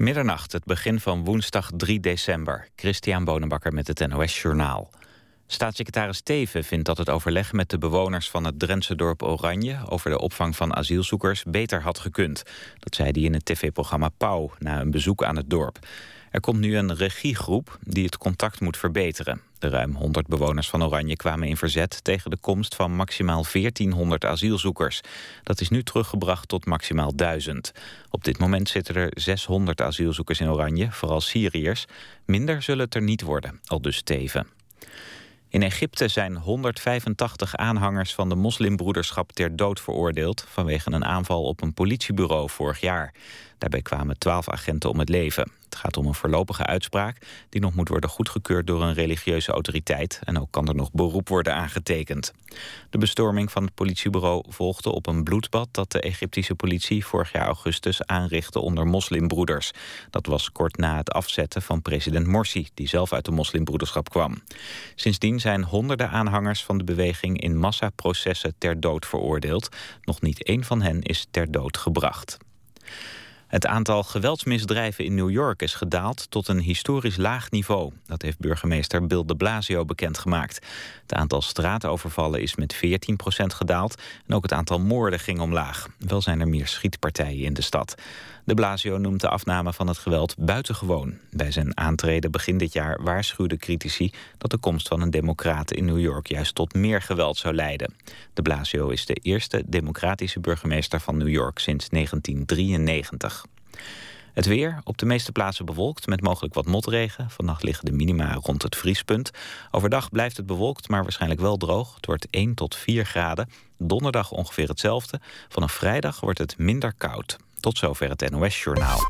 Middernacht, het begin van woensdag 3 december. Christian Bonenbakker met het NOS Journaal. Staatssecretaris Teeven vindt dat het overleg met de bewoners van het Drentse dorp Oranje over de opvang van asielzoekers beter had gekund. Dat zei hij in het tv-programma Pauw na een bezoek aan het dorp. Er komt nu een regiegroep die het contact moet verbeteren. De ruim 100 bewoners van Oranje kwamen in verzet tegen de komst van maximaal 1400 asielzoekers. Dat is nu teruggebracht tot maximaal 1000. Op dit moment zitten er 600 asielzoekers in Oranje, vooral Syriërs. Minder zullen het er niet worden, aldus Teeven. In Egypte zijn 185 aanhangers van de moslimbroederschap ter dood veroordeeld vanwege een aanval op een politiebureau vorig jaar. Daarbij kwamen 12 agenten om het leven. Het gaat om een voorlopige uitspraak die nog moet worden goedgekeurd door een religieuze autoriteit en ook kan er nog beroep worden aangetekend. De bestorming van het politiebureau volgde op een bloedbad dat de Egyptische politie vorig jaar augustus aanrichtte onder moslimbroeders. Dat was kort na het afzetten van president Morsi, die zelf uit de moslimbroederschap kwam. Sindsdien zijn honderden aanhangers van de beweging in massaprocessen ter dood veroordeeld. Nog niet één van hen is ter dood gebracht. Het aantal geweldsmisdrijven in New York is gedaald tot een historisch laag niveau. Dat heeft burgemeester Bill de Blasio bekendgemaakt. Het aantal straatovervallen is met 14% gedaald en ook het aantal moorden ging omlaag. Wel zijn er meer schietpartijen in de stad. De Blasio noemt de afname van het geweld buitengewoon. Bij zijn aantreden begin dit jaar waarschuwde critici dat de komst van een democraat in New York juist tot meer geweld zou leiden. De Blasio is de eerste democratische burgemeester van New York sinds 1993. Het weer, op de meeste plaatsen bewolkt met mogelijk wat motregen. Vannacht liggen de minima rond het vriespunt. Overdag blijft het bewolkt, maar waarschijnlijk wel droog. Het wordt 1 tot 4 graden. Donderdag ongeveer hetzelfde. Vanaf vrijdag wordt het minder koud. Tot zover het NOS-journaal.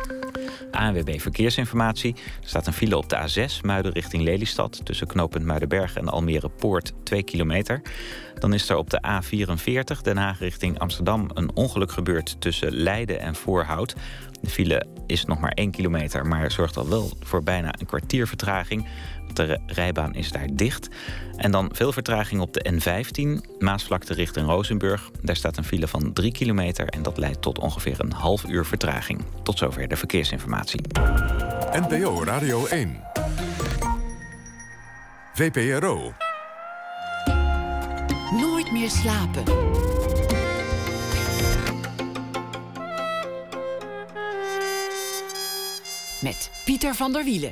ANWB Verkeersinformatie. Er staat een file op de A6, Muiden richting Lelystad. Tussen knooppunt Muidenberg en Almere Poort 2 kilometer. Dan is er op de A44, Den Haag richting Amsterdam, een ongeluk gebeurd tussen Leiden en Voorhout. De file is nog maar 1 kilometer, maar zorgt al wel voor bijna een kwartier vertraging. De rijbaan is daar dicht. En dan veel vertraging op de N15, Maasvlakte richting Rozenburg. Daar staat een file van 3 kilometer en dat leidt tot ongeveer een half uur vertraging. Tot zover de verkeersinformatie. NPO Radio 1. VPRO. Nooit meer slapen. Met Pieter van der Wielen.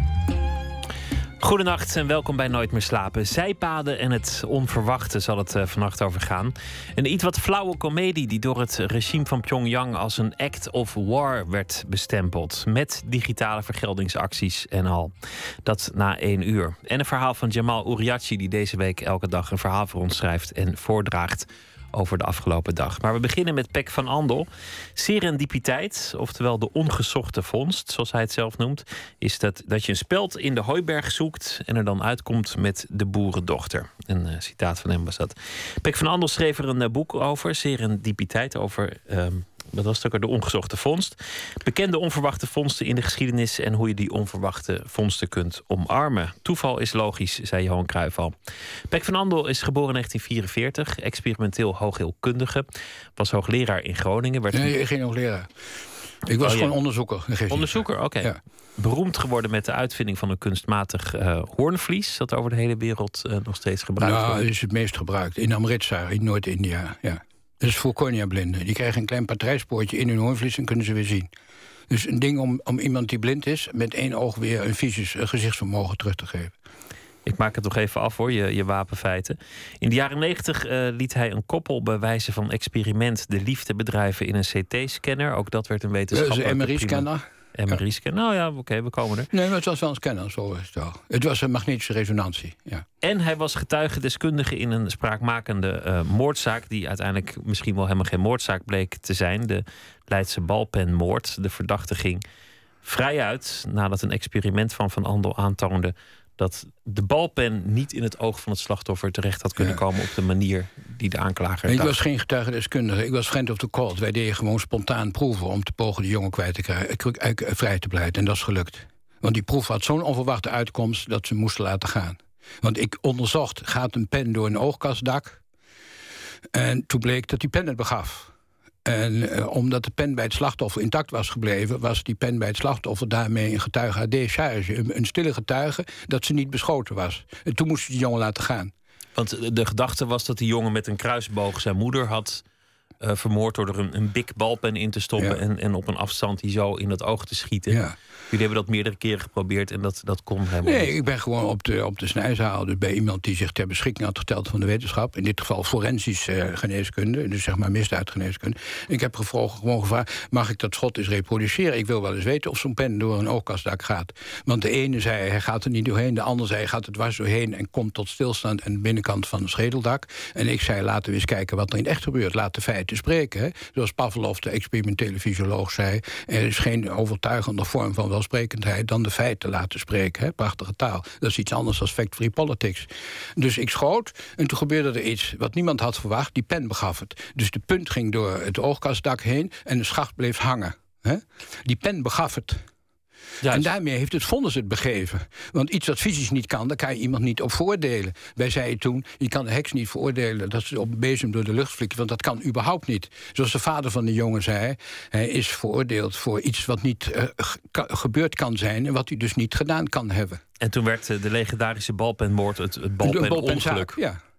Goedenacht en welkom bij Nooit meer slapen. Zijpaden en het onverwachte zal het vannacht over gaan. Een iets wat flauwe komedie die door het regime van Pyongyang als een act of war werd bestempeld. Met digitale vergeldingsacties en al. Dat na 1 uur. En een verhaal van Jamal Uriachi die deze week elke dag een verhaal voor ons schrijft en voordraagt over de afgelopen dag. Maar we beginnen met Pek van Andel. Serendipiteit, oftewel de ongezochte vondst, zoals hij het zelf noemt, is dat je een speld in de hooiberg zoekt en er dan uitkomt met de boerendochter. Een citaat van hem was dat. Pek van Andel schreef er een boek over, Serendipiteit, over wat was het ook, de ongezochte vondst. Bekende onverwachte vondsten in de geschiedenis en hoe je die onverwachte vondsten kunt omarmen. Toeval is logisch, zei Johan Cruijff al. Pek van Andel is geboren in 1944, experimenteel hoogheelkundige, was hoogleraar in Groningen. Nee, geen hoogleraar. Ik was gewoon onderzoeker. Onderzoeker, oké. Ja. Beroemd geworden met de uitvinding van een kunstmatig hoornvlies, dat over de hele wereld nog steeds gebruikt wordt. Nou, dat is het meest gebruikt. In Amritsar, in Noord-India, ja. Dat is voor corneablinden. Die krijgen een klein patrijspoortje in hun hoornvlies en kunnen ze weer zien. Dus een ding om iemand die blind is met 1 oog weer een fysisch gezichtsvermogen terug te geven. Ik maak het toch even af hoor, je wapenfeiten. In de jaren 90 liet hij een koppel bij wijze van experiment de liefde bedrijven in een CT-scanner. Ook dat werd een wetenschappelijke... Dat is een MRI-scanner. MRI-scanner. Nou ja, oké, we komen er. Nee, maar het was wel een scanner, zo is het wel. Het was een magnetische resonantie, ja. En hij was getuigendeskundige in een spraakmakende moordzaak, die uiteindelijk misschien wel helemaal geen moordzaak bleek te zijn. De Leidse balpenmoord. De verdachte ging vrij uit nadat een experiment van Andel aantoonde dat de balpen niet in het oog van het slachtoffer terecht had kunnen komen op de manier die de aanklager dacht. Ik was geen getuigendeskundige, ik was friend of the court. Wij deden gewoon spontaan proeven om te pogen de jongen kwijt te krijgen, vrij te blijven. En dat is gelukt. Want die proef had zo'n onverwachte uitkomst dat ze moesten laten gaan. Want ik onderzocht, gaat een pen door een oogkastdak? En toen bleek dat die pen het begaf. En omdat de pen bij het slachtoffer intact was gebleven, was die pen bij het slachtoffer daarmee een getuige à décharge. Een stille getuige dat ze niet beschoten was. En toen moest ze die jongen laten gaan. Want de gedachte was dat die jongen met een kruisboog zijn moeder had vermoord door er een big balpen in te stoppen en op een afstand die zo in het oog te schieten. Ja. Jullie hebben dat meerdere keren geprobeerd en dat kon helemaal niet. Ik ben gewoon op de snijzaal, dus bij iemand die zich ter beschikking had gesteld van de wetenschap. In dit geval forensische geneeskunde, dus zeg maar misdaadgeneeskunde. Ik heb gewoon gevraagd, mag ik dat schot eens reproduceren? Ik wil wel eens weten of zo'n pen door een oogkastdak gaat. Want de ene zei, hij gaat er niet doorheen. De ander zei, hij gaat er dwars doorheen en komt tot stilstand aan de binnenkant van het schedeldak. En ik zei, laten we eens kijken wat er in het echt gebeurt. Laat de feiten spreken. Hè? Zoals Pavlov, de experimentele fysioloog, zei, er is geen overtuigende vorm van welsprekendheid dan de feiten laten spreken. Hè? Prachtige taal. Dat is iets anders dan fact-free politics. Dus ik schoot en toen gebeurde er iets wat niemand had verwacht. Die pen begaf het. Dus de punt ging door het oogkastdak heen en de schacht bleef hangen. Hè? Die pen begaf het. Juist. En daarmee heeft het vonnis het begeven. Want iets wat fysisch niet kan, daar kan je iemand niet op veroordelen. Wij zeiden toen, je kan de heks niet veroordelen dat ze op een bezem door de lucht flikken, want dat kan überhaupt niet. Zoals de vader van de jongen zei, hij is veroordeeld voor iets wat niet gebeurd kan zijn en wat hij dus niet gedaan kan hebben. En toen werd de legendarische balpenmoord het balpenongeluk.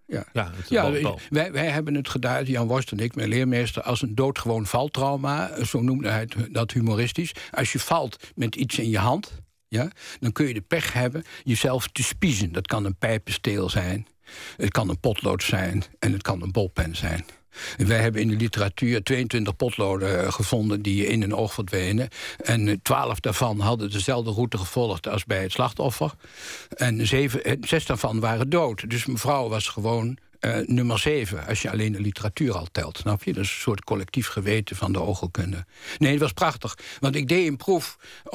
Wij hebben het gedaan, Jan Worst en ik, mijn leermeester, als een doodgewoon valtrauma. Zo noemde hij dat humoristisch. Als je valt met iets in je hand, dan kun je de pech hebben jezelf te spiezen. Dat kan een pijpensteel zijn, het kan een potlood zijn en het kan een bolpen zijn. Wij hebben in de literatuur 22 potloden gevonden die in een oog verdwenen. En 12 daarvan hadden dezelfde route gevolgd als bij het slachtoffer. En 6 daarvan waren dood. Dus mevrouw was gewoon nummer 7, als je alleen de literatuur al telt. Snap je? Dat is een soort collectief geweten van de oogheelkunde. Nee, het was prachtig. Want ik deed een proef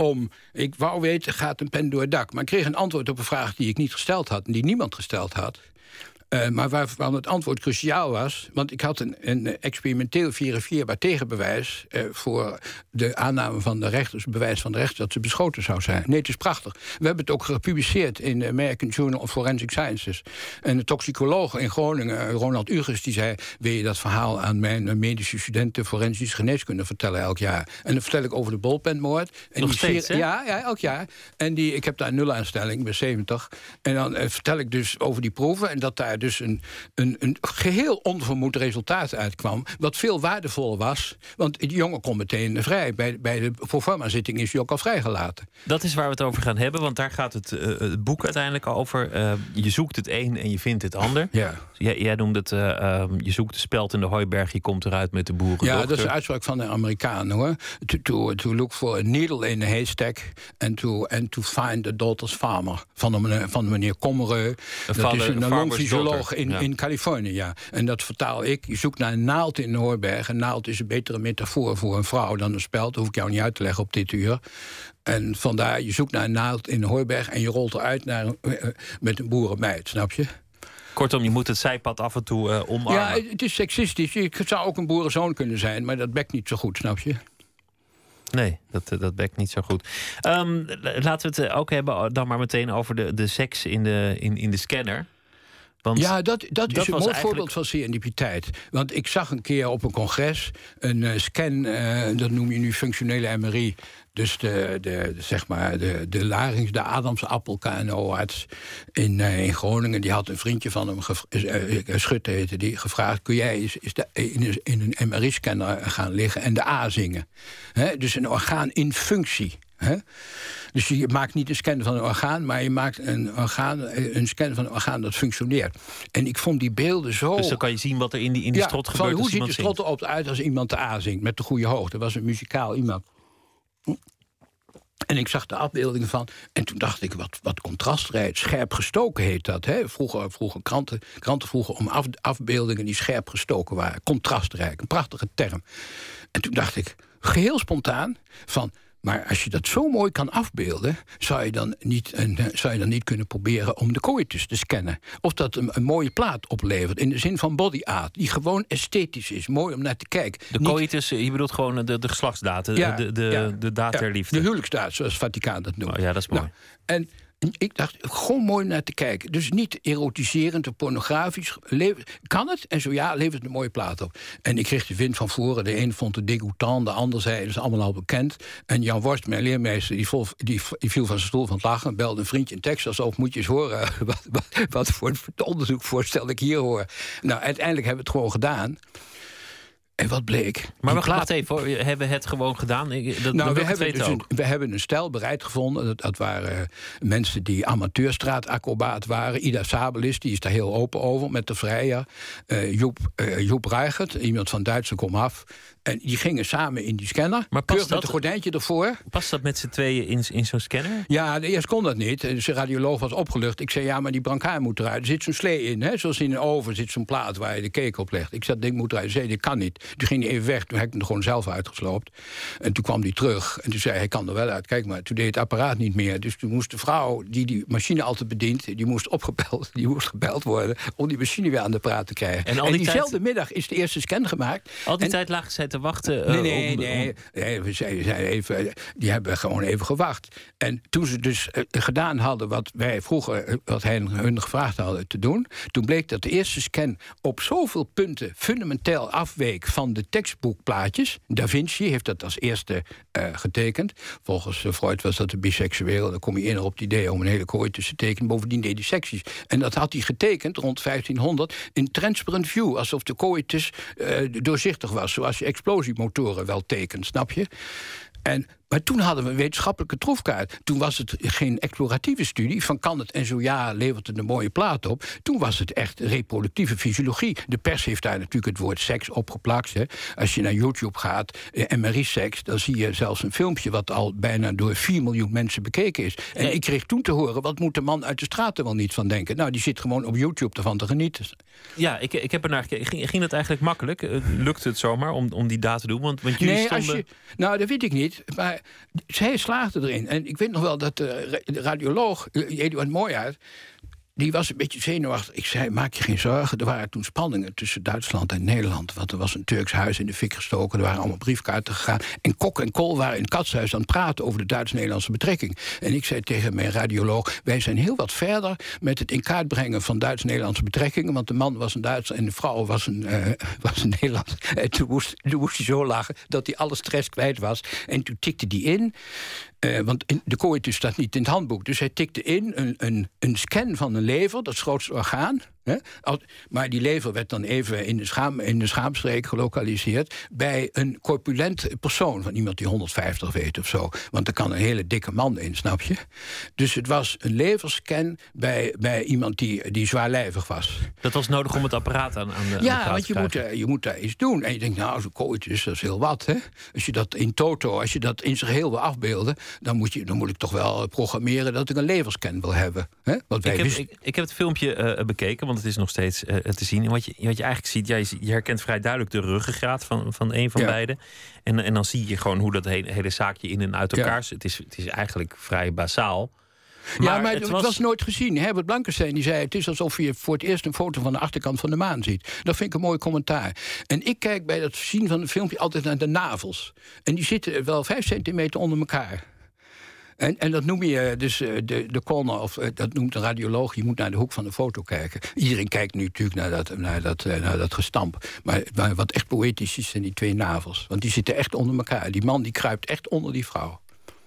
ik wou weten, gaat een pen door het dak? Maar ik kreeg een antwoord op een vraag die ik niet gesteld had en die niemand gesteld had. Maar waarvan het antwoord cruciaal was, want ik had een experimenteel verifieerbaar tegenbewijs voor de aanname van de rechters, bewijs van de rechter dat ze beschoten zou zijn. Nee, het is prachtig. We hebben het ook gepubliceerd in de American Journal of Forensic Sciences. En de toxicoloog in Groningen, Ronald Ugers, die zei, wil je dat verhaal aan mijn medische studenten forensische geneeskunde vertellen elk jaar? En dan vertel ik over de bolpenmoord. En nog steeds, hè? Ja, elk jaar. En ik heb daar een nulaanstelling, ik ben 70. En dan vertel ik dus over die proeven en dat daar dus een geheel onvermoed resultaat uitkwam, wat veel waardevoller was, want die jongen kon meteen vrij. Bij de proforma-zitting is hij ook al vrijgelaten. Dat is waar we het over gaan hebben, want daar gaat het boek uiteindelijk over. Je zoekt het een en je vindt het ander. Ja. Jij noemde het, je zoekt de speld in de hooiberg, je komt eruit met de boerendochter. Ja, dat is de uitspraak van de Amerikanen, hoor. To look for a needle in a haystack and to find the daughter's farmer. Van meneer Commereux. Dat is een longfysioloog in Californië, ja. En dat vertaal ik. Je zoekt naar een naald in een hooiberg. Een naald is een betere metafoor voor een vrouw dan een speld. Dat hoef ik jou niet uit te leggen op dit uur. En vandaar, je zoekt naar een naald in een hooiberg en je rolt eruit met een boerenmeid, snap je? Kortom, je moet het zijpad af en toe omarmen. Ja, het is seksistisch. Het zou ook een boerenzoon kunnen zijn, maar dat bekt niet zo goed, snap je? Nee, dat bekt niet zo goed. Laten we het ook hebben dan maar meteen over de seks in de scanner. Want ja, dat is een mooi voorbeeld van serendipiteit. Want ik zag een keer op een congres een scan, dat noem je nu functionele MRI. Dus de larynx, de adamsappel KNO-arts in Groningen, die had een vriendje van hem, Schutte heette die, gevraagd, kun jij eens in een MRI-scanner gaan liggen en de A zingen? Dus een orgaan in functie. Dus je maakt niet een scan van een orgaan, maar je maakt een scan van een orgaan dat functioneert. En ik vond die beelden zo. Dus dan kan je zien wat er in die strot gebeurt. Hoe ziet de strot erop uit als iemand de A zingt met de goede hoogte? Dat was een muzikaal iemand. En ik zag de afbeeldingen van. En toen dacht ik, wat contrastrijk. Scherp gestoken heet dat. Hè? Vroeger kranten vroegen om afbeeldingen die scherp gestoken waren. Contrastrijk, een prachtige term. En toen dacht ik, geheel spontaan, van, maar als je dat zo mooi kan afbeelden, zou je dan niet kunnen proberen om de coitus te scannen? Of dat een mooie plaat oplevert, in de zin van body art, die gewoon esthetisch is, mooi om naar te kijken. De coitus, je bedoelt gewoon de geslachtsdata, de daad der liefde. De huwelijksdaad, zoals het Vaticaan dat noemt. Oh, ja, dat is mooi. Nou, En ik dacht, gewoon mooi naar te kijken. Dus niet erotiserend of pornografisch. Kan het? En zo ja, levert een mooie plaat op. En ik kreeg de wind van voren. De een vond het dégoûtant, de ander zei, dat is allemaal al bekend. En Jan Worst, mijn leermeester, die viel van zijn stoel van het lachen. Belde een vriendje in Texas op, moet je eens horen wat voor onderzoekvoorstel ik hier hoor. Nou, uiteindelijk hebben we het gewoon gedaan. En wat bleek? Maar wacht even, hoor. Hebben we het gewoon gedaan? We hebben een stel bereid gevonden. Dat waren mensen die amateurstraatacrobaat waren. Ida Sabelis, die is daar heel open over met de vrijer. Joep Reichert, iemand van Duitse komaf. En die gingen samen in die scanner. Maar past dat met een gordijntje ervoor. Past dat met z'n tweeën in zo'n scanner? Ja, eerst kon dat niet. De radioloog was opgelucht. Ik zei, ja, maar die brancard moet eruit. Er zit zo'n slee in, hè? Zoals in een oven zit zo'n plaat waar je de cake op legt. Ik zei, dat ding moet eruit. Hij zei, dit kan niet. Toen ging hij even weg. Toen heb ik hem er gewoon zelf uitgesloopt. En toen kwam hij terug. En toen zei hij, kan er wel uit. Kijk maar, toen deed het apparaat niet meer. Dus toen moest de vrouw die machine altijd bedient, die moest gebeld worden om die machine weer aan de praat te krijgen. En diezelfde middag is de eerste scan gemaakt. Al die tijd lagen zij te wachten? Nee, we zeiden even, die hebben gewoon even gewacht. En toen ze dus gedaan hadden wat wij vroeger, wat hun gevraagd hadden te doen, toen bleek dat de eerste scan op zoveel punten fundamenteel afweek van de tekstboekplaatjes. Da Vinci heeft dat als eerste getekend. Volgens Freud was dat een biseksueel. Dan kom je eerder op het idee om een hele coitus te tekenen. Bovendien deed hij secties. En dat had hij getekend rond 1500 in transparent view, alsof de coitus doorzichtig was, zoals je explosiemotoren wel tekent, snap je? Maar toen hadden we een wetenschappelijke troefkaart. Toen was het geen exploratieve studie van kan het en zo ja, levert het een mooie plaat op. Toen was het echt reproductieve fysiologie. De pers heeft daar natuurlijk het woord seks opgeplakt. Hè. Als je naar YouTube gaat, MRI-seks, dan zie je zelfs een filmpje wat al bijna door 4 miljoen mensen bekeken is. En ik kreeg toen te horen, wat moet de man uit de straat er wel niet van denken? Nou, die zit gewoon op YouTube ervan te genieten. Ja, ik heb ernaar gekeken. Ging dat eigenlijk makkelijk? Lukte het zomaar om die daad te doen? Want jullie stonden... Nou, dat weet ik niet. Maar zij slaagde erin. En ik weet nog wel dat de radioloog, Eduard Mooijaert, die was een beetje zenuwachtig. Ik zei, maak je geen zorgen. Er waren toen spanningen tussen Duitsland en Nederland. Want er was een Turks huis in de fik gestoken. Er waren allemaal briefkaarten gegaan. En Kok en Kool waren in het Katshuis aan het praten over de Duits-Nederlandse betrekking. En ik zei tegen mijn radioloog, wij zijn heel wat verder met het in kaart brengen van Duits-Nederlandse betrekkingen. Want de man was een Duitser en de vrouw was een Nederlander. En toen moest hij zo lachen dat hij alle stress kwijt was. En toen tikte hij in. Want de coitus staat niet in het handboek. Dus hij tikte in een scan van een lever, dat is het grootste orgaan. Hè? Maar die lever werd dan even in de schaamstreek gelokaliseerd bij een corpulent persoon, van iemand die 150 weegt of zo. Want er kan een hele dikke man in, snap je? Dus het was een leverscan bij iemand die zwaarlijvig was. Dat was nodig om het apparaat aan de ja, want je moet daar iets doen. En je denkt, nou, zo'n coitus, dat is heel wat. Hè? Als je dat in zijn geheel wil afbeelden, dan moet ik toch wel programmeren dat ik een leverscan wil hebben. Hè? Ik heb het filmpje bekeken, want het is nog steeds te zien. En wat je eigenlijk ziet, je herkent vrij duidelijk de ruggengraat van een van beiden. En dan zie je gewoon hoe dat hele zaakje in en uit elkaar zit. Het is eigenlijk vrij basaal. Maar het was nooit gezien. Herbert Blankenstein die zei, het is alsof je voor het eerst een foto van de achterkant van de maan ziet. Dat vind ik een mooi commentaar. En ik kijk bij dat zien van het filmpje altijd naar de navels. En die zitten wel 5 centimeter onder elkaar. En dat noem je dus de corner, of dat noemt een radioloog. Je moet naar de hoek van de foto kijken. Iedereen kijkt nu natuurlijk naar dat gestamp. Maar wat echt poëtisch is, zijn die 2 navels. Want die zitten echt onder elkaar. Die man die kruipt echt onder die vrouw.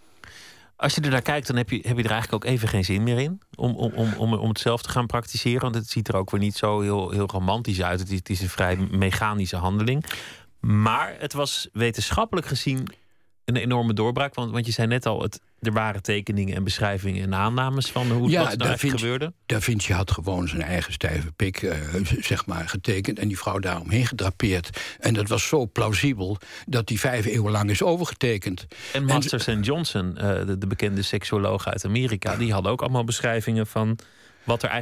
Als je er naar kijkt, dan heb je er eigenlijk ook even geen zin meer in om het zelf te gaan praktiseren. Want het ziet er ook weer niet zo heel romantisch uit. Het is een vrij mechanische handeling. Maar het was wetenschappelijk gezien een enorme doorbraak. Want je zei net al, er waren tekeningen en beschrijvingen en aannames van wat er nou eigenlijk gebeurde. Da Vinci had gewoon zijn eigen stijve pik zeg maar getekend en die vrouw daaromheen gedrapeerd. En dat was zo plausibel dat die 5 eeuwen lang is overgetekend. En Masters en Johnson, de bekende seksuoloog uit Amerika, die hadden ook allemaal beschrijvingen van wat er eigenlijk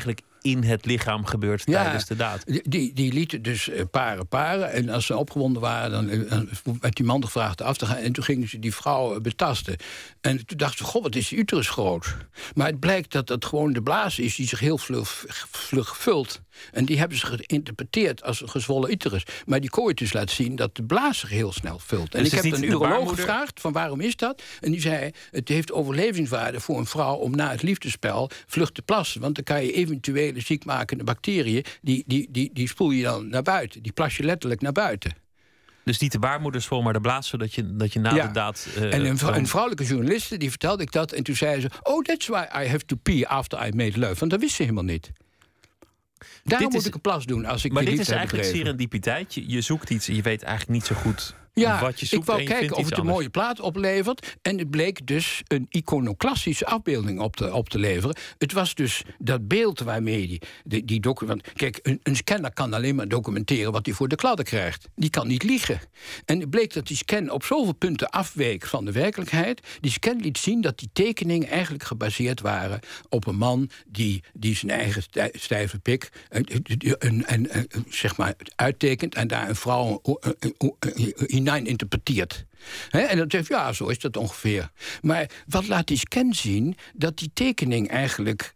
in het lichaam gebeurt tijdens de daad. Die lieten dus paren. En als ze opgewonden waren, dan werd die man gevraagd af te gaan. En toen gingen ze die vrouw betasten. En toen dachten ze, goh, wat is die uterus groot. Maar het blijkt dat dat gewoon de blaas is die zich heel vlug vult. En die hebben ze geïnterpreteerd als een gezwollen uterus. Maar die coitus laat zien dat de blaas zich heel snel vult. En dus ik heb een uroloog gevraagd van waarom is dat? En die zei, het heeft overlevingswaarde voor een vrouw om na het liefdespel vlug te plassen. Want dan kan je eventuele ziekmakende bacteriën, die spoel je dan naar buiten. Die plas je letterlijk naar buiten. Dus niet de baarmoederschool, maar de blaas, zodat je na de daad... En een vrouwelijke journaliste, die vertelde ik dat. En toen zei ze, oh, that's why I have to pee after I made love. Want dat wist ze helemaal niet. Daarom moet ik een plas doen als ik maar de dit liefde is eigenlijk serendipiteit. Je zoekt iets en je weet eigenlijk niet zo goed wat je zoekt. Ik wou kijken of het een mooie plaat oplevert. En het bleek dus een iconoclastische afbeelding op te leveren. Het was dus dat beeld waarmee die document... Kijk, een scanner kan alleen maar documenteren wat hij voor de kladden krijgt. Die kan niet liegen. En het bleek dat die scan op zoveel punten afweek van de werkelijkheid. Die scan liet zien dat die tekeningen eigenlijk gebaseerd waren op een man die zijn eigen stijve pik zeg maar uittekent en daar een vrouw interpreteert. En dan zegt ja, zo is dat ongeveer. Maar wat laat die scan zien? Dat die tekening eigenlijk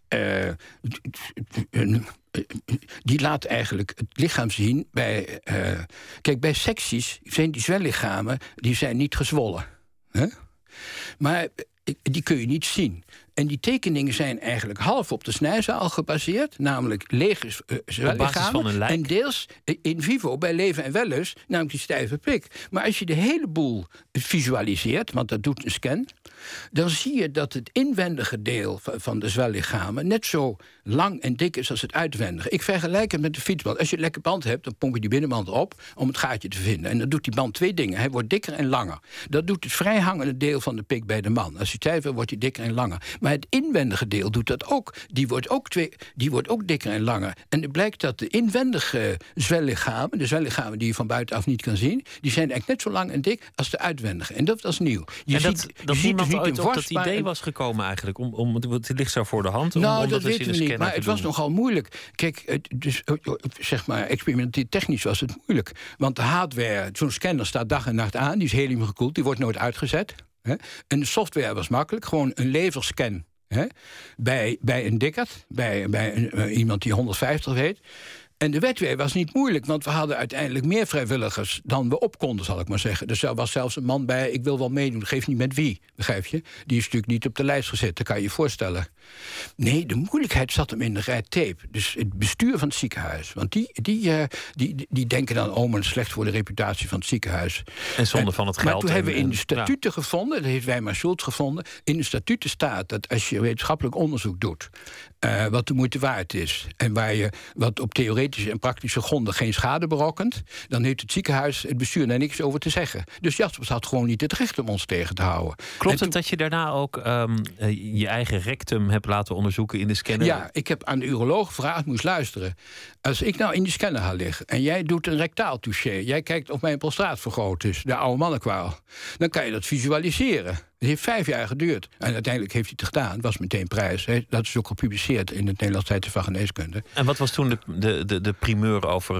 die laat eigenlijk het lichaam zien bij... kijk, bij secties zijn die zwellichamen die zijn niet gezwollen. Maar die kun je niet zien. En die tekeningen zijn eigenlijk half op de snijzaal gebaseerd, namelijk lege zwellichamen, en deels in vivo bij leven en wellust, namelijk die stijve pik. Maar als je de hele boel visualiseert, want dat doet een scan, dan zie je dat het inwendige deel van de zwellichamen net zo lang en dik is als het uitwendige. Ik vergelijk het met de fietsband. Als je een lekker band hebt, dan pomp je die binnenband op om het gaatje te vinden. En dan doet die band twee dingen. Hij wordt dikker en langer. Dat doet het vrijhangende deel van de pik bij de man. Als hij stijf wordt, wordt hij dikker en langer. Maar het inwendige deel doet dat ook. Die wordt ook dikker en langer. En het blijkt dat de inwendige zwellichamen, de zwellichamen die je van buitenaf niet kan zien, die zijn eigenlijk net zo lang en dik als de uitwendige. En dat was nieuw. Dat niemand ooit op dat idee was gekomen eigenlijk. Het ligt zo voor de hand. Nou, dat weten we niet. Maar het was nogal moeilijk. Kijk, dus, zeg maar, experimenteel technisch was het moeilijk. Want de hardware, zo'n scanner staat dag en nacht aan. Die is helium gekoeld, die wordt nooit uitgezet. En de software was makkelijk. Gewoon een leverscan. Bij een dikkerd, bij iemand die 150 weet. En de wetwee was niet moeilijk, want we hadden uiteindelijk meer vrijwilligers dan we op konden, zal ik maar zeggen. Dus er was zelfs een man bij, ik wil wel meedoen, geef niet met wie, begrijp je? Die is natuurlijk niet op de lijst gezet, dat kan je je voorstellen. Nee, de moeilijkheid zat hem in de red tape. Dus het bestuur van het ziekenhuis. Want die denken dan, oh, maar slecht voor de reputatie van het ziekenhuis. En zonde van het geld. Maar toen hebben we in de statuten gevonden, dat heeft Weimar Schultz gevonden, in de statuten staat dat als je wetenschappelijk onderzoek doet, wat de moeite waard is, en waar je wat op theoretische en praktische gronden geen schade berokkent, dan heeft het ziekenhuis, het bestuur, daar niks over te zeggen. Dus Jaspers had gewoon niet het recht om ons tegen te houden. Klopt het dat je daarna ook je eigen rectum hebt laten onderzoeken in de scanner? Ja, ik heb aan de uroloog gevraagd, moest luisteren. Als ik nou in die scanner ga liggen en jij doet een rectaal touché, jij kijkt of mijn prostaat vergroot is, de oude mannenkwaal, dan kan je dat visualiseren. Het heeft 5 jaar geduurd. En uiteindelijk heeft hij het gedaan. Het was meteen prijs. Dat is ook gepubliceerd in het Nederlands Tijdschrift van Geneeskunde. En wat was toen de primeur over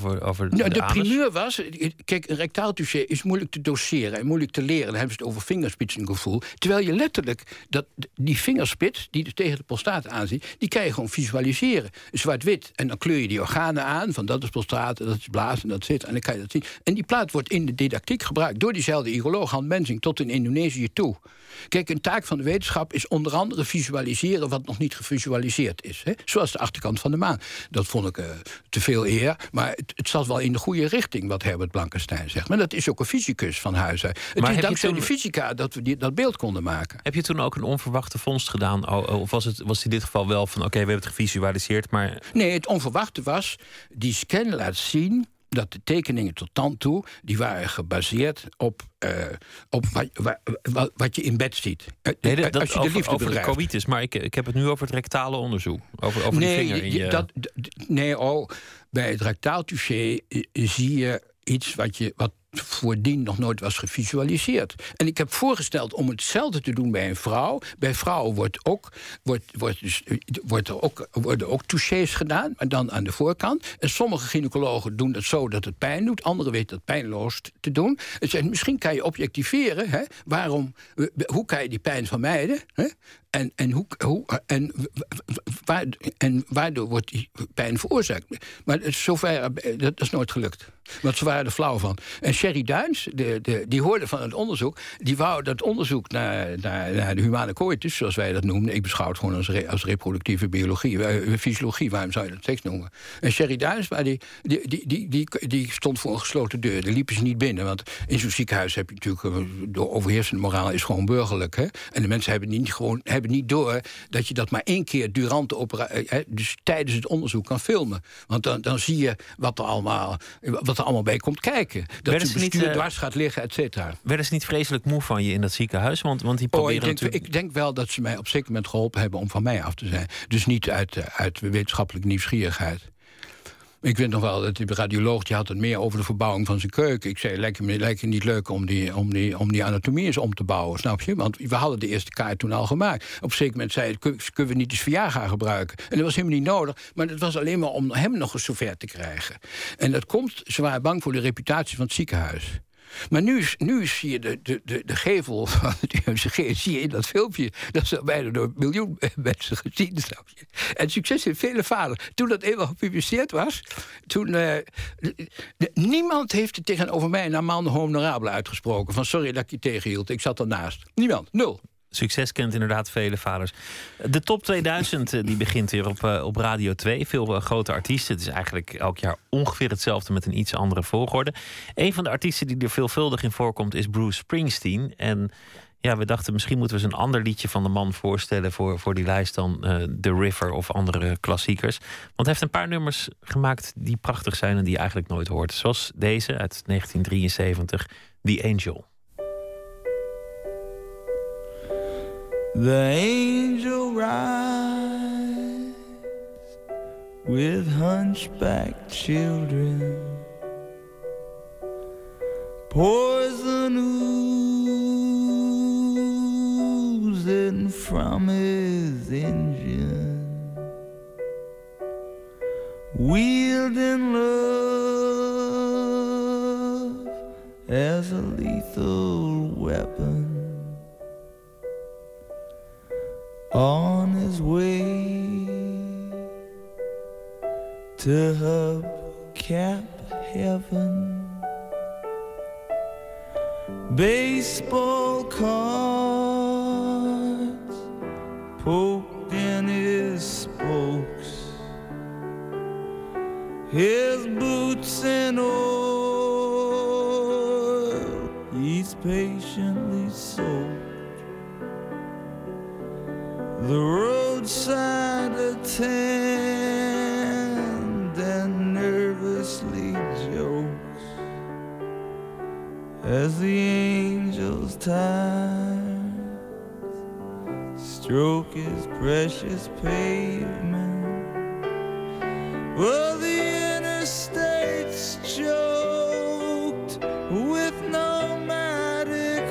de primeur was, kijk, een rectaal touché is moeilijk te doseren en moeilijk te leren. Dan hebben ze het over vingerspitsengevoel. Terwijl je letterlijk die vingerspits die er tegen de prostaat aanzit, die kan je gewoon visualiseren. Zwart-wit. En dan kleur je die organen aan, van dat is prostaat, dat is blaas en dat zit. En dan kan je dat zien. En die plaat wordt in de didactiek gebruikt door diezelfde uroloog Han Mensing tot in Indonesië toe. Kijk, een taak van de wetenschap is onder andere visualiseren wat nog niet gevisualiseerd is. Zoals de achterkant van de maan. Dat vond ik te veel eer, maar het zat wel in de goede richting wat Herbert Blankenstein zegt. Maar dat is ook een fysicus van huis uit. Het is dankzij de fysica dat we dat beeld konden maken. Heb je toen ook een onverwachte vondst gedaan? Of was in dit geval wel van, oké, we hebben het gevisualiseerd, maar... Nee, het onverwachte was, die scan laat zien dat de tekeningen tot dan toe, die waren gebaseerd op wat je in bed ziet. Als je de liefde over de coïtus, maar ik heb het nu over het rectale onderzoek. Over die vinger in je... Bij het rectaal touché zie je iets wat voordien nog nooit was gevisualiseerd. En ik heb voorgesteld om hetzelfde te doen bij een vrouw. Bij vrouwen worden ook touchés gedaan, maar dan aan de voorkant. En sommige gynaecologen doen dat zo dat het pijn doet. Anderen weten dat pijnloos te doen. En zeggen, misschien kan je objectiveren. Hè? Hoe kan je die pijn vermijden? Hè? En waardoor wordt die pijn veroorzaakt? Maar zover, dat is nooit gelukt. Want ze waren er flauw van. En Sherry Duins, die hoorde van het onderzoek. Die wou dat onderzoek naar de humane coitus, zoals wij dat noemen. Ik beschouw het gewoon als reproductieve biologie. Fysiologie, waarom zou je dat steeds noemen? En Sherry Duins, die stond voor een gesloten deur. Daar liepen ze niet binnen. Want in zo'n ziekenhuis heb je natuurlijk... de overheersende moraal is gewoon burgerlijk. Hè? En de mensen hebben niet door dat je dat maar 1 keer durant de operatie, dus tijdens het onderzoek kan filmen. Want dan zie je wat er allemaal bij komt kijken. Dat het bestuur dwars gaat liggen, et cetera. Werden ze niet vreselijk moe van je in dat ziekenhuis? Want die proberen ik denk wel dat ze mij op zeker moment geholpen hebben om van mij af te zijn. Dus niet uit wetenschappelijke nieuwsgierigheid. Ik weet nog wel dat die radioloog die had het meer over de verbouwing van zijn keuken. Ik zei, lijkt je niet leuk om die anatomie eens om te bouwen, snap je? Want we hadden de eerste kaart toen al gemaakt. Op een zeker moment zei hij, kunnen we niet eens Viagra gebruiken? En dat was helemaal niet nodig, maar dat was alleen maar om hem nog eens zover te krijgen. En dat komt, ze waren bang voor de reputatie van het ziekenhuis. Maar nu zie je de gevel van het UMCG, zie je in dat filmpje. Dat is bijna door 1 miljoen mensen gezien. Snap je? En succes in vele falen. Toen dat eenmaal gepubliceerd was, niemand heeft het tegenover mij een amende honorable uitgesproken. Van sorry dat ik je tegenhield, ik zat ernaast. Niemand, 0. Succes kent inderdaad vele vaders. De top 2000 die begint weer op Radio 2. Veel grote artiesten. Het is eigenlijk elk jaar ongeveer hetzelfde met een iets andere volgorde. Een van de artiesten die er veelvuldig in voorkomt is Bruce Springsteen. En ja, we dachten misschien moeten we eens een ander liedje van de man voorstellen voor die lijst dan The River of andere klassiekers. Want hij heeft een paar nummers gemaakt die prachtig zijn en die je eigenlijk nooit hoort. Zoals deze uit 1973, The Angel. The angel rides with hunchbacked children, poison oozing from his engine, wielding love as a lethal weapon. On his way to hubcap heaven, baseball cards poked in his spokes, his boots in oil, he's patiently soaked. The roadside attendant nervously jokes as the angel's ties stroke his precious pavement. Well, the interstate's choked with nomadic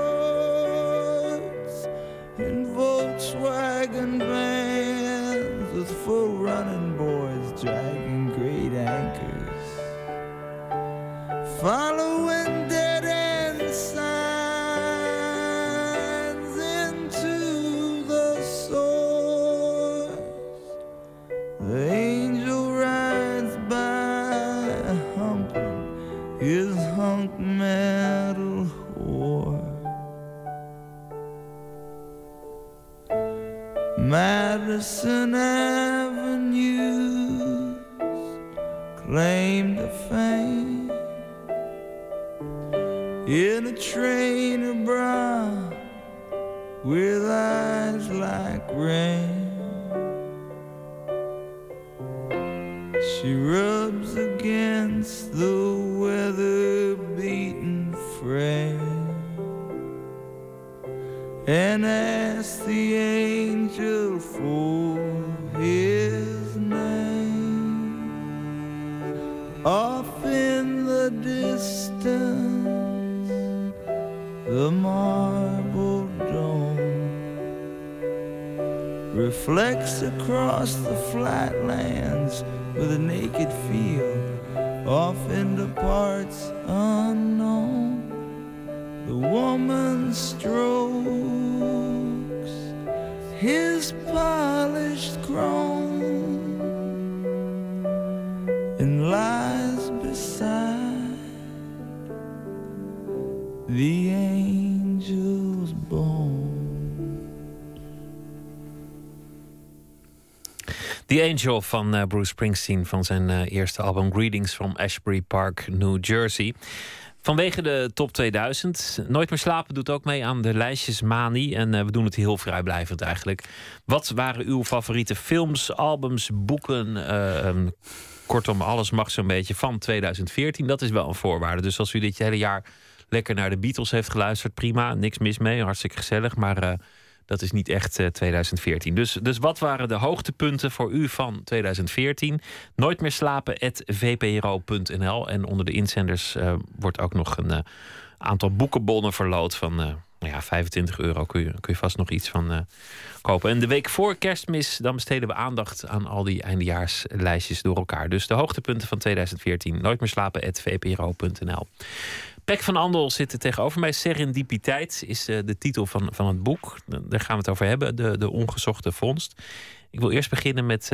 hordes and Volkswagen vans with full running boys dragging great anchors, following dead-end signs into the source. The angel rides by humping his hunk metal whore. Madison Avenue's claim to fame in a trainer bra with eyes like rain. She rubs against the weather-beaten frame and asks the angel for his name. Off in the distance the marble dome reflects across the flatlands with a naked field off into parts unknown. The woman strokes his polished chrome and lies beside the angel's bone. The Angel van Bruce Springsteen van zijn eerste album Greetings from Ashbury Park, New Jersey. Vanwege de top 2000. Nooit meer slapen doet ook mee aan de lijstjesmanie. En we doen het heel vrijblijvend eigenlijk. Wat waren uw favoriete films, albums, boeken? Kortom, alles mag zo'n beetje van 2014. Dat is wel een voorwaarde. Dus als u dit hele jaar lekker naar de Beatles heeft geluisterd, prima. Niks mis mee, hartstikke gezellig. Maar dat is niet echt 2014. Dus wat waren de hoogtepunten voor u van 2014? Nooit meer slapen@vpro.nl. En onder de inzenders wordt ook nog een aantal boekenbonnen verloot van €25. Kun je vast nog iets van kopen. En de week voor Kerstmis, dan besteden we aandacht aan al die eindejaarslijstjes door elkaar. Dus de hoogtepunten van 2014. Nooit meer slapen@vpro.nl. Pek van Andel zit er tegenover mij. Serendipiteit is de titel van het boek. Daar gaan we het over hebben, de ongezochte vondst. Ik wil eerst beginnen met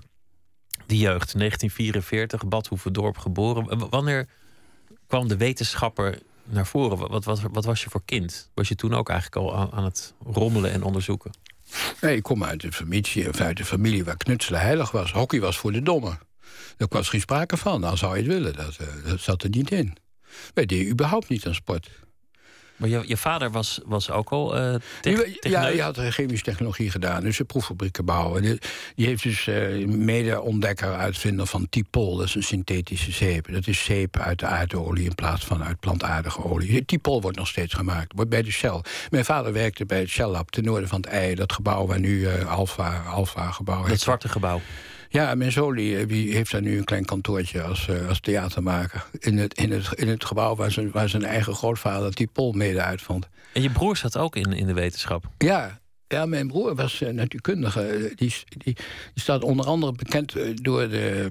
de jeugd. 1944, Bad Hoeverdorp geboren. Wanneer kwam de wetenschapper naar voren? Wat was je voor kind? Was je toen ook eigenlijk al aan het rommelen en onderzoeken? Nee, ik kom uit de familie waar knutselen heilig was. Hockey was voor de dommen. Daar was geen sprake van. Nou zou je het willen, dat zat er niet in. Wij deden überhaupt niet aan sport. Maar je vader was ook al techneut? Ja, hij had chemische technologie gedaan. Dus een proeffabrieken bouwen. Die heeft dus mede-ontdekker, uitvinder van Tipol. Dat is een synthetische zeep. Dat is zeep uit de aardolie in plaats van uit plantaardige olie. Tipol wordt nog steeds gemaakt. Wordt bij de Shell. Mijn vader werkte bij het Shell Lab ten noorden van het IJ. Dat gebouw waar nu Alfa gebouw heet. Dat zwarte gebouw. Ja, mijn zoon die heeft daar nu een klein kantoortje als theatermaker. In het gebouw waar zijn eigen grootvader Tipol mede uitvond. En je broer zat ook in de wetenschap? Ja, mijn broer was natuurkundige. Die staat onder andere bekend door de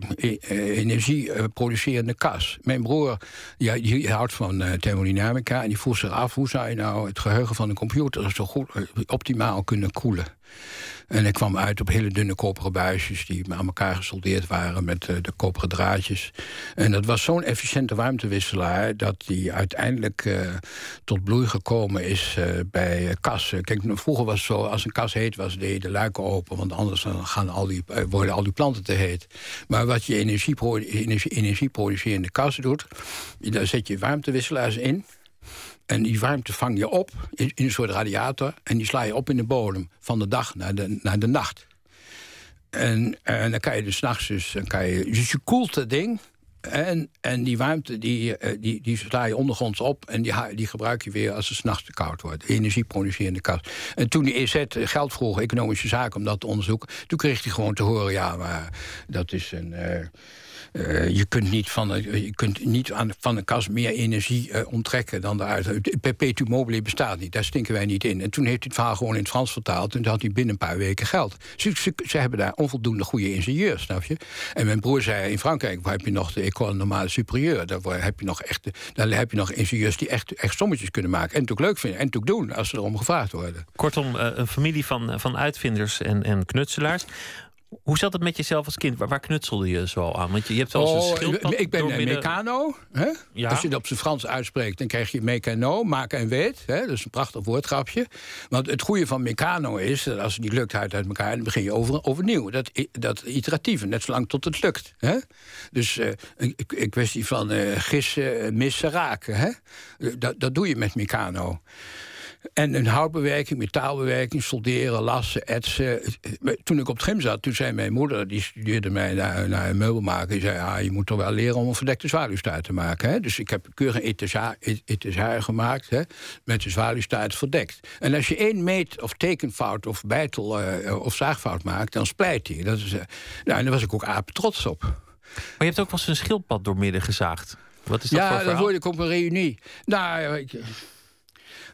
energieproducerende kas. Mijn broer die houdt van thermodynamica en die vroeg zich af, hoe zou je nou het geheugen van een computer zo goed optimaal kunnen koelen? En hij kwam uit op hele dunne koperen buisjes die aan elkaar gesoldeerd waren met de koperen draadjes. En dat was zo'n efficiënte warmtewisselaar dat hij uiteindelijk tot bloei gekomen is bij kassen. Kijk, vroeger was het zo, als een kas heet was, deed je de luiken open, want anders dan worden al die planten te heet. Maar wat je energieproducerende kas doet, daar zet je warmtewisselaars in. En die warmte vang je op in een soort radiator. En die sla je op in de bodem van de dag naar de nacht. En dan kan je dus 's nachts dus je koelt dat ding. En die warmte die sla je ondergronds op. En die gebruik je weer als het 's nachts te koud wordt. Energieproducerende kast. En toen de EZ geld vroeg, economische zaken, om dat te onderzoeken. Toen kreeg hij gewoon te horen, ja, maar dat is een... Je kunt niet van een kas meer energie onttrekken dan daaruit. Perpetuum mobile bestaat niet, daar stinken wij niet in. En toen heeft hij het verhaal gewoon in het Frans vertaald. En toen had hij binnen een paar weken geld. Ze hebben daar onvoldoende goede ingenieurs, snap je? En mijn broer zei, in Frankrijk heb je nog de École Normale Supérieure. Daar heb je nog ingenieurs die echt sommetjes kunnen maken. En het ook leuk vinden en het ook doen als ze erom gevraagd worden. Kortom, een familie van uitvinders en knutselaars. Hoe zat het met jezelf als kind? Waar knutselde je zo aan? Want je hebt wel eens een schildpad. Ik ben een mecano. Hè? Ja. Als je het op zijn Frans uitspreekt, dan krijg je mecano, maken en weet. Hè? Dat is een prachtig woordgrapje. Want het goede van mecano is, dat als het niet lukt uit elkaar, dan begin je overnieuw. Dat iteratieve, net zolang tot het lukt. Hè? Dus een kwestie van gissen, missen, raken. Hè? Dat doe je met mecano. En een houtbewerking, metaalbewerking, solderen, lassen, etsen. Toen ik op het gym zat, toen zei mijn moeder, die studeerde mij naar een meubelmaker. Die zei, je moet toch wel leren om een verdekte zwaluwstaart te maken. Hè? Dus ik heb keurig een etagère gemaakt, hè, met de zwaluwstaart verdekt. En als je 1 meet of tekenfout of bijtel of zaagfout maakt, dan splijt die. En daar was ik ook apen trots op. Maar je hebt ook wel eens een schildpad doormidden gezaagd. Wat is dat voor verhaal? Ja, dan hoorde ik op een reunie. Nou,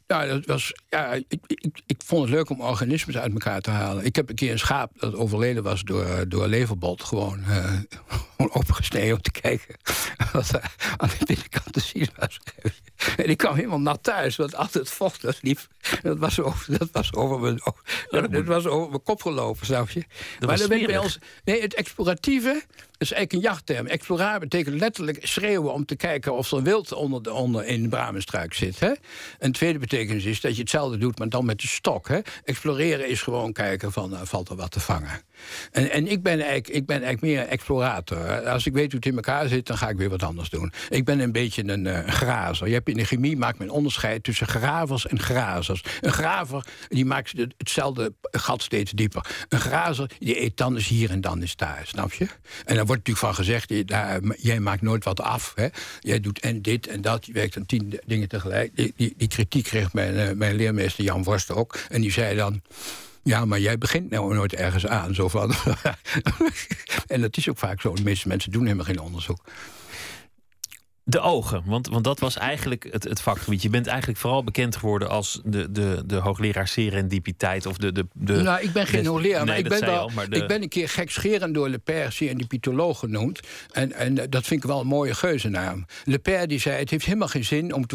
Nou, dat was, ik vond het leuk om organismes uit elkaar te halen. Ik heb een keer een schaap dat overleden was door leverbot gewoon opgesneden om te kijken wat er aan de binnenkant te zien was. En ik kwam helemaal nat thuis, want altijd vocht dat liep. Dat was over mijn kop gelopen, snap je? Maar dan ben ik bij ons. Nee, het exploratieve is eigenlijk een jachtterm. Explorar betekent letterlijk schreeuwen om te kijken of er wild onder in de bramenstruik zit. Hè? Een tweede betekenis is dat je hetzelfde doet, maar dan met de stok. Hè? Exploreren is gewoon kijken van valt er wat te vangen. En ik ben eigenlijk meer een explorator. Als ik weet hoe het in elkaar zit, dan ga ik weer wat anders doen. Ik ben een beetje een grazer. Je hebt in de chemie maakt men onderscheid tussen gravers en grazers. Een graver die maakt hetzelfde gat steeds dieper. Een grazer die eet dan eens hier en dan eens daar, snap je? En dan wordt natuurlijk van gezegd, jij maakt nooit wat af. Hè? Jij doet en dit en dat, je werkt aan 10 dingen tegelijk. Die kritiek kreeg mijn leermeester Jan Worst ook. En die zei dan, ja, maar jij begint nou nooit ergens aan. Zo van. En dat is ook vaak zo. De meeste mensen doen helemaal geen onderzoek. De ogen, want dat was eigenlijk het vakgebied. Je bent eigenlijk vooral bekend geworden als de hoogleraar serendipiteit. Of Nou, ik ben geen hoogleraar, nee, maar ik ben een keer gekscherend door Lepère serendipitoloog genoemd. En dat vind ik wel een mooie geuzennaam. Lepère die zei, het heeft helemaal geen zin om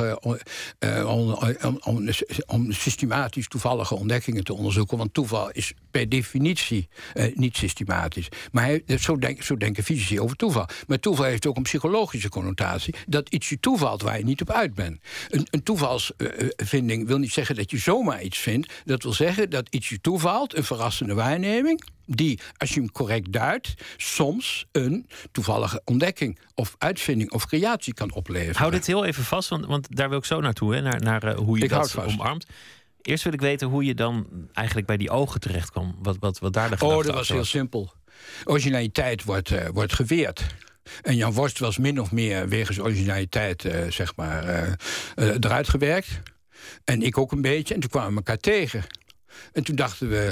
om systematisch toevallige ontdekkingen te onderzoeken. Want toeval is per definitie niet systematisch. Maar zo denken fysici over toeval. Maar toeval heeft ook een psychologische connotatie. Dat iets je toevalt waar je niet op uit bent. Een toevalsvinding wil niet zeggen dat je zomaar iets vindt. Dat wil zeggen dat iets je toevalt, een verrassende waarneming, die, als je hem correct duidt, soms een toevallige ontdekking of uitvinding of creatie kan opleveren. Hou dit heel even vast, want daar wil ik zo naartoe, hè, naar hoe je dat omarmt. Eerst wil ik weten hoe je dan eigenlijk bij die ogen terecht kwam. Wat daar de gedachte achter was. Dat was heel simpel. Originaliteit wordt geweerd. En Jan Worst was min of meer wegens originaliteit eruit gewerkt. En ik ook een beetje. En toen kwamen we elkaar tegen. En toen dachten we,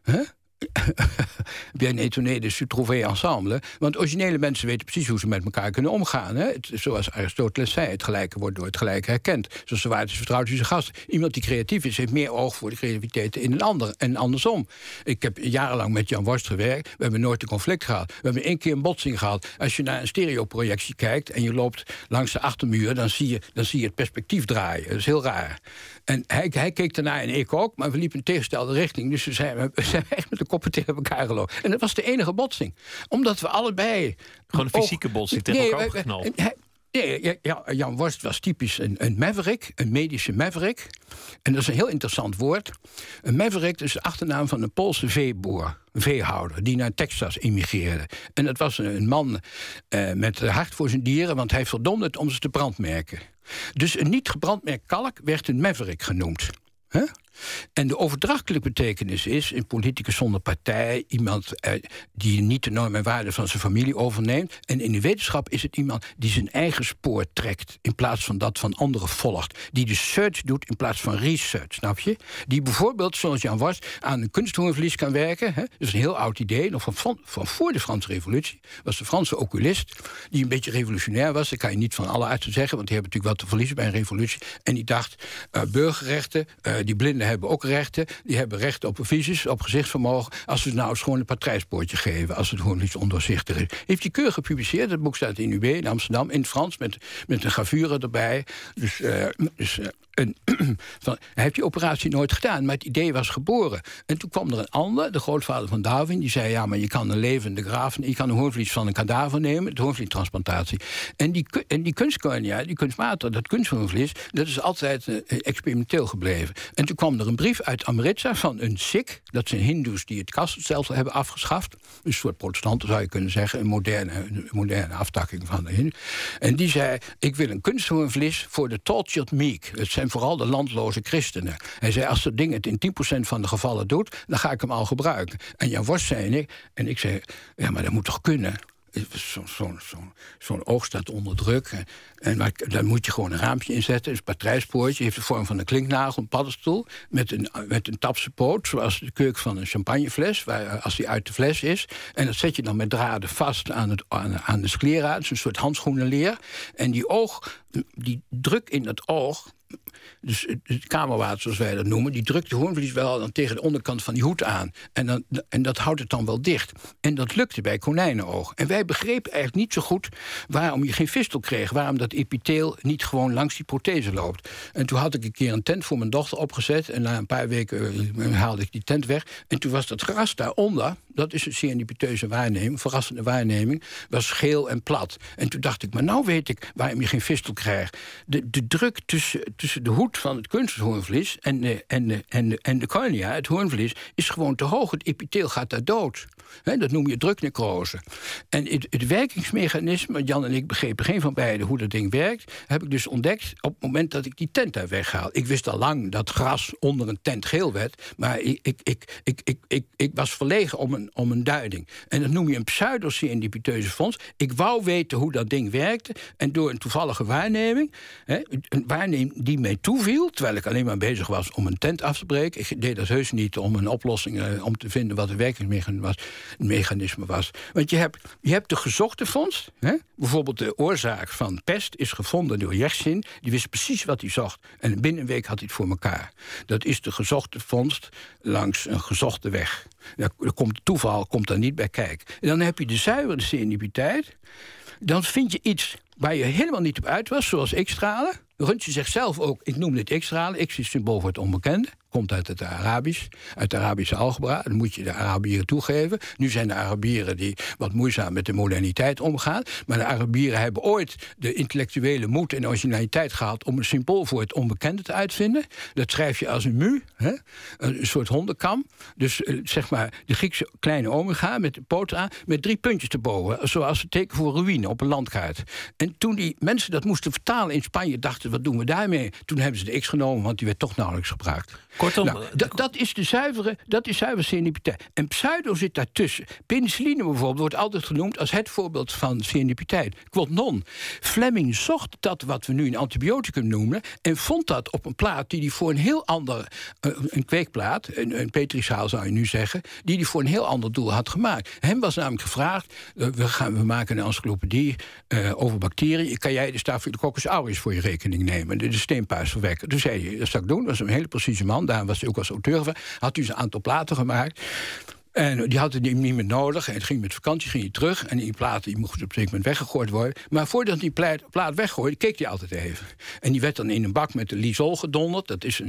bien étonné de se trouver ensemble. Want originele mensen weten precies hoe ze met elkaar kunnen omgaan. Hè? Zoals Aristoteles zei, het gelijke wordt door het gelijke herkend. Zoals de waarheid is vertrouwd is zijn gast. Iemand die creatief is, heeft meer oog voor de creativiteit in een ander. En andersom. Ik heb jarenlang met Jan Worst gewerkt. We hebben nooit een conflict gehad. We hebben 1 keer een botsing gehad. Als je naar een stereoprojectie kijkt en je loopt langs de achtermuur, dan zie je het perspectief draaien. Dat is heel raar. En hij keek daarna en ik ook, maar we liepen in tegenstelde richting. Dus we zijn echt met de koppen tegen elkaar gelopen. En dat was de enige botsing. Omdat we allebei... Gewoon een fysieke botsing tegen elkaar geknald. Jan Worst was typisch een maverick, een medische maverick. En dat is een heel interessant woord. Een maverick is de achternaam van een Poolse veehouder, die naar Texas immigreerde. En dat was een man met hart voor zijn dieren, want hij verdomde het om ze te brandmerken. Dus een niet gebrandmerkt kalk werd een maverick genoemd. Huh? En de overdrachtelijke betekenis is een politicus zonder partij, iemand die niet de normen en waarden van zijn familie overneemt. En in de wetenschap is het iemand die zijn eigen spoor trekt in plaats van dat van anderen volgt. Die de search doet in plaats van research, snap je? Die bijvoorbeeld, zoals Jan Worst, aan een kunsthoornvlies kan werken. Hè? Dat is een heel oud idee, nog van voor de Franse Revolutie. Was de Franse oculist, die een beetje revolutionair was. Dat kan je niet van alle artsen zeggen, want die hebben natuurlijk wat te verliezen bij een revolutie. En die dacht, burgerrechten, die blinden hebben ook rechten. Die hebben recht op visies, op gezichtsvermogen. Als ze nou eens gewoon een patrijspoortje geven, als het gewoon iets ondoorzichtig is. Heeft hij keurig gepubliceerd. Het boek staat in UB in Amsterdam, in het Frans, met een gravure erbij. Hij heeft die operatie nooit gedaan, maar het idee was geboren. En toen kwam er een ander, de grootvader van Darwin, die zei, ja, maar je kan een levende graaf, je kan een hoornvlies van een kadaver nemen, de hoornvliestransplantatie. En die kunstkornea, die kunstmatig, dat kunsthoornvlies, dat is altijd experimenteel gebleven. En toen kwam er een brief uit Amritsar van een Sikh, dat zijn hindoes die het kastenstelsel hebben afgeschaft. Een soort protestanten zou je kunnen zeggen, een moderne aftakking van de hindoes. En die zei, ik wil een kunsthoornvlies voor de tortured meek. Het zijn vooral de landloze christenen. Hij zei, als dat ding het in 10% van de gevallen doet, dan ga ik hem al gebruiken. En Jan Worst zei en ik zei, ja, maar dat moet toch kunnen? Zo'n oog staat onder druk. En daar moet je gewoon een raampje in zetten. Een patrijspoortje heeft de vorm van een klinknagel, een paddenstoel. Met een tapse poot, zoals de kurk van een champagnefles, als die uit de fles is. En dat zet je dan met draden vast aan de sclera. Het is een soort handschoenenleer. En die druk in dat oog dus het kamerwater zoals wij dat noemen, die drukt de hoornvlies wel dan tegen de onderkant van die hoed aan. En dat houdt het dan wel dicht. En dat lukte bij konijnenoog. En wij begrepen eigenlijk niet zo goed waarom je geen fistel kreeg. Waarom dat epitheel niet gewoon langs die prothese loopt. En toen had ik een keer een tent voor mijn dochter opgezet. En na een paar weken haalde ik die tent weg. En toen was dat gras daaronder, dat is een serendipiteuze waarneming, verrassende waarneming, was geel en plat. En toen dacht ik, maar nou weet ik waarom je geen fistel krijgt. De druk tussen de hoed van het kunsthoornvlies en de cornea, het hoornvlies, is gewoon te hoog. Het epitheel gaat daar dood. Dat noem je druknecrose. En het werkingsmechanisme, Jan en ik begrepen geen van beiden hoe dat ding werkt, heb ik dus ontdekt op het moment dat ik die tent daar weghaal. Ik wist al lang dat gras onder een tent geel werd, maar ik was verlegen om een duiding. En dat noem je een pseudo-serendipiteuze fonds. Ik wou weten hoe dat ding werkte. En door een toevallige waarneming, een waarneming die mij toeviel, terwijl ik alleen maar bezig was om een tent af te breken. Ik deed dat heus niet om een oplossing, om te vinden wat het werkingsmechanisme was. Want je hebt de gezochte vondst. Bijvoorbeeld de oorzaak van pest is gevonden door Yersin. Die wist precies wat hij zocht. En binnen een week had hij het voor elkaar. Dat is de gezochte vondst langs een gezochte weg. Toeval komt daar niet bij kijken. En dan heb je de zuivere serendipiteit. Dan vind je iets waar je helemaal niet op uit was, zoals X-stralen. Röntgen zegt zelf ook, ik noem dit X-stralen. X is symbool voor het onbekende. Komt uit het Arabisch, uit de Arabische algebra. Dan moet je de Arabieren toegeven. Nu zijn de Arabieren die wat moeizaam met de moderniteit omgaan. Maar de Arabieren hebben ooit de intellectuele moed en originaliteit gehad om een symbool voor het onbekende te uitvinden. Dat schrijf je als een mu, een soort hondenkam. Dus zeg maar de Griekse kleine omega met de poot aan, met 3 puntjes erboven. Zoals het teken voor ruïne op een landkaart. En toen die mensen dat moesten vertalen in Spanje, dachten, wat doen we daarmee? Toen hebben ze de X genomen, want die werd toch nauwelijks gebruikt. Kortom, dat is zuivere serendipiteit. En pseudo zit daartussen. Penicilline bijvoorbeeld wordt altijd genoemd als het voorbeeld van serendipiteit. Quod non. Fleming zocht dat wat we nu een antibioticum noemen en vond dat op een plaat die hij voor een heel ander, een kweekplaat, een petrizaal zou je nu zeggen, die hij voor een heel ander doel had gemaakt. Hem was namelijk gevraagd, we maken een encyclopedie over bacteriën. Kan jij de Staphylococcus aureus voor je rekening nemen? De steenpuisverwekker. Toen zei hij, dat zou ik doen. Dat was een hele precieze man. Daar was hij ook als auteur. Had hij een aantal platen gemaakt. En die had hij niet meer nodig. En het ging met vakantie, ging hij terug. En die platen die mochten op een gegeven moment weggegooid worden. Maar voordat die plaat weggooide, keek hij altijd even. En die werd dan in een bak met de lysol gedonderd. Dat is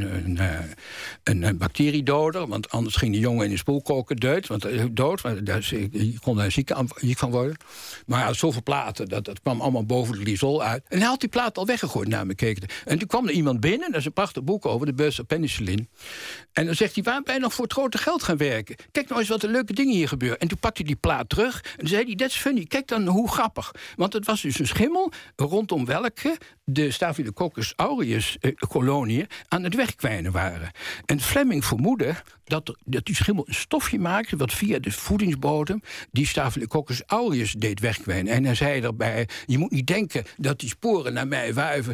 een bacteriedoder. Want anders ging de jongen in de spoelkoker dood. Want daar kon hij ziek van worden. Maar hij had zoveel platen, dat kwam allemaal boven de lysol uit. En hij had die plaat al weggegooid naar me keken. En toen kwam er iemand binnen, dat is een prachtig boek over, de Beurs of Penicillin. En dan zegt hij, waar ben je nog voor het grote geld gaan werken? Kijk nou eens wat er leuke dingen hier gebeuren. En toen pakte hij die plaat terug en zei hij, that's funny. Kijk dan hoe grappig. Want het was dus een schimmel rondom welke de Staphylococcus aureus koloniën aan het wegkwijnen waren. En Fleming vermoedde dat die schimmel een stofje maakte wat via de voedingsbodem die Staphylococcus aureus deed wegkwijnen. En hij zei erbij, je moet niet denken dat die sporen naar mij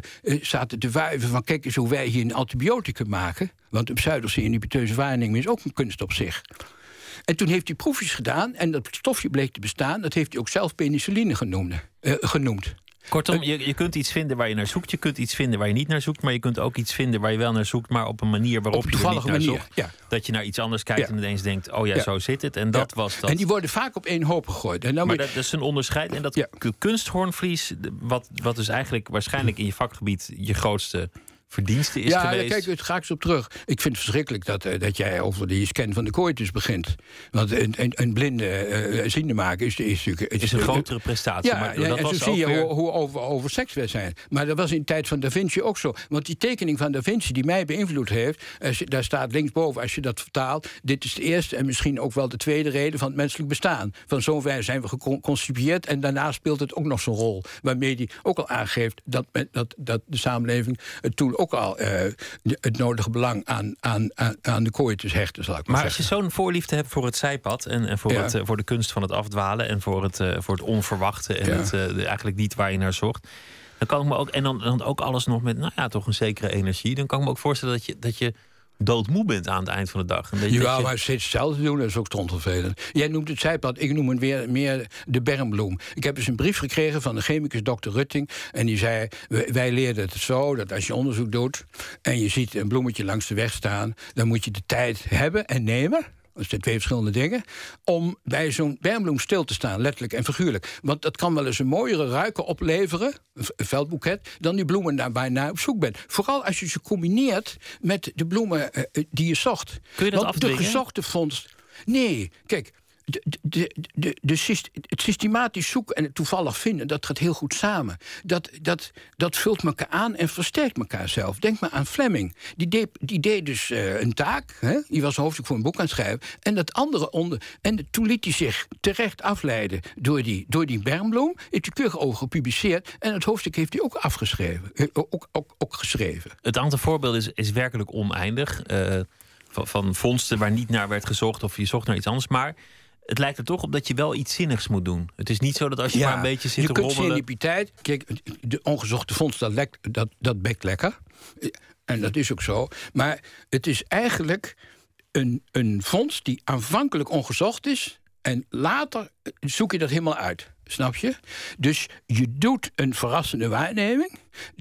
zaten te wuiven van kijk eens hoe wij hier een antibioticum maken. Want een pseudo-serendipiteuze waarneming is ook een kunst op zich. En toen heeft hij proefjes gedaan en dat stofje bleek te bestaan. Dat heeft hij ook zelf penicilline genoemd. Kortom, je kunt iets vinden waar je naar zoekt. Je kunt iets vinden waar je niet naar zoekt. Maar je kunt ook iets vinden waar je wel naar zoekt, maar op een manier waarop je er niet naar zoekt. Ja. Dat je naar iets anders kijkt en ineens denkt, oh ja, zo zit het. En dat was dat. En die worden vaak op één hoop gegooid. En dan maar dat is een onderscheid. En dat kunsthoornvlies, wat dus eigenlijk waarschijnlijk in je vakgebied je grootste verdienste is geweest. Ja, kijk, daar ga ik eens op terug. Ik vind het verschrikkelijk dat jij over die scan van de coitus begint. Want een blinde ziende maken is natuurlijk... Het is een grotere prestatie. Ja, maar dat en was zo zie je hoe over seks we zijn. Maar dat was in de tijd van Da Vinci ook zo. Want die tekening van Da Vinci die mij beïnvloed heeft, daar staat linksboven, als je dat vertaalt, dit is de eerste en misschien ook wel de tweede reden van het menselijk bestaan. Van zover zijn we geconcipieerd en daarna speelt het ook nog zo'n rol. Waarmee die ook al aangeeft dat de samenleving toen ook al het nodige belang aan de coitus hechten, zal ik maar zeggen. Als je zo'n voorliefde hebt voor het zijpad en voor de kunst van het afdwalen en voor het onverwachte en eigenlijk niet waar je naar zocht, dan kan ik me ook, en dan ook alles nog met toch een zekere energie, dan kan ik me ook voorstellen dat je doodmoe bent aan het eind van de dag. En Ja, maar steeds hetzelfde doen, dat is ook strontvervelend. Jij noemt het zijpad, ik noem het meer de bermbloem. Ik heb dus een brief gekregen van de chemicus Dr. Rutting. En die zei, wij leerden het zo, dat als je onderzoek doet en je ziet een bloemetje langs de weg staan, dan moet je de tijd hebben en nemen. Dat zijn 2 verschillende dingen. Om bij zo'n bermbloem stil te staan, letterlijk en figuurlijk. Want dat kan wel eens een mooiere ruiken opleveren, een veldboeket, dan die bloemen waar je naar op zoek bent. Vooral als je ze combineert met de bloemen die je zocht. Kun je dat Want afdwingen? de gezochte vondst. Nee, kijk. Het systematisch zoeken en het toevallig vinden, dat gaat heel goed samen. Dat vult elkaar aan en versterkt elkaar zelf. Denk maar aan Fleming. Die deed dus een taak. Hè? Die was hoofdstuk voor een boek aan het schrijven. En dat andere en toen liet hij zich terecht afleiden door die bermbloem. Heeft hij keurig over gepubliceerd. En het hoofdstuk heeft hij ook afgeschreven. Ook geschreven. Het aantal voorbeelden is werkelijk oneindig. Van vondsten waar niet naar werd gezocht of je zocht naar iets anders. Maar het lijkt er toch op dat je wel iets zinnigs moet doen. Het is niet zo dat als je maar een beetje zit te rommelen. Je kunt serendipiteit. Kijk, de ongezochte vondst, dat bekt lekker. En dat is ook zo. Maar het is eigenlijk een vondst die aanvankelijk ongezocht is. En later zoek je dat helemaal uit. Snap je? Dus je doet een verrassende waarneming.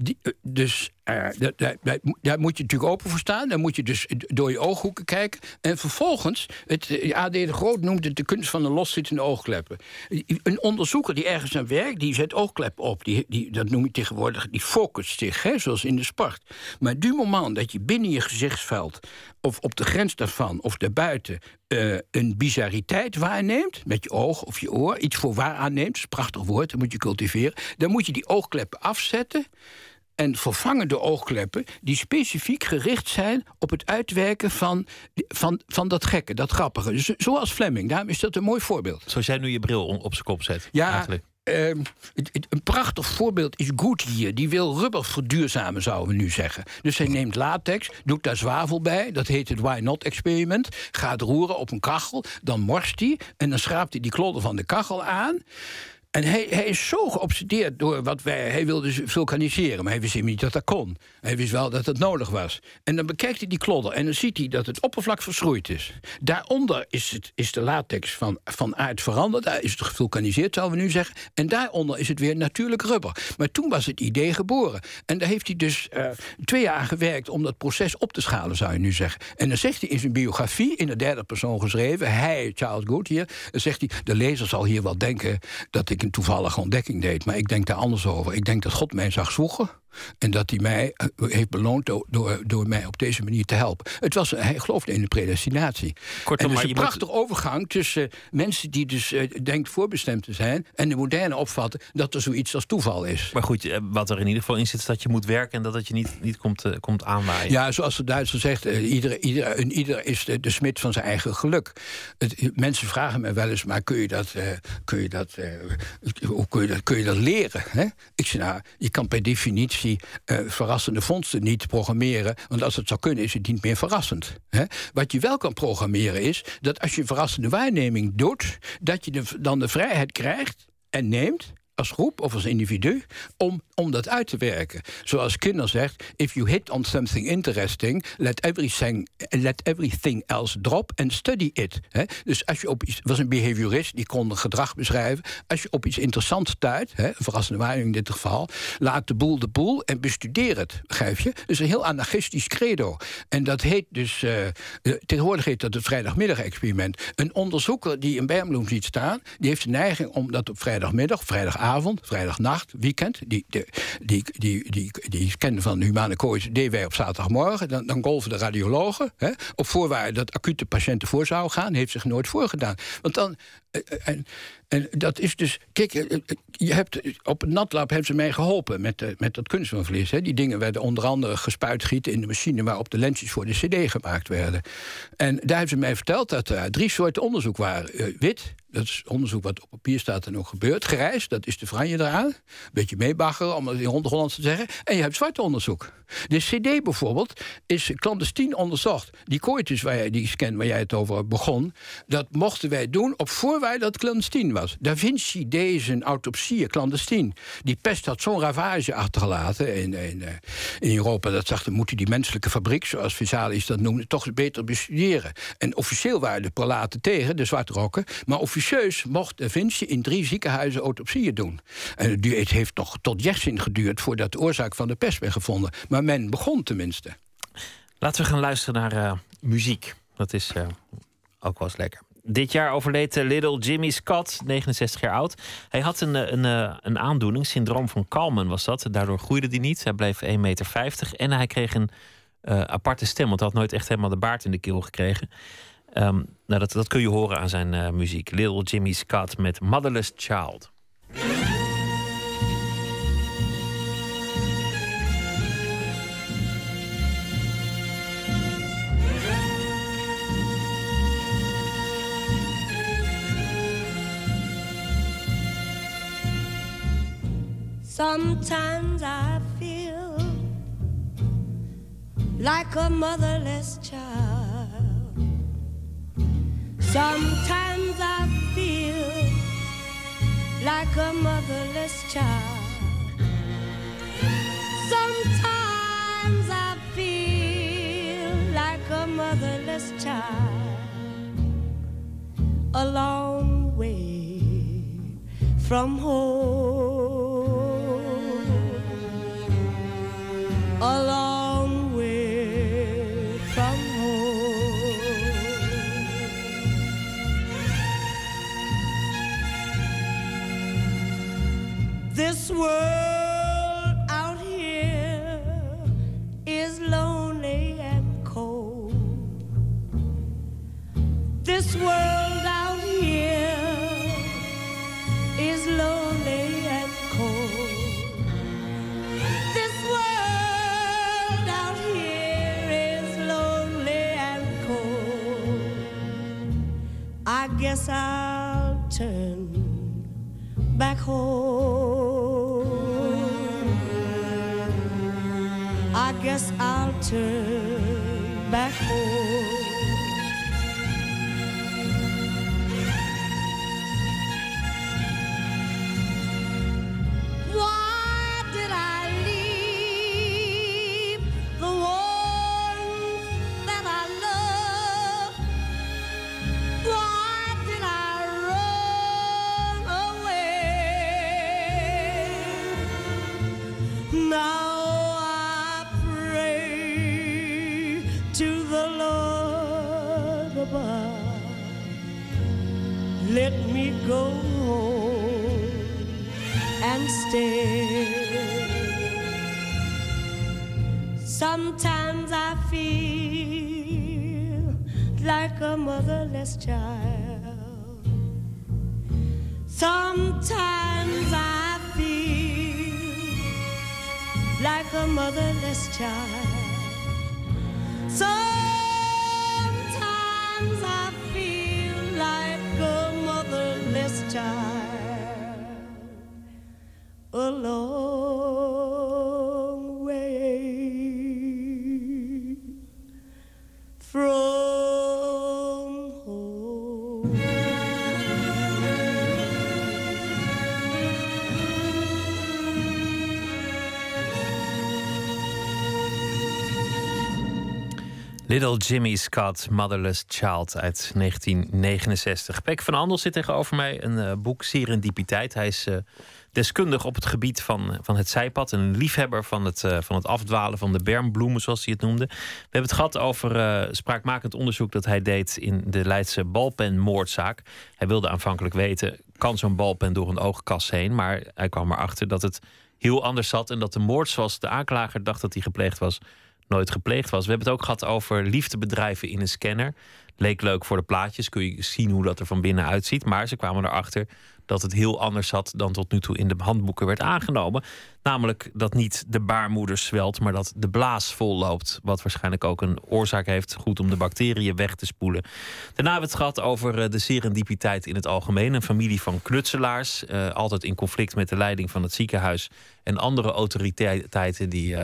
Daar moet je natuurlijk open voor staan. Dan moet je dus door je ooghoeken kijken. En vervolgens, A.D. de Groot noemt het de kunst van de loszittende oogkleppen. Een onderzoeker die ergens aan werkt, die zet oogkleppen op. Dat noem je tegenwoordig, die focust zich, hè, zoals in de sport. Maar du moment dat je binnen je gezichtsveld, of op de grens daarvan, of daarbuiten, een bizarriteit waarneemt, met je oog of je oor, iets voor waar aanneemt, dat is een prachtig woord, dat moet je cultiveren, dan moet je die oogkleppen afzetten en vervangen door oogkleppen die specifiek gericht zijn op het uitwerken van dat gekke, dat grappige. Dus, zoals Fleming, daarom is dat een mooi voorbeeld. Zoals jij nu je bril op zijn kop zet. Ja, eigenlijk. Een prachtig voorbeeld is Goodyear. Die wil rubber verduurzamen, zouden we nu zeggen. Dus hij neemt latex, doet daar zwavel bij. Dat heet het why not experiment. Gaat roeren op een kachel, dan morst hij en dan schraapt hij die klodder van de kachel aan. En hij is zo geobsedeerd door hij wilde vulkaniseren, maar hij wist helemaal niet dat dat kon. Hij wist wel dat het nodig was. En dan bekijkt hij die klodder en dan ziet hij dat het oppervlak verschroeid is. Daaronder is de latex van aard veranderd. Daar is het gevulkaniseerd, zouden we nu zeggen. En daaronder is het weer natuurlijk rubber. Maar toen was het idee geboren. En daar heeft hij dus 2 jaar aan gewerkt om dat proces op te schalen, zou je nu zeggen. En dan zegt hij in zijn biografie, in de 3e persoon geschreven, hij, Charles Goodyear, dan zegt hij, de lezer zal hier wel denken dat ik een toevallige ontdekking deed. Maar ik denk daar anders over. Ik denk dat God mij zag zwoegen en dat hij mij heeft beloond door mij op deze manier te helpen. Hij geloofde in de predestinatie. Kortom, en dus een prachtige overgang tussen mensen die dus denkt voorbestemd te zijn en de moderne opvatten dat er zoiets als toeval is. Maar goed, wat er in ieder geval in zit is dat je moet werken en dat het je niet komt aanwaaien. Ja, zoals de Duitser zegt, ieder is de smid van zijn eigen geluk. Mensen vragen mij wel eens, maar kun je dat leren? Hè? Ik zeg, nou, je kan per definitie verrassende vondsten niet programmeren. Want als het zou kunnen, is het niet meer verrassend. Hè? Wat je wel kan programmeren is dat als je een verrassende waarneming doet, dat je dan de vrijheid krijgt en neemt, als groep of als individu, om dat uit te werken. Zoals Skinner zegt, if you hit on something interesting, let everything else drop and study it. He? Dus als je op iets, was een behaviorist, die kon gedrag beschrijven. Als je op iets interessants stuit, een verrassende waarneming in dit geval, laat de boel en bestudeer het, begrijp je? Dus een heel anarchistisch credo. En dat heet dus, tegenwoordig heet dat het vrijdagmiddag-experiment. Een onderzoeker die een bermbloem ziet staan, die heeft de neiging om dat op vrijdagmiddag, vrijdagavond, vrijdagnacht, weekend, die kende van de humane coach, deden wij op zaterdagmorgen. Dan golven de radiologen, op voorwaarde dat acute patiënten voor zouden gaan, heeft zich nooit voorgedaan. Want dan en dat is dus, kijk, op het NatLab hebben ze mij geholpen met dat kunststoffenvlies. Die dingen werden onder andere gespuitgieten in de machine waarop de lensjes voor de cd gemaakt werden. En daar hebben ze mij verteld dat er 3 soorten onderzoek waren. Wit, Dat is onderzoek wat op papier staat en ook gebeurt. Grijs, dat is de franje eraan. Een beetje meebaggeren, om het in Hollands te zeggen. En je hebt zwart onderzoek. De CD bijvoorbeeld is clandestien onderzocht. Die kooitjes, die scan waar jij het over begon... dat mochten wij doen op voorwaarde dat het clandestien was. Da Vinci deed zijn autopsieën clandestien. Die pest had zo'n ravage achtergelaten in Europa. Dat zag, dan moeten die menselijke fabriek, zoals Vesalius dat noemde... toch beter bestuderen. En officieel waren de prelaten tegen, de zwartrokken... maar officieus mocht Da Vinci in 3 ziekenhuizen autopsieën doen. En het heeft nog tot Yersin geduurd... voordat de oorzaak van de pest werd gevonden. Maar men begon tenminste. Laten we gaan luisteren naar muziek. Dat is ook wel eens lekker. Dit jaar overleed Little Jimmy Scott, 69 jaar oud. Hij had een aandoening, syndroom van Kalman was dat. Daardoor groeide hij niet. Hij bleef 1,50 meter. En hij kreeg een aparte stem, want hij had nooit echt helemaal de baard in de keel gekregen. Dat kun je horen aan zijn muziek. Little Jimmy Scott met Motherless Child. Sometimes I feel like a motherless child. Sometimes I feel like a motherless child. Sometimes I feel like a motherless child. A long way from home. A long way from home. This world out here is lonely and cold. This world out here is lonely and cold. I guess I'll turn back home. I guess I'll turn back home. Why did I leave the one that I love? Why did I run away? Now I pray to the Lord above. Let me go home and stay. Sometimes I feel like a motherless child. Sometimes I feel like a motherless child. Sometimes I feel like a motherless child. A long way from Little Jimmy Scott, Motherless Child uit 1969. Pek van Andel zit tegenover mij, een boek Serendipiteit. Hij is deskundig op het gebied van het zijpad. Een liefhebber van het afdwalen van de bermbloemen, zoals hij het noemde. We hebben het gehad over spraakmakend onderzoek dat hij deed in de Leidse balpenmoordzaak. Hij wilde aanvankelijk weten, kan zo'n balpen door een oogkas heen? Maar hij kwam erachter dat het heel anders zat en dat de moord zoals de aanklager dacht dat hij gepleegd was, nooit gepleegd was. We hebben het ook gehad over liefdebedrijven in een scanner. Leek leuk voor de plaatjes, kun je zien hoe dat er van binnen uitziet. Maar ze kwamen erachter dat het heel anders zat dan tot nu toe in de handboeken werd aangenomen. Namelijk dat niet de baarmoeder zwelt, maar dat de blaas vol loopt. Wat waarschijnlijk ook een oorzaak heeft, goed om de bacteriën weg te spoelen. Daarna hebben we het gehad over de serendipiteit in het algemeen. Een familie van knutselaars, altijd in conflict met de leiding van het ziekenhuis en andere autoriteiten die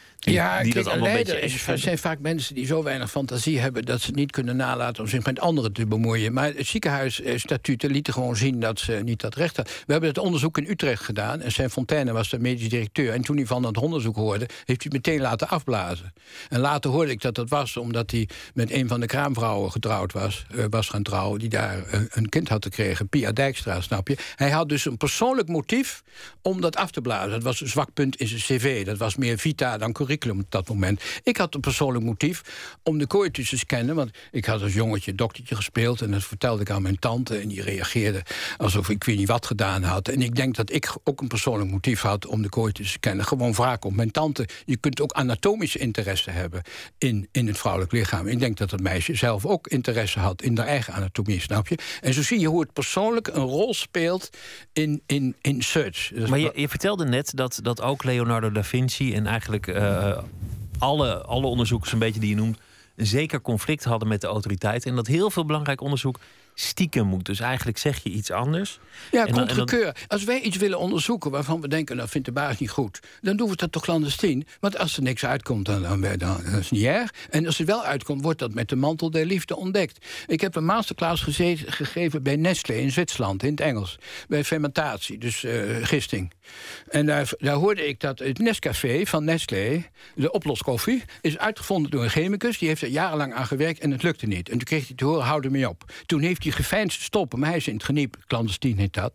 dat allemaal een beetje er zijn vaak mensen die zo weinig fantasie hebben dat ze niet kunnen nalaten om zich met anderen te bemoeien. Maar het ziekenhuisstatuten lieten gewoon zien dat ze niet dat recht hadden. We hebben het onderzoek in Utrecht gedaan en Saint Fontaine was de medisch directeur. En toen hij van dat onderzoek hoorde, heeft hij meteen laten afblazen. En later hoorde ik dat dat was omdat hij met een van de kraamvrouwen getrouwd was gaan trouwen, die daar een kind had gekregen, Pia Dijkstra, snap je? Hij had dus een persoonlijk motief om dat af te blazen. Dat was een zwak punt in zijn cv. Dat was meer vita dan curriculum op dat moment. Ik had een persoonlijk motief om de coitus te scannen, want ik had als jongetje doktertje gespeeld en dat vertelde ik aan mijn tante en die reageerde alsof ik weet niet wat gedaan had. En ik denk dat ik ook een persoonlijk motief had om de coitus te scannen. Gewoon wraak op mijn tante. Je kunt ook anatomische interesse hebben in het vrouwelijk lichaam. Ik denk dat het meisje zelf ook interesse had in haar eigen anatomie, snap je? En zo zie je hoe het persoonlijk een rol speelt in search. Dus maar je vertelde net dat ook Leonardo da Vinci en eigenlijk alle onderzoekers een beetje die je noemt een zeker conflict hadden met de autoriteiten. En dat heel veel belangrijk onderzoek stiekem moet. Dus eigenlijk zeg je iets anders. Ja, contrekeur. Als wij iets willen onderzoeken waarvan we denken, dat vindt de baas niet goed, dan doen we dat toch clandestien. Want als er niks uitkomt, dan is het niet erg. En als er wel uitkomt, wordt dat met de mantel der liefde ontdekt. Ik heb een masterclass gegeven bij Nestlé in Zwitserland, in het Engels. Bij fermentatie, dus gisting. En daar hoorde ik dat het Nescafé van Nestlé, de oploskoffie, is uitgevonden door een chemicus. Die heeft er jarenlang aan gewerkt en het lukte niet. En toen kreeg hij te horen, hou ermee op. Toen heeft hij geveinsd te stoppen, maar hij is in het geniep, clandestien heet dat,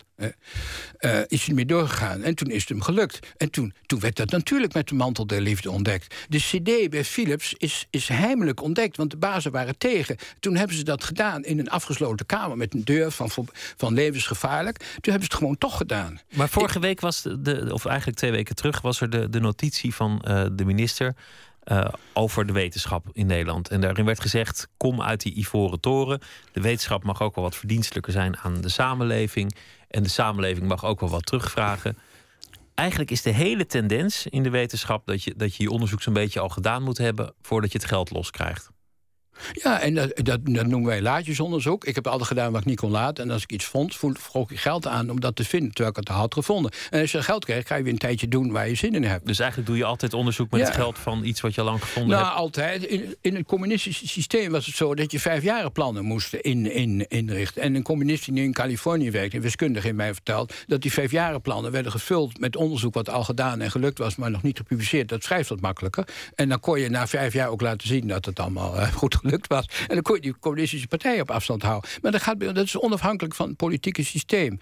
is hij mee doorgegaan. En toen is het hem gelukt. En toen werd dat natuurlijk met de mantel der liefde ontdekt. De CD bij Philips is heimelijk ontdekt, want de bazen waren tegen. Toen hebben ze dat gedaan in een afgesloten kamer met een deur van levensgevaarlijk. Toen hebben ze het gewoon toch gedaan. Maar vorige week was of eigenlijk 2 weken terug, was er de notitie van de minister over de wetenschap in Nederland. En daarin werd gezegd, kom uit die ivoren toren. De wetenschap mag ook wel wat verdienstelijker zijn aan de samenleving. En de samenleving mag ook wel wat terugvragen. Eigenlijk is de hele tendens in de wetenschap dat je onderzoek zo'n beetje al gedaan moet hebben voordat je het geld loskrijgt. Ja, en dat noemen wij laadjesonderzoek. Ik heb altijd gedaan wat ik niet kon laten. En als ik iets vond, vroeg ik geld aan om dat te vinden, terwijl ik het had gevonden. En als je geld krijgt, ga je weer een tijdje doen waar je zin in hebt. Dus eigenlijk doe je altijd onderzoek met het geld van iets wat je al lang gevonden hebt? Nou, altijd. In het communistische systeem was het zo dat je 5-jarenplannen moest inrichten. En een communist die nu in Californië werkt, een wiskundige heeft mij verteld, dat die 5-jarenplannen werden gevuld met onderzoek wat al gedaan en gelukt was, maar nog niet gepubliceerd. Dat schrijft wat makkelijker. En dan kon je na 5 jaar ook laten zien dat het allemaal goed gelukt was. En dan kon je die communistische partij op afstand houden. Maar dat is onafhankelijk van het politieke systeem.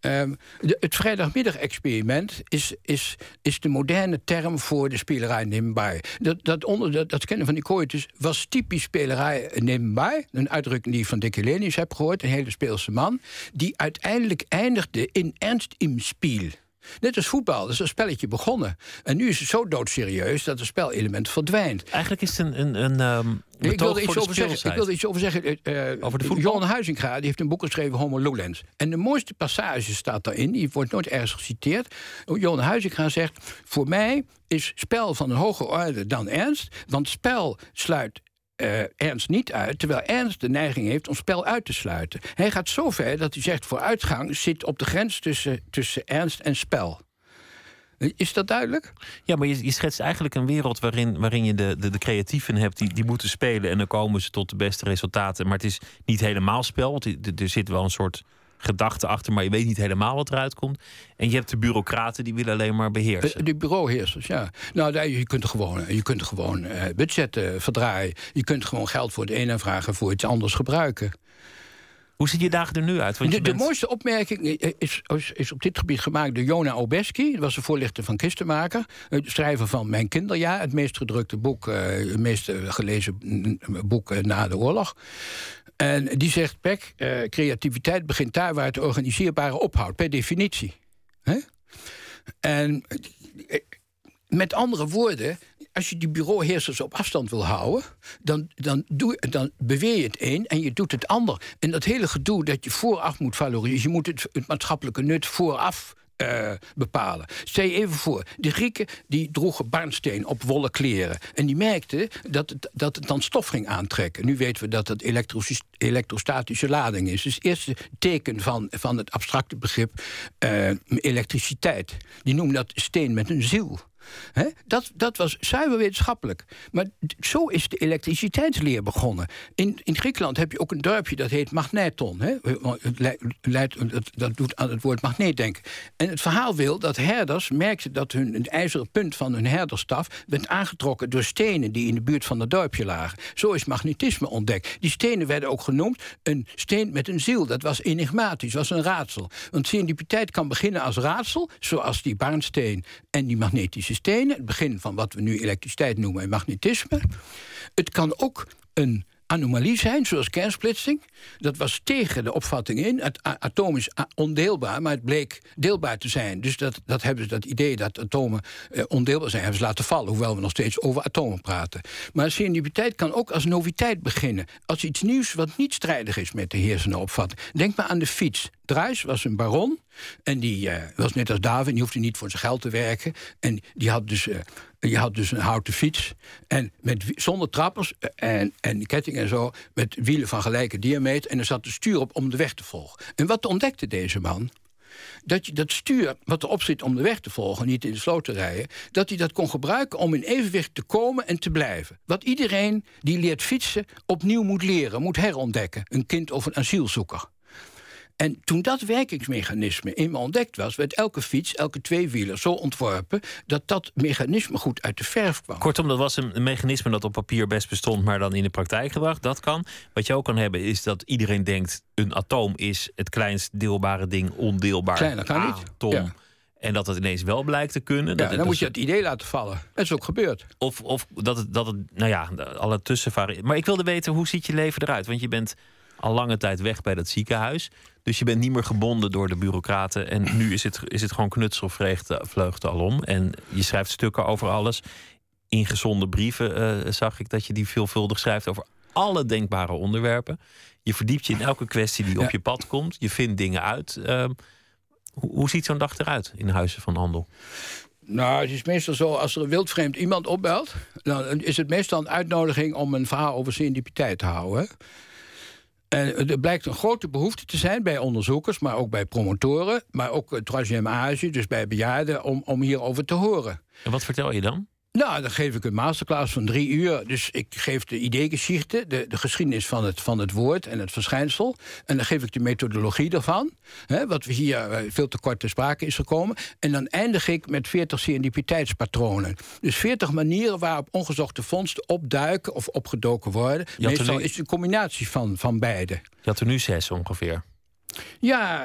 Het vrijdagmiddag-experiment is de moderne term voor de spelerij nebenbij. Dat kennen van die coitus was typisch spelerij nebenbij. Een uitdrukking die ik van Dick Hellenius heb gehoord, een hele speelse man, die uiteindelijk eindigde in ernst im Spiel. Net als voetbal, dat is een spelletje begonnen. En nu is het zo doodserieus dat het spelelement verdwijnt. Eigenlijk is het een ik wilde iets over zeggen. Over de voetbal? Johan Huizinga die heeft een boek geschreven, Homo Ludens. En de mooiste passage staat daarin, die wordt nooit ergens geciteerd. Johan Huizinga zegt, voor mij is spel van een hoger orde dan ernst, want spel sluit ernst niet uit, terwijl ernst de neiging heeft om spel uit te sluiten. Hij gaat zo ver dat hij zegt, vooruitgang zit op de grens tussen ernst en spel. Is dat duidelijk? Ja, maar je schetst eigenlijk een wereld waarin je de creatieven hebt die moeten spelen en dan komen ze tot de beste resultaten. Maar het is niet helemaal spel, want er zit wel een soort gedachte achter, maar je weet niet helemaal wat eruit komt. En je hebt de bureaucraten die willen alleen maar beheersen. De bureauheersers, ja. Nou, je kunt gewoon budgetten verdraaien. Je kunt gewoon geld voor het ene vragen, voor iets anders gebruiken. Hoe ziet je dagen er nu uit? Want de mooiste opmerking is op dit gebied gemaakt door Jona Obeski. Dat was de voorlichter van Kistenmaker. Het schrijver van Mijn Kinderjaar. Het meest gedrukte boek, het meest gelezen boek na de oorlog. En die zegt, Peck, creativiteit begint daar waar het organiseerbare ophoudt. Per definitie. En met andere woorden, als je die bureauheersers op afstand wil houden, dan beweer je het een en je doet het ander. En dat hele gedoe dat je vooraf moet valoriseren, je moet het maatschappelijke nut vooraf bepalen. Stel je even voor, de Grieken die droegen barnsteen op wollen kleren. En die merkten dat het dan stof ging aantrekken. Nu weten we dat het elektrostatische lading is. Dus het eerste teken van het abstracte begrip elektriciteit. Die noemen dat steen met een ziel. Dat was zuiver wetenschappelijk. Maar zo is de elektriciteitsleer begonnen. In Griekenland heb je ook een dorpje dat heet Magneton. Dat doet aan het woord magneet denken. En het verhaal wil dat herders merkten dat het ijzeren punt van hun herderstaf werd aangetrokken door stenen die in de buurt van het dorpje lagen. Zo is magnetisme ontdekt. Die stenen werden ook genoemd een steen met een ziel. Dat was enigmatisch, was een raadsel. Want serendipiteit kan beginnen als raadsel, zoals die barnsteen en die magnetische stenen, het begin van wat we nu elektriciteit noemen en magnetisme. Het kan ook een anomalie zijn, zoals kernsplitsing. Dat was tegen de opvatting in. Het atoom is ondeelbaar, maar het bleek deelbaar te zijn. Dus dat hebben ze dat idee dat atomen ondeelbaar zijn, hebben ze laten vallen, hoewel we nog steeds over atomen praten. Maar serendipiteit kan ook als noviteit beginnen. Als iets nieuws wat niet strijdig is met de heersende opvatting. Denk maar aan de fiets. Druijs was een baron en die was net als Darwin, die hoefde niet voor zijn geld te werken. En die had dus je had dus een houten fiets en zonder trappers en ketting en zo, met wielen van gelijke diameter. En er zat een stuur op om de weg te volgen. En wat ontdekte deze man? Dat je dat stuur wat erop zit om de weg te volgen, niet in de sloot te rijden, dat hij dat kon gebruiken om in evenwicht te komen en te blijven. Wat iedereen die leert fietsen opnieuw moet leren, moet herontdekken. Een kind of een asielzoeker. En toen dat werkingsmechanisme eenmaal ontdekt was, werd elke fiets, elke tweewieler zo ontworpen dat mechanisme goed uit de verf kwam. Kortom, dat was een mechanisme dat op papier best bestond, maar dan in de praktijk gebracht. Dat kan. Wat je ook kan hebben is dat iedereen denkt, een atoom is het kleinst deelbare ding, ondeelbaar. Kleiner kan niet. Atom. Ja. En dat het ineens wel blijkt te kunnen. Ja, dan moet je het idee laten vallen. Dat is ook gebeurd. Of dat het nou ja, alle tussenvarianten. Maar ik wilde weten, hoe ziet je leven eruit? Want je bent al lange tijd weg bij dat ziekenhuis. Dus je bent niet meer gebonden door de bureaucraten. En nu is het gewoon knutselvreugde alom. En je schrijft stukken over alles. In gezonde brieven zag ik dat je die veelvuldig schrijft over alle denkbare onderwerpen. Je verdiept je in elke kwestie die op je pad komt. Je vindt dingen uit. Hoe ziet zo'n dag eruit in Huizen van Handel? Nou, het is meestal zo, als er een wildvreemd iemand opbelt, dan is het meestal een uitnodiging om een verhaal over serendipiteit te houden. En er blijkt een grote behoefte te zijn bij onderzoekers, maar ook bij promotoren, maar ook troisième âge, dus bij bejaarden, om hierover te horen. En wat vertel je dan? Nou, dan geef ik een masterclass van 3 uur. Dus ik geef de ideegeschichte, de geschiedenis van het woord en het verschijnsel. En dan geef ik de methodologie daarvan. Wat we hier veel te kort ter sprake is gekomen. En dan eindig ik met 40 serendipiteitspatronen. Dus 40 manieren waarop ongezochte vondsten opduiken of opgedoken worden. Meestal is het een combinatie van beide. Je had er nu 6 ongeveer. Ja,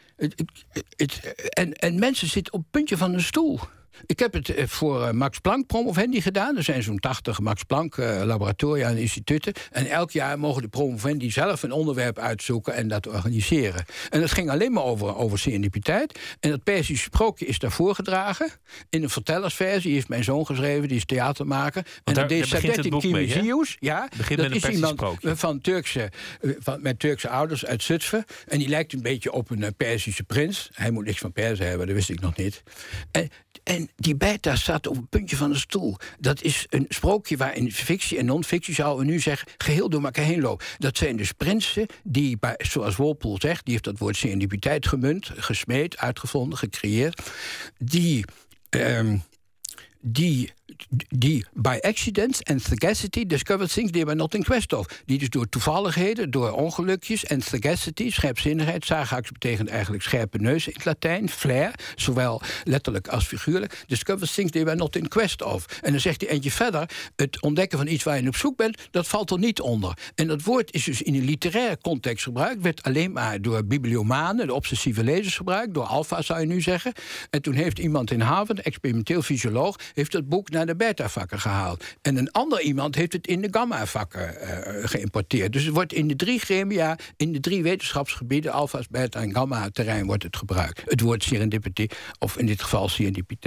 en mensen zitten op het puntje van een stoel. Ik heb het voor Max Planck promovendi gedaan. Er zijn zo'n 80 Max Planck laboratoria en instituten. En elk jaar mogen de promovendi zelf een onderwerp uitzoeken en dat organiseren. En dat ging alleen maar over serendipiteit. En dat Perzische sprookje is daar voorgedragen. In een vertellersversie heeft mijn zoon geschreven, die is theatermaker. Want en deze Sadetin Kimizius, dat is iemand met Turkse ouders uit Zutphen. En die lijkt een beetje op een Perzische prins. Hij moet niks van Perzen hebben, dat wist ik nog niet. En die beta staat op een puntje van de stoel. Dat is een sprookje waarin fictie en non-fictie, zouden we nu zeggen, geheel door elkaar heen lopen. Dat zijn dus prinsen die, zoals Walpole zegt, die heeft dat woord serendipiteit gemunt, gesmeed, uitgevonden, gecreëerd, die by accident and sagacity discovered things they were not in quest of. Die dus door toevalligheden, door ongelukjes en sagacity, scherpzinnigheid, sagax betekent eigenlijk scherpe neus in het Latijn, flair, zowel letterlijk als figuurlijk, discovered things they were not in quest of. En dan zegt hij eentje verder, het ontdekken van iets waar je op zoek bent, dat valt er niet onder. En dat woord is dus in een literaire context gebruikt, werd alleen maar door bibliomanen, de obsessieve lezers gebruikt, door alfa zou je nu zeggen. En toen heeft iemand in Harvard, een experimenteel fysioloog, heeft het boek naar de beta-vakken gehaald. En een ander iemand heeft het in de gamma-vakken geïmporteerd. Dus het wordt in de 3 gremia, in de 3 wetenschapsgebieden, alfa's, beta en gamma-terrein wordt het gebruikt. Het woord serendipity, of in dit geval serendipiteit.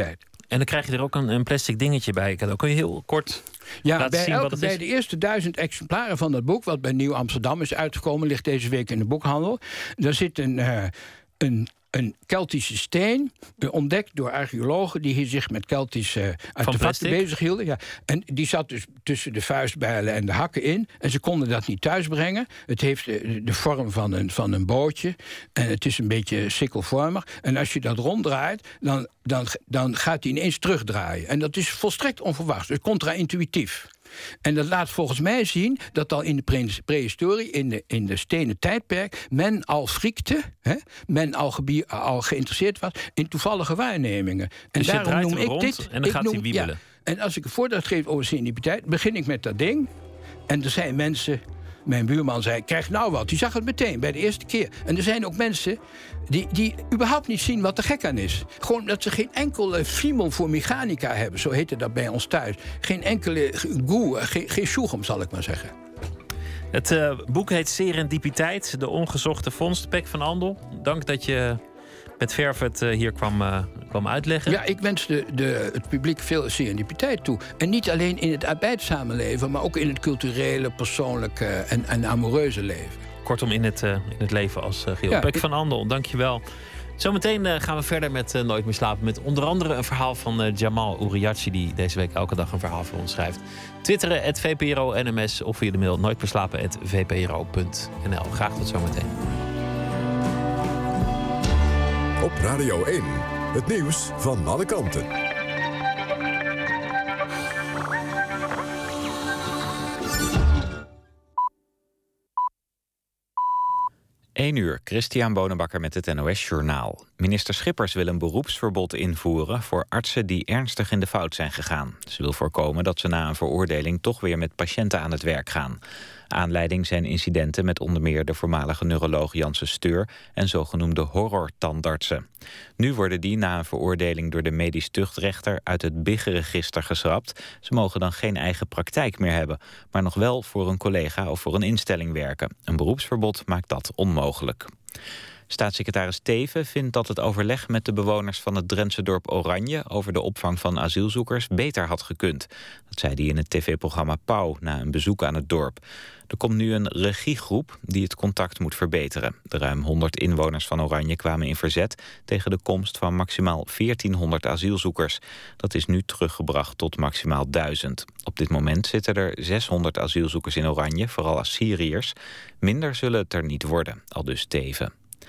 En dan krijg je er ook een plastic dingetje bij. Kun je heel kort laten zien wat het is? Bij de eerste 1000 exemplaren van dat boek, wat bij Nieuw Amsterdam is uitgekomen, ligt deze week in de boekhandel. Daar zit een Keltische steen, ontdekt door archeologen die zich met Keltische artefacten bezighielden. Ja. En die zat dus tussen de vuistbijlen en de hakken in. En ze konden dat niet thuisbrengen. Het heeft de vorm van een bootje. En het is een beetje sikkelvormig. En als je dat ronddraait, dan gaat hij ineens terugdraaien. En dat is volstrekt onverwachts. Dus contra-intuïtief. En dat laat volgens mij zien dat al in de prehistorie, in de stenen tijdperk, men al friekte, men al geïnteresseerd was in toevallige waarnemingen. En dus daarom noem ik rond, dit. En dan gaat hij wiebelen. Ja, en als ik een voordracht geef over serendipiteit, begin ik met dat ding. En er zijn mensen. Mijn buurman zei, krijg nou wat. Die zag het meteen, bij de eerste keer. En er zijn ook mensen die überhaupt niet zien wat er gek aan is. Gewoon omdat ze geen enkele fiemel voor mechanica hebben. Zo heette dat bij ons thuis. Geen enkele goe, geen sjoegem, zal ik maar zeggen. Het boek heet Serendipiteit, de ongezochte vondst. Pek van Andel, dank dat je met verf het hier kwam uitleggen. Ja, ik wens het publiek veel serendipiteit toe. En niet alleen in het arbeidssamenleven, maar ook in het culturele, persoonlijke en amoureuze leven. Kortom, in het leven als geheel. Ja, Pek van Andel, dank je wel. Zometeen gaan we verder met Nooit meer slapen. Met onder andere een verhaal van Jamal Ouriachi, die deze week elke dag een verhaal voor ons schrijft. Twitteren @VPRO-NMS of via de mail nooitmeerslapen@vpro.nl. Graag tot zometeen. Op Radio 1, het nieuws van alle kanten. 1 uur, Christian Bonenbakker met het NOS Journaal. Minister Schippers wil een beroepsverbod invoeren voor artsen die ernstig in de fout zijn gegaan. Ze wil voorkomen dat ze na een veroordeling toch weer met patiënten aan het werk gaan. Aanleiding zijn incidenten met onder meer de voormalige neuroloog Janse Steur en zogenoemde horrortandartsen. Nu worden die na een veroordeling door de medisch tuchtrechter uit het BIG-register geschrapt. Ze mogen dan geen eigen praktijk meer hebben, maar nog wel voor een collega of voor een instelling werken. Een beroepsverbod maakt dat onmogelijk. Staatssecretaris Teeven vindt dat het overleg met de bewoners van het Drentse dorp Oranje over de opvang van asielzoekers beter had gekund. Dat zei hij in het tv-programma Pauw na een bezoek aan het dorp. Er komt nu een regiegroep die het contact moet verbeteren. De ruim 100 inwoners van Oranje kwamen in verzet tegen de komst van maximaal 1400 asielzoekers. Dat is nu teruggebracht tot maximaal 1000. Op dit moment zitten er 600 asielzoekers in Oranje, vooral Assyriërs. Minder zullen het er niet worden, aldus Teeven.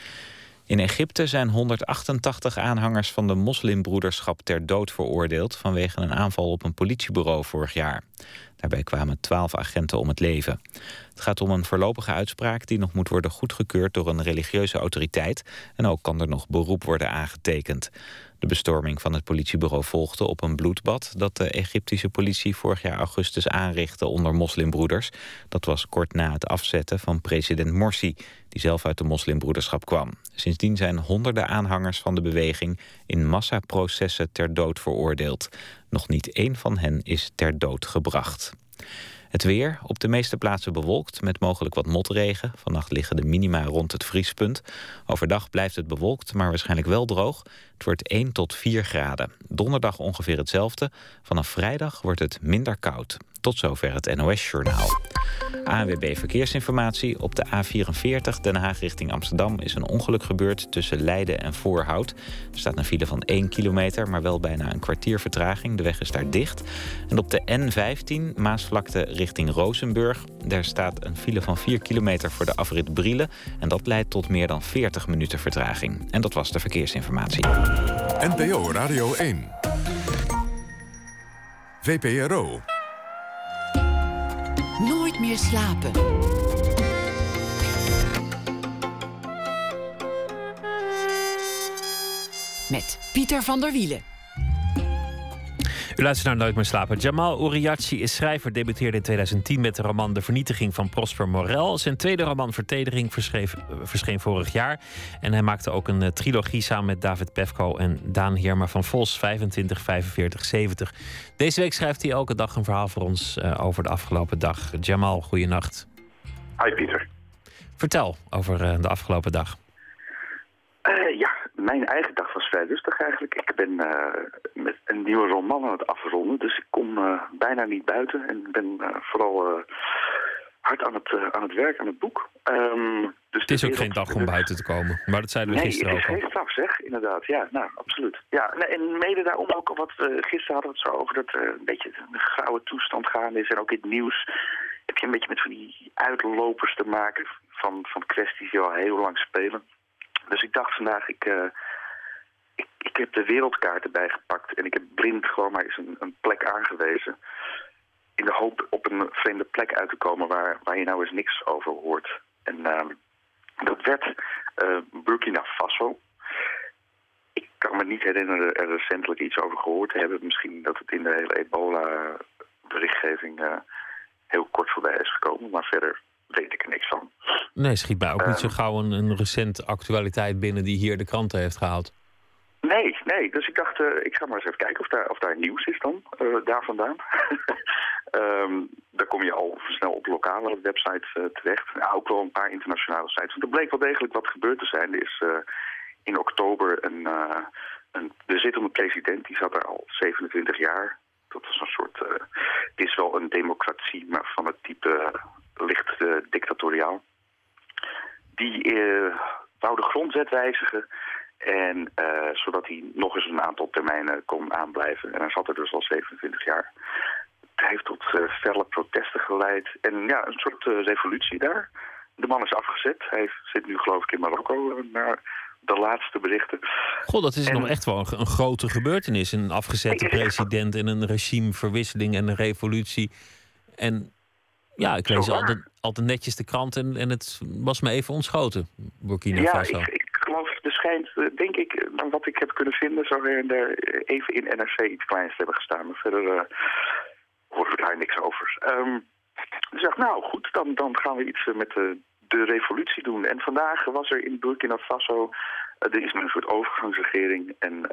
In Egypte zijn 188 aanhangers van de moslimbroederschap ter dood veroordeeld vanwege een aanval op een politiebureau vorig jaar. Daarbij kwamen 12 agenten om het leven. Het gaat om een voorlopige uitspraak die nog moet worden goedgekeurd door een religieuze autoriteit en ook kan er nog beroep worden aangetekend. De bestorming van het politiebureau volgde op een bloedbad dat de Egyptische politie vorig jaar augustus aanrichtte onder moslimbroeders. Dat was kort na het afzetten van president Morsi, die zelf uit de moslimbroederschap kwam. Sindsdien zijn honderden aanhangers van de beweging in massaprocessen ter dood veroordeeld. Nog niet één van hen is ter dood gebracht. Het weer, op de meeste plaatsen bewolkt, met mogelijk wat motregen. Vannacht liggen de minima rond het vriespunt. Overdag blijft het bewolkt, maar waarschijnlijk wel droog. Het wordt 1 tot 4 graden. Donderdag ongeveer hetzelfde. Vanaf vrijdag wordt het minder koud. Tot zover het NOS-journaal. ANWB Verkeersinformatie. Op de A44 Den Haag richting Amsterdam is een ongeluk gebeurd tussen Leiden en Voorhout. Er staat een file van 1 kilometer, maar wel bijna een kwartier vertraging. De weg is daar dicht. En op de N15 Maasvlakte richting Rozenburg. Daar staat een file van 4 kilometer voor de afrit Brielen. En dat leidt tot meer dan 40 minuten vertraging. En dat was de verkeersinformatie. NPO Radio 1. VPRO. Nooit meer slapen. Met Pieter van der Wielen. U luistert naar Nooit meer slapen. Jamal Ouriachi is schrijver, debuteerde in 2010 met de roman De Vernietiging van Prosper Morel. Zijn tweede roman Vertedering verscheen vorig jaar. En hij maakte ook een trilogie samen met David Pefko en Daan Heerma van Vos, 25, 45, 70. Deze week schrijft hij elke dag een verhaal voor ons over de afgelopen dag. Jamal, goeienacht. Hi Pieter. Vertel over de afgelopen dag. Mijn eigen dag was vrij rustig eigenlijk. Ik ben met een nieuwe roman aan het afronden, dus ik kom bijna niet buiten en ben vooral hard aan het werk, aan het boek. Dus het is ook geen dag om buiten te komen, maar dat zeiden we gisteren ook al. Nee, het is heel straf zeg, inderdaad. Ja, nou, absoluut. Ja, en mede daarom ook wat gisteren hadden we het zo over dat een beetje een grauwe toestand gaande is. En ook in het nieuws heb je een beetje met van die uitlopers te maken van kwesties die al heel lang spelen. Dus ik dacht vandaag, ik heb de wereldkaart erbij gepakt en ik heb blind gewoon maar eens een plek aangewezen. In de hoop op een vreemde plek uit te komen waar je nou eens niks over hoort. En dat werd Burkina Faso. Ik kan me niet herinneren er recentelijk iets over gehoord te hebben. Misschien dat het in de hele ebola-berichtgeving heel kort voorbij is gekomen. Maar verder weet ik er niks van. Nee, schiet mij ook niet zo gauw een recente actualiteit binnen die hier de kranten heeft gehaald. Nee. Dus ik dacht, ik ga maar eens even kijken of daar nieuws is dan, daar vandaan. Daar kom je al snel op lokale websites terecht. Nou, ook wel een paar internationale sites. Want er bleek wel degelijk wat gebeurd te zijn. Er is in oktober de zittende president, die zat er al 27 jaar. Dat was een soort, het is wel een democratie, maar van het type licht dictatoriaal. Die wou de grondwet wijzigen. En zodat hij nog eens een aantal termijnen kon aanblijven. En hij zat er dus al 27 jaar. Het heeft tot felle protesten geleid. En ja, een soort revolutie daar. De man is afgezet. Hij zit nu geloof ik in Marokko naar de laatste berichten. Goh, dat is nog echt wel een grote gebeurtenis. Een afgezette president en een regimeverwisseling en een revolutie. En ja, ik lees altijd netjes de krant en het was me even ontschoten, Burkina Faso. Ja, ik geloof, er schijnt, denk ik, dan wat ik heb kunnen vinden, zo weer en daar even in NRC iets kleins te hebben gestaan. Maar verder horen we daar niks over. Dus ik dacht, nou goed, dan gaan we iets met de revolutie doen. En vandaag was er in Burkina Faso, er is een soort overgangsregering. En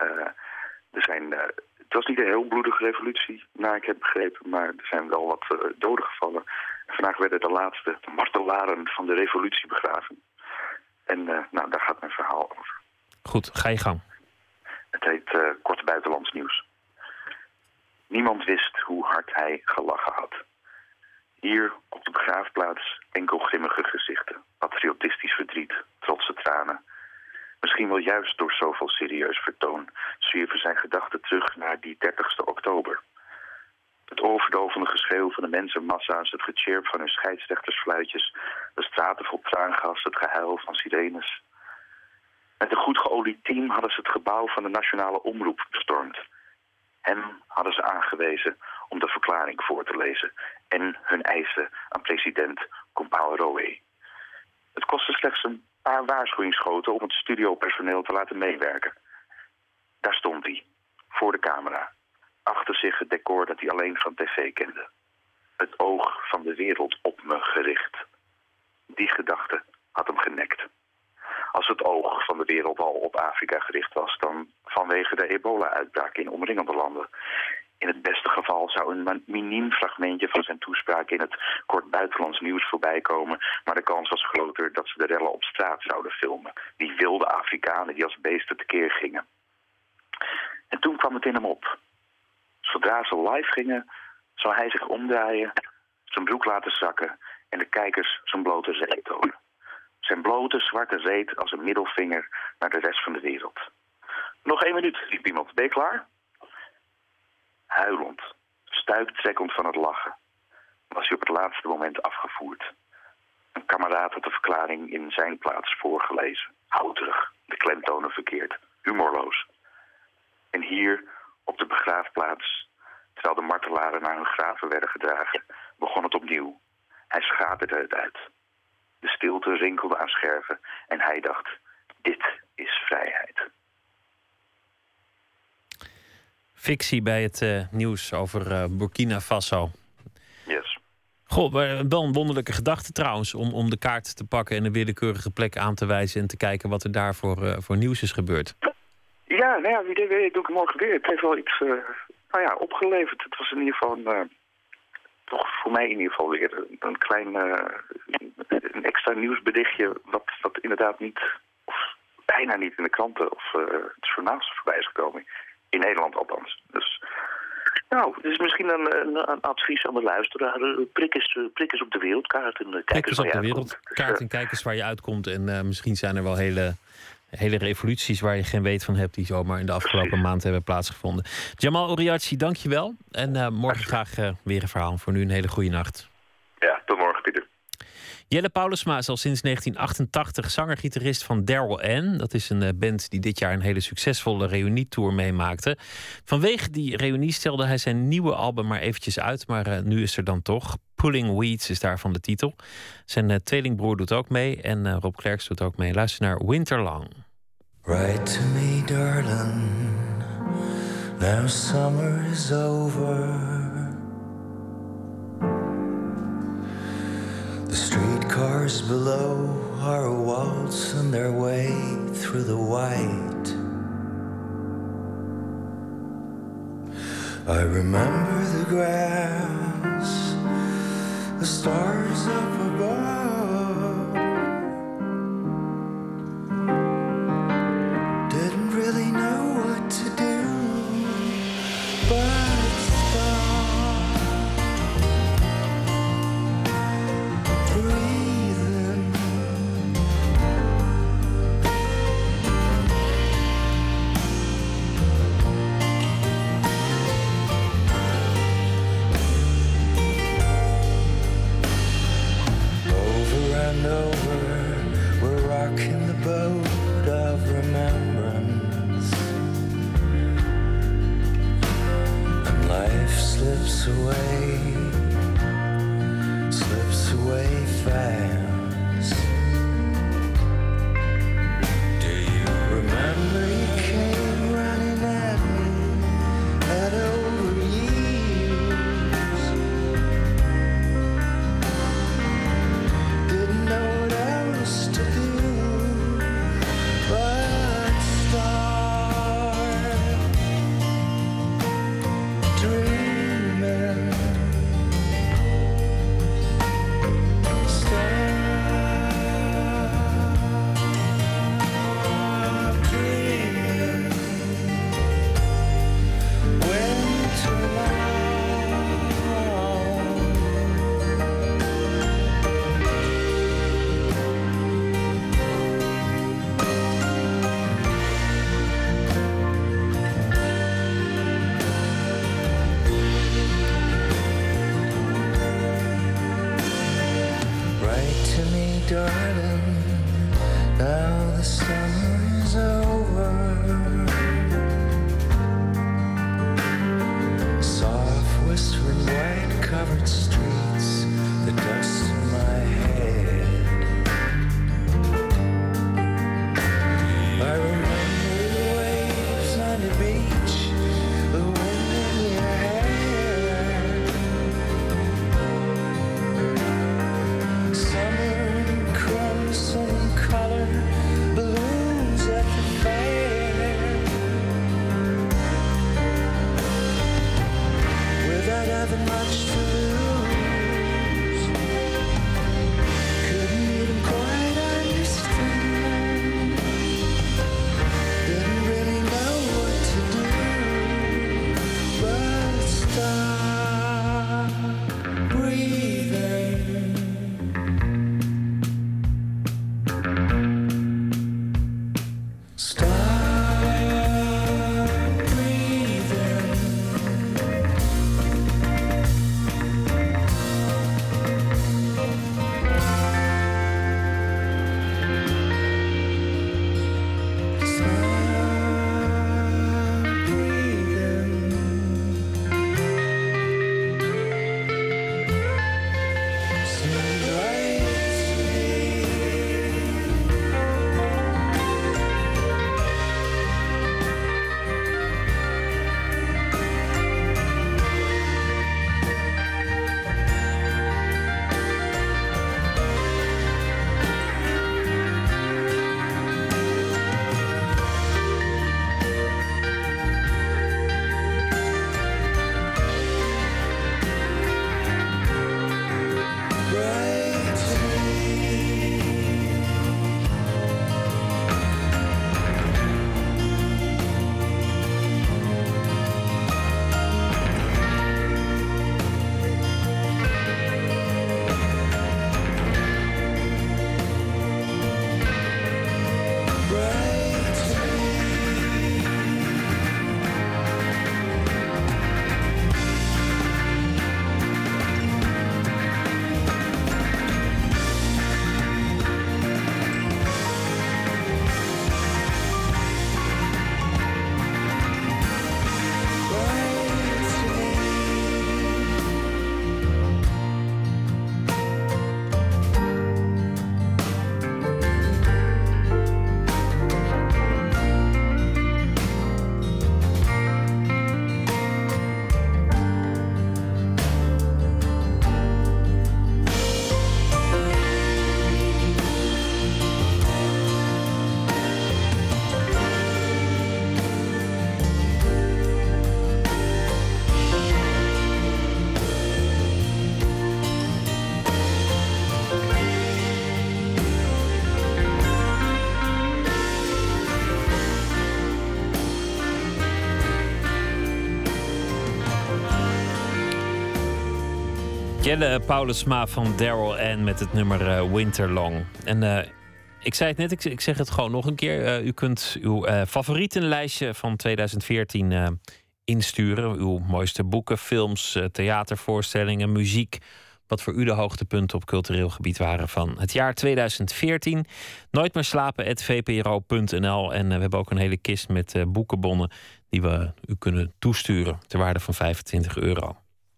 het was niet een heel bloedige revolutie, naar ik heb begrepen, maar er zijn wel wat doden gevallen. En vandaag werden de laatste martelaren van de revolutie begraven. En nou, daar gaat mijn verhaal over. Goed, ga je gang. Het heet Kort Buitenlands Nieuws. Niemand wist hoe hard hij gelachen had. Hier op de begraafplaats enkel grimmige gezichten, patriotistisch verdriet, trotse tranen. Misschien wel juist door zoveel serieus vertoon zwierven zijn gedachten terug naar die 30ste oktober. Het oorverdovende geschreeuw van de mensenmassa's, het gechirp van hun scheidsrechtersfluitjes, de straten vol traangas, het gehuil van sirenes. Met een goed geolied team hadden ze het gebouw van de Nationale Omroep bestormd. Hem hadden ze aangewezen om de verklaring voor te lezen en hun eisen aan president Compaoré. Het kostte slechts een paar waarschuwingsschoten om het studiopersoneel te laten meewerken. Daar stond hij, voor de camera, achter zich het decor dat hij alleen van tv kende. Het oog van de wereld op me gericht. Die gedachte had hem genekt. Als het oog van de wereld al op Afrika gericht was, dan vanwege de ebola-uitbraak in omringende landen. In het beste geval zou een miniem fragmentje van zijn toespraak in het Kort Buitenlands Nieuws voorbij komen, maar de kans was groter dat ze de rellen op straat zouden filmen. Die wilde Afrikanen die als beesten tekeer gingen. En toen kwam het in hem op. Zodra ze live gingen, zou hij zich omdraaien, zijn broek laten zakken en de kijkers zijn blote reet tonen. Zijn blote zwarte reet als een middelvinger naar de rest van de wereld. Nog 1 minuut, riep iemand. Ben je klaar? Huilend, stuiptrekkend van het lachen, was hij op het laatste moment afgevoerd. Een kameraad had de verklaring in zijn plaats voorgelezen. Houterig, de klemtonen verkeerd, humorloos. En hier, op de begraafplaats, terwijl de martelaren naar hun graven werden gedragen, begon het opnieuw. Hij schaterde het uit. De stilte rinkelde aan scherven en hij dacht, dit is vrijheid. Fictie bij het nieuws over Burkina Faso. Yes. Goh, wel een wonderlijke gedachte trouwens, om de kaart te pakken en een willekeurige plek aan te wijzen en te kijken wat er daar voor nieuws is gebeurd. Ja, nou ja, wie weet doe ik morgen weer. Het heeft wel iets opgeleverd. Het was in ieder geval toch voor mij in ieder geval weer een klein een extra nieuwsberichtje wat inderdaad niet bijna niet in de kranten of het journaals voorbij is gekomen. In Nederland althans. Dus... Nou, het is misschien een advies aan de luisteraar. Prik eens op de wereldkaart en kijk eens op waar de je wereldkaart en kijk eens waar je uitkomt. En misschien zijn er wel hele revoluties waar je geen weet van hebt... die zomaar in de afgelopen maand hebben plaatsgevonden. Jamal Oriachi, dank je wel. En morgen graag weer een verhaal. Voor nu een hele goede nacht. Ja, tot morgen, Pieter. Jelle Paulusma is al sinds 1988 zanger-gitarist van Daryl Ann. Dat is een band die dit jaar een hele succesvolle reunietour meemaakte. Vanwege die reunie stelde hij zijn nieuwe album maar eventjes uit. Maar nu is er dan toch. Pulling Weeds is daarvan de titel. Zijn tweelingbroer doet ook mee en Rob Klerks doet ook mee. Luister naar Winterlang. Write to me, darling. Now summer is over. The streetcars below are waltzing their way through the white. I remember the grass, the stars up above. Didn't really know what to do, but stop. And over, we're rocking the boat of remembrance, and life slips away fast. Do you remember you came running at me, head over years? Didn't know what else to do but start dreaming. Darling, now the summer is over. Soft whispering white covered streets, the dust in my head. I remember the waves on the beach, the wind in your hair. Summer crimson color balloons at the fair, without having much to lose. Jelle Paulusma van Daryl Ann met het nummer Winterlong. En ik zei het net, ik zeg het gewoon nog een keer. U kunt uw favorietenlijstje van 2014 insturen. Uw mooiste boeken, films, theatervoorstellingen, muziek. Wat voor u de hoogtepunten op cultureel gebied waren van het jaar 2014. Nooit meer slapen@vpro.nl. En we hebben ook een hele kist met boekenbonnen die we u kunnen toesturen ter waarde van €25.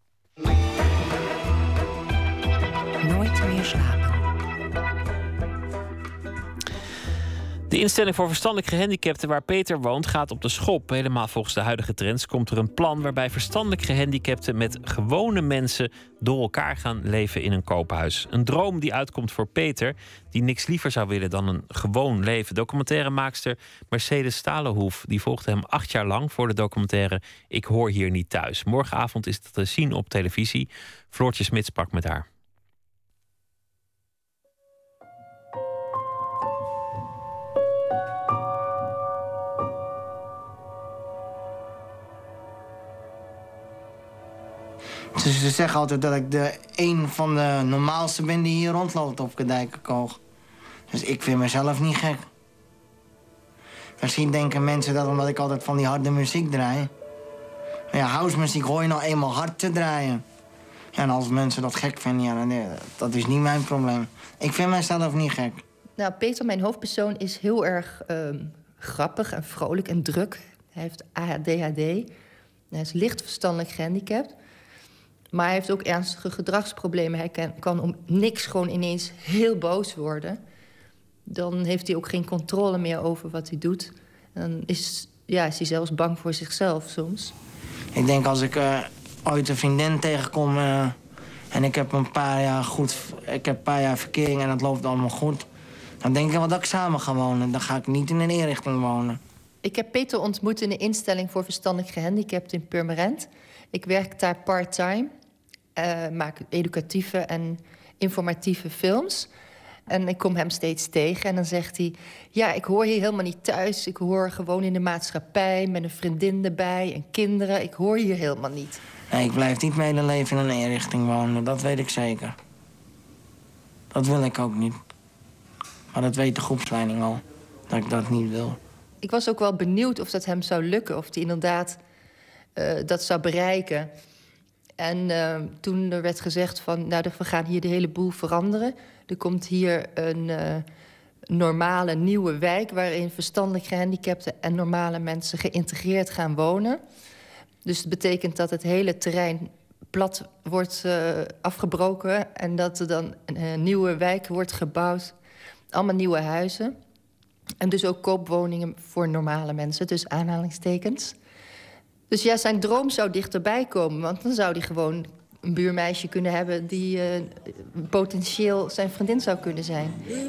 Nooit meer slapen. De instelling voor verstandelijk gehandicapten waar Peter woont gaat op de schop. Helemaal volgens de huidige trends komt er een plan waarbij verstandelijk gehandicapten met gewone mensen door elkaar gaan leven in een koophuis. Een droom die uitkomt voor Peter, die niks liever zou willen dan een gewoon leven. Documentairemaakster Mercedes Stalenhoef die volgde hem 8 jaar lang voor de documentaire Ik hoor hier niet thuis. Morgenavond is het te zien op televisie. Floortje Smit sprak met haar. Dus ze zeggen altijd dat ik een van de normaalste ben die hier rondloopt op Kadijkenkoog. Dus ik vind mezelf niet gek. Misschien denken mensen dat omdat ik altijd van die harde muziek draai. Maar ja, housemuziek hoor je nou eenmaal hard te draaien. Ja, en als mensen dat gek vinden, ja, nee, dat is niet mijn probleem. Ik vind mezelf niet gek. Nou, Peter, mijn hoofdpersoon, is heel erg grappig en vrolijk en druk. Hij heeft ADHD. Hij is licht verstandelijk gehandicapt. Maar hij heeft ook ernstige gedragsproblemen. Hij kan om niks gewoon ineens heel boos worden. Dan heeft hij ook geen controle meer over wat hij doet. En dan is hij zelfs bang voor zichzelf soms. Ik denk als ik ooit een vriendin tegenkom... en ik heb een paar jaar verkering en het loopt allemaal goed... dan denk ik wel dat ik samen ga wonen. Dan ga ik niet in een inrichting wonen. Ik heb Peter ontmoet in de instelling voor verstandelijk gehandicapten in Purmerend. Ik werk daar part-time. Maak educatieve en informatieve films. En ik kom hem steeds tegen en dan zegt hij... ja, ik hoor hier helemaal niet thuis. Ik hoor gewoon in de maatschappij met een vriendin erbij en kinderen. Ik hoor hier helemaal niet. Nee, ik blijf niet mijn hele leven in een inrichting wonen. Dat weet ik zeker. Dat wil ik ook niet. Maar dat weet de groepsleiding al. Dat ik dat niet wil. Ik was ook wel benieuwd of dat hem zou lukken. Of hij inderdaad dat zou bereiken. En toen er werd gezegd van... nou, we gaan hier de hele boel veranderen. Er komt hier een normale nieuwe wijk... waarin verstandelijk gehandicapten en normale mensen geïntegreerd gaan wonen. Dus het betekent dat het hele terrein plat wordt afgebroken... en dat er dan een nieuwe wijk wordt gebouwd. Allemaal nieuwe huizen. En dus ook koopwoningen voor normale mensen, dus aanhalingstekens. Dus ja, zijn droom zou dichterbij komen. Want dan zou hij gewoon een buurmeisje kunnen hebben... die potentieel zijn vriendin zou kunnen zijn.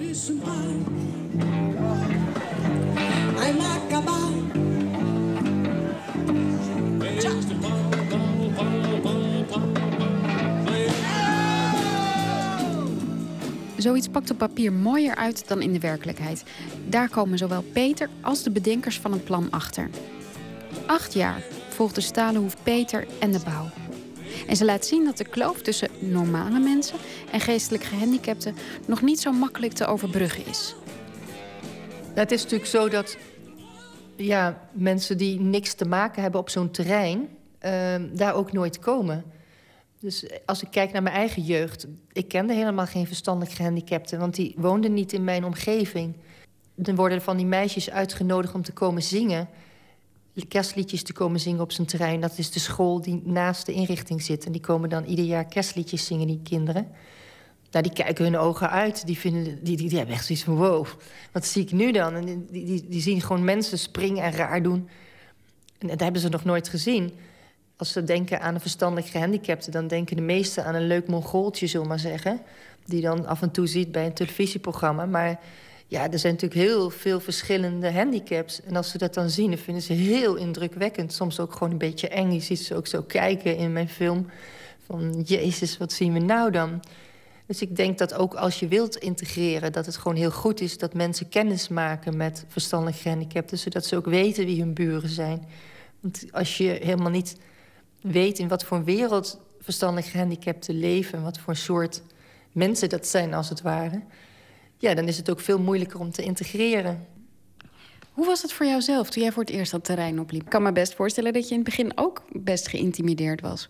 Zoiets pakt op papier mooier uit dan in de werkelijkheid. Daar komen zowel Peter als de bedenkers van het plan achter. 8 jaar volgde Stalenhoef Peter en de bouw. En ze laat zien dat de kloof tussen normale mensen en geestelijk gehandicapten nog niet zo makkelijk te overbruggen is. Het is natuurlijk zo dat mensen die niks te maken hebben op zo'n terrein... daar ook nooit komen. Dus als ik kijk naar mijn eigen jeugd... ik kende helemaal geen verstandelijk gehandicapten... want die woonden niet in mijn omgeving. Dan worden van die meisjes uitgenodigd om te komen zingen... kerstliedjes te komen zingen op zijn terrein. Dat is de school die naast de inrichting zit. En die komen dan ieder jaar kerstliedjes zingen, die kinderen. Nou, die kijken hun ogen uit. Die hebben echt zoiets van, wow, wat zie ik nu dan? En die zien gewoon mensen springen en raar doen. En dat hebben ze nog nooit gezien. Als ze denken aan een verstandelijk gehandicapte... dan denken de meesten aan een leuk Mongooltje, zullen we maar zeggen... die dan af en toe ziet bij een televisieprogramma. Maar ja, er zijn natuurlijk heel veel verschillende handicaps. En als ze dat dan zien, dan vinden ze heel indrukwekkend. Soms ook gewoon een beetje eng. Je ziet ze ook zo kijken in mijn film. Van, Jezus, wat zien we nou dan? Dus ik denk dat ook als je wilt integreren... dat het gewoon heel goed is dat mensen kennis maken met verstandelijk gehandicapten... zodat ze ook weten wie hun buren zijn. Want als je helemaal niet weet in wat voor wereld verstandelijk gehandicapten leven... wat voor soort mensen dat zijn, als het ware... ja, dan is het ook veel moeilijker om te integreren. Hoe was het voor jou zelf toen jij voor het eerst dat terrein opliep? Ik kan me best voorstellen dat je in het begin ook best geïntimideerd was.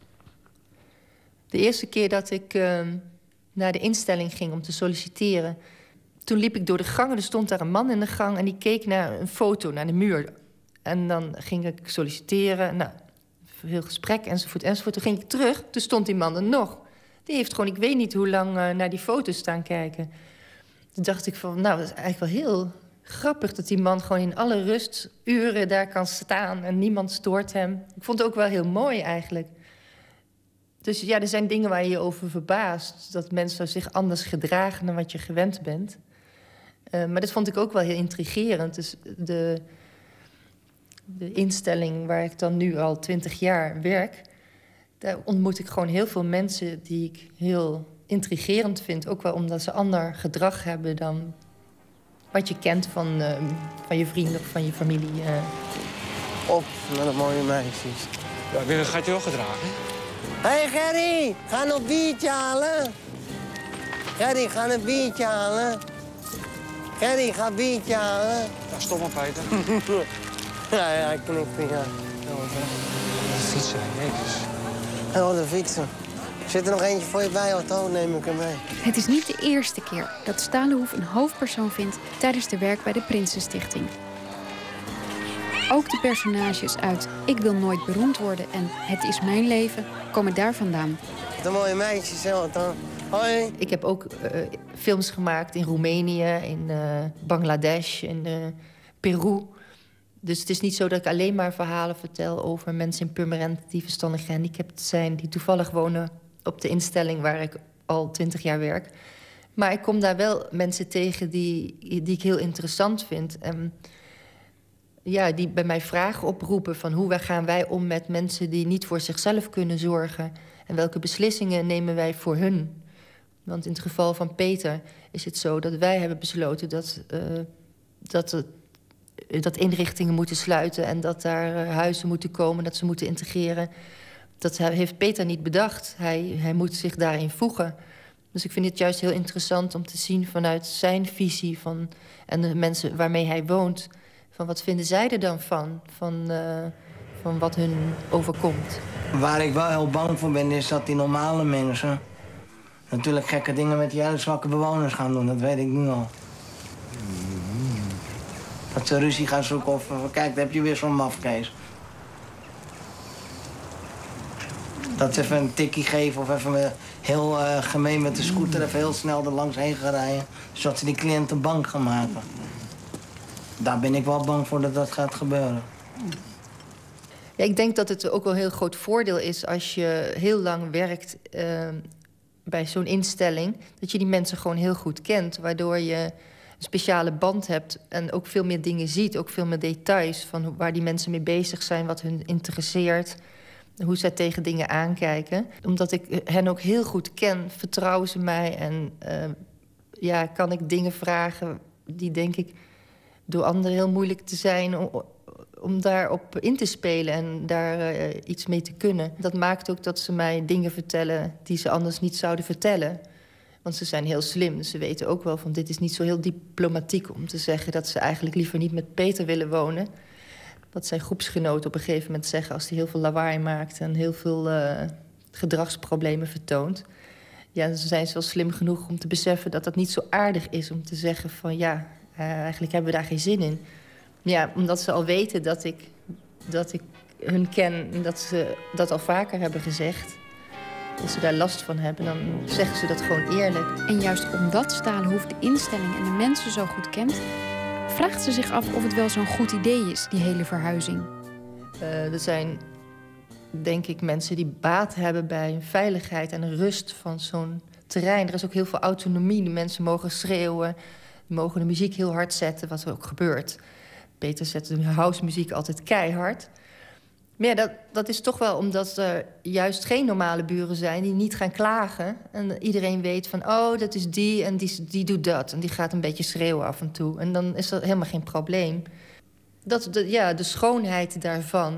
De eerste keer dat ik naar de instelling ging om te solliciteren... toen liep ik door de gang en er stond daar een man in de gang... en die keek naar een foto, naar de muur. En dan ging ik solliciteren, nou, heel gesprek enzovoort, enzovoort. Toen ging ik terug, toen stond die man er nog. Die heeft gewoon, ik weet niet hoe lang, naar die foto's staan kijken. Toen dacht ik van, nou, dat is eigenlijk wel heel grappig... dat die man gewoon in alle rust uren daar kan staan... en niemand stoort hem. Ik vond het ook wel heel mooi eigenlijk. Dus ja, er zijn dingen waar je je over verbaast. Dat mensen zich anders gedragen dan wat je gewend bent. Maar dat vond ik ook wel heel intrigerend. Dus de instelling waar ik dan nu al 20 jaar werk... daar ontmoet ik gewoon heel veel mensen die ik heel intrigerend vind. Ook wel omdat ze ander gedrag hebben dan wat je kent van je vrienden of van je familie. Op naar de mooie meisjes. Ja, gaat je wel gedragen? Hé hey Gerry, ga nog een biertje halen. Gerry, ga een biertje halen. Gerry, ga een biertje halen. Ja, stop maar, Peter. Ja, ik knikt ja. Fietsen, jezus. Oh, de fietsen. Zit er nog eentje voor je bij, Otto? Neem ik hem mee. Het is niet de eerste keer dat Stalenhoef een hoofdpersoon vindt... tijdens de werk bij de Prinsenstichting. Ook de personages uit Ik wil nooit beroemd worden en Het is mijn leven komen daar vandaan. De mooie meisjes, hè, Otto. Hoi. Ik heb ook films gemaakt in Roemenië, in Bangladesh, in Peru. Dus het is niet zo dat ik alleen maar verhalen vertel over mensen in Purmerend die verstandig gehandicapt zijn, die toevallig wonen op de instelling waar ik al 20 jaar werk. Maar ik kom daar wel mensen tegen die ik heel interessant vind. Ja, die bij mij vragen oproepen van hoe gaan wij om met mensen die niet voor zichzelf kunnen zorgen. En welke beslissingen nemen wij voor hun? Want in het geval van Peter is het zo dat wij hebben besloten dat inrichtingen moeten sluiten en dat daar huizen moeten komen, dat ze moeten integreren. Dat heeft Peter niet bedacht. Hij moet zich daarin voegen. Dus ik vind het juist heel interessant om te zien vanuit zijn visie en de mensen waarmee hij woont, van wat vinden zij er dan van wat hun overkomt. Waar ik wel heel bang voor ben, is dat die normale mensen natuurlijk gekke dingen met die hele zwakke bewoners gaan doen. Dat weet ik nu al. Dat ze ruzie gaan zoeken of kijk, daar heb je weer zo'n mafkees. Dat ze even een tikkie geven of even heel gemeen met de scooter even heel snel er langs heen gaan rijden. Zodat ze die cliënten bang gaan maken. Daar ben ik wel bang voor dat dat gaat gebeuren. Ja, ik denk dat het ook wel een heel groot voordeel is als je heel lang werkt bij zo'n instelling, dat je die mensen gewoon heel goed kent, waardoor je een speciale band hebt en ook veel meer dingen ziet, ook veel meer details van waar die mensen mee bezig zijn, wat hun interesseert, hoe zij tegen dingen aankijken. Omdat ik hen ook heel goed ken, vertrouwen ze mij en kan ik dingen vragen die, denk ik, door anderen heel moeilijk te zijn om daarop in te spelen en daar iets mee te kunnen. Dat maakt ook dat ze mij dingen vertellen die ze anders niet zouden vertellen. Want ze zijn heel slim, dus ze weten ook wel van dit is niet zo heel diplomatiek om te zeggen dat ze eigenlijk liever niet met Peter willen wonen. Wat zijn groepsgenoten op een gegeven moment zeggen als hij heel veel lawaai maakt en heel veel gedragsproblemen vertoont. Ja, dan zijn ze wel slim genoeg om te beseffen dat dat niet zo aardig is om te zeggen van ja, eigenlijk hebben we daar geen zin in. Ja, omdat ze al weten dat ik hun ken en dat ze dat al vaker hebben gezegd, dat ze daar last van hebben, dan zeggen ze dat gewoon eerlijk. En juist omdat Stalenhoef de instelling en de mensen zo goed kent, vraagt ze zich af of het wel zo'n goed idee is, die hele verhuizing. Er zijn, denk ik, mensen die baat hebben bij veiligheid en rust van zo'n terrein. Er is ook heel veel autonomie. De mensen mogen schreeuwen, mogen de muziek heel hard zetten, wat er ook gebeurt. Peter zet de housemuziek altijd keihard. Maar ja, dat is toch wel omdat er juist geen normale buren zijn die niet gaan klagen. En iedereen weet van, oh, dat is die en die doet dat. En die gaat een beetje schreeuwen af en toe. En dan is dat helemaal geen probleem. De schoonheid daarvan,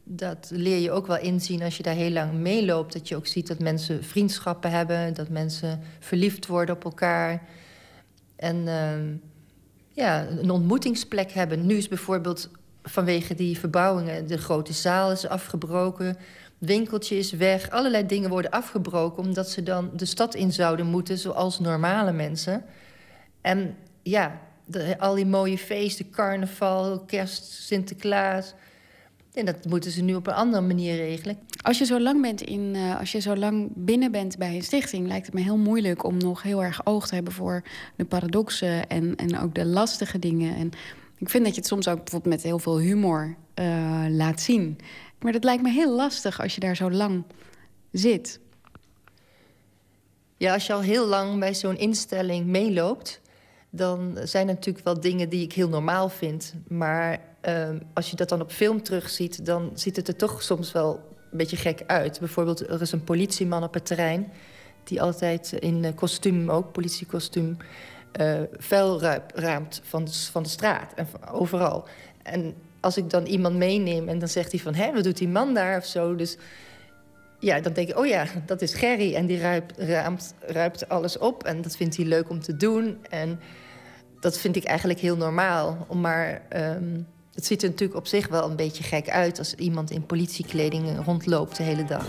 dat leer je ook wel inzien als je daar heel lang meeloopt. Dat je ook ziet dat mensen vriendschappen hebben, dat mensen verliefd worden op elkaar. En een ontmoetingsplek hebben. Nu is bijvoorbeeld vanwege die verbouwingen de grote zaal is afgebroken. Het winkeltje is weg. Allerlei dingen worden afgebroken omdat ze dan de stad in zouden moeten zoals normale mensen. En ja, al die mooie feesten, carnaval, kerst, Sinterklaas. En dat moeten ze nu op een andere manier regelen. Als je zo lang binnen bent bij een stichting, lijkt het me heel moeilijk om nog heel erg oog te hebben voor de paradoxen en ook de lastige dingen. En ik vind dat je het soms ook bijvoorbeeld met heel veel humor laat zien. Maar dat lijkt me heel lastig als je daar zo lang zit. Ja, als je al heel lang bij zo'n instelling meeloopt, dan zijn er natuurlijk wel dingen die ik heel normaal vind. Maar als je dat dan op film terugziet, dan ziet het er toch soms wel een beetje gek uit. Bijvoorbeeld, er is een politieman op het terrein die altijd in kostuum, ook politiekostuum, vuil ruimt van de straat en overal. En als ik dan iemand meeneem en dan zegt hij van, hé, wat doet die man daar of zo? Dus ja, dan denk ik, oh ja, dat is Gerry. En die ruimt alles op en dat vindt hij leuk om te doen. En dat vind ik eigenlijk heel normaal. Maar het ziet er natuurlijk op zich wel een beetje gek uit als iemand in politiekleding rondloopt de hele dag.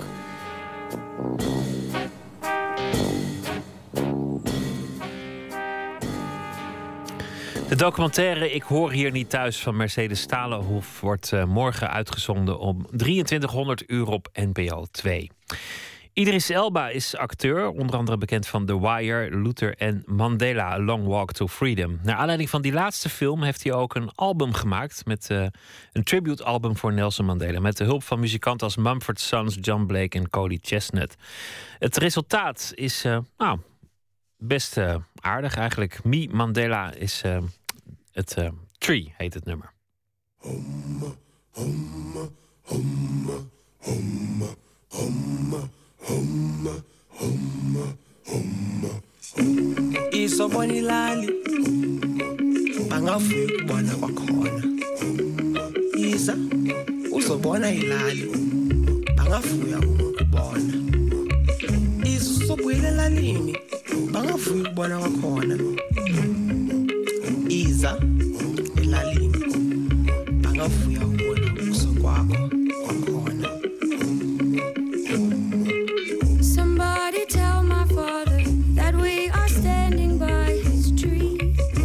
De documentaire Ik hoor hier niet thuis van Mercedes Stalenhoef wordt morgen uitgezonden om 2300 uur op NPO 2. Idris Elba is acteur, onder andere bekend van The Wire, Luther en Mandela, A Long Walk to Freedom. Naar aanleiding van die laatste film heeft hij ook een album gemaakt, met een tribute-album voor Nelson Mandela, met de hulp van muzikanten als Mumford Sons, John Blake en Cody Chestnut. Het resultaat is best aardig eigenlijk. Me Mandela is het Tree, heet het nummer. Isobona ilali bangavuki bona kwakhona iza uzobona ilali bangavuya ukubona isobuyela elalini bangavuki ukubona kwakhona iza elalini bangavuya ukubona ubuso kwakho kwakhona. Somebody tell my father that we are standing by his tree.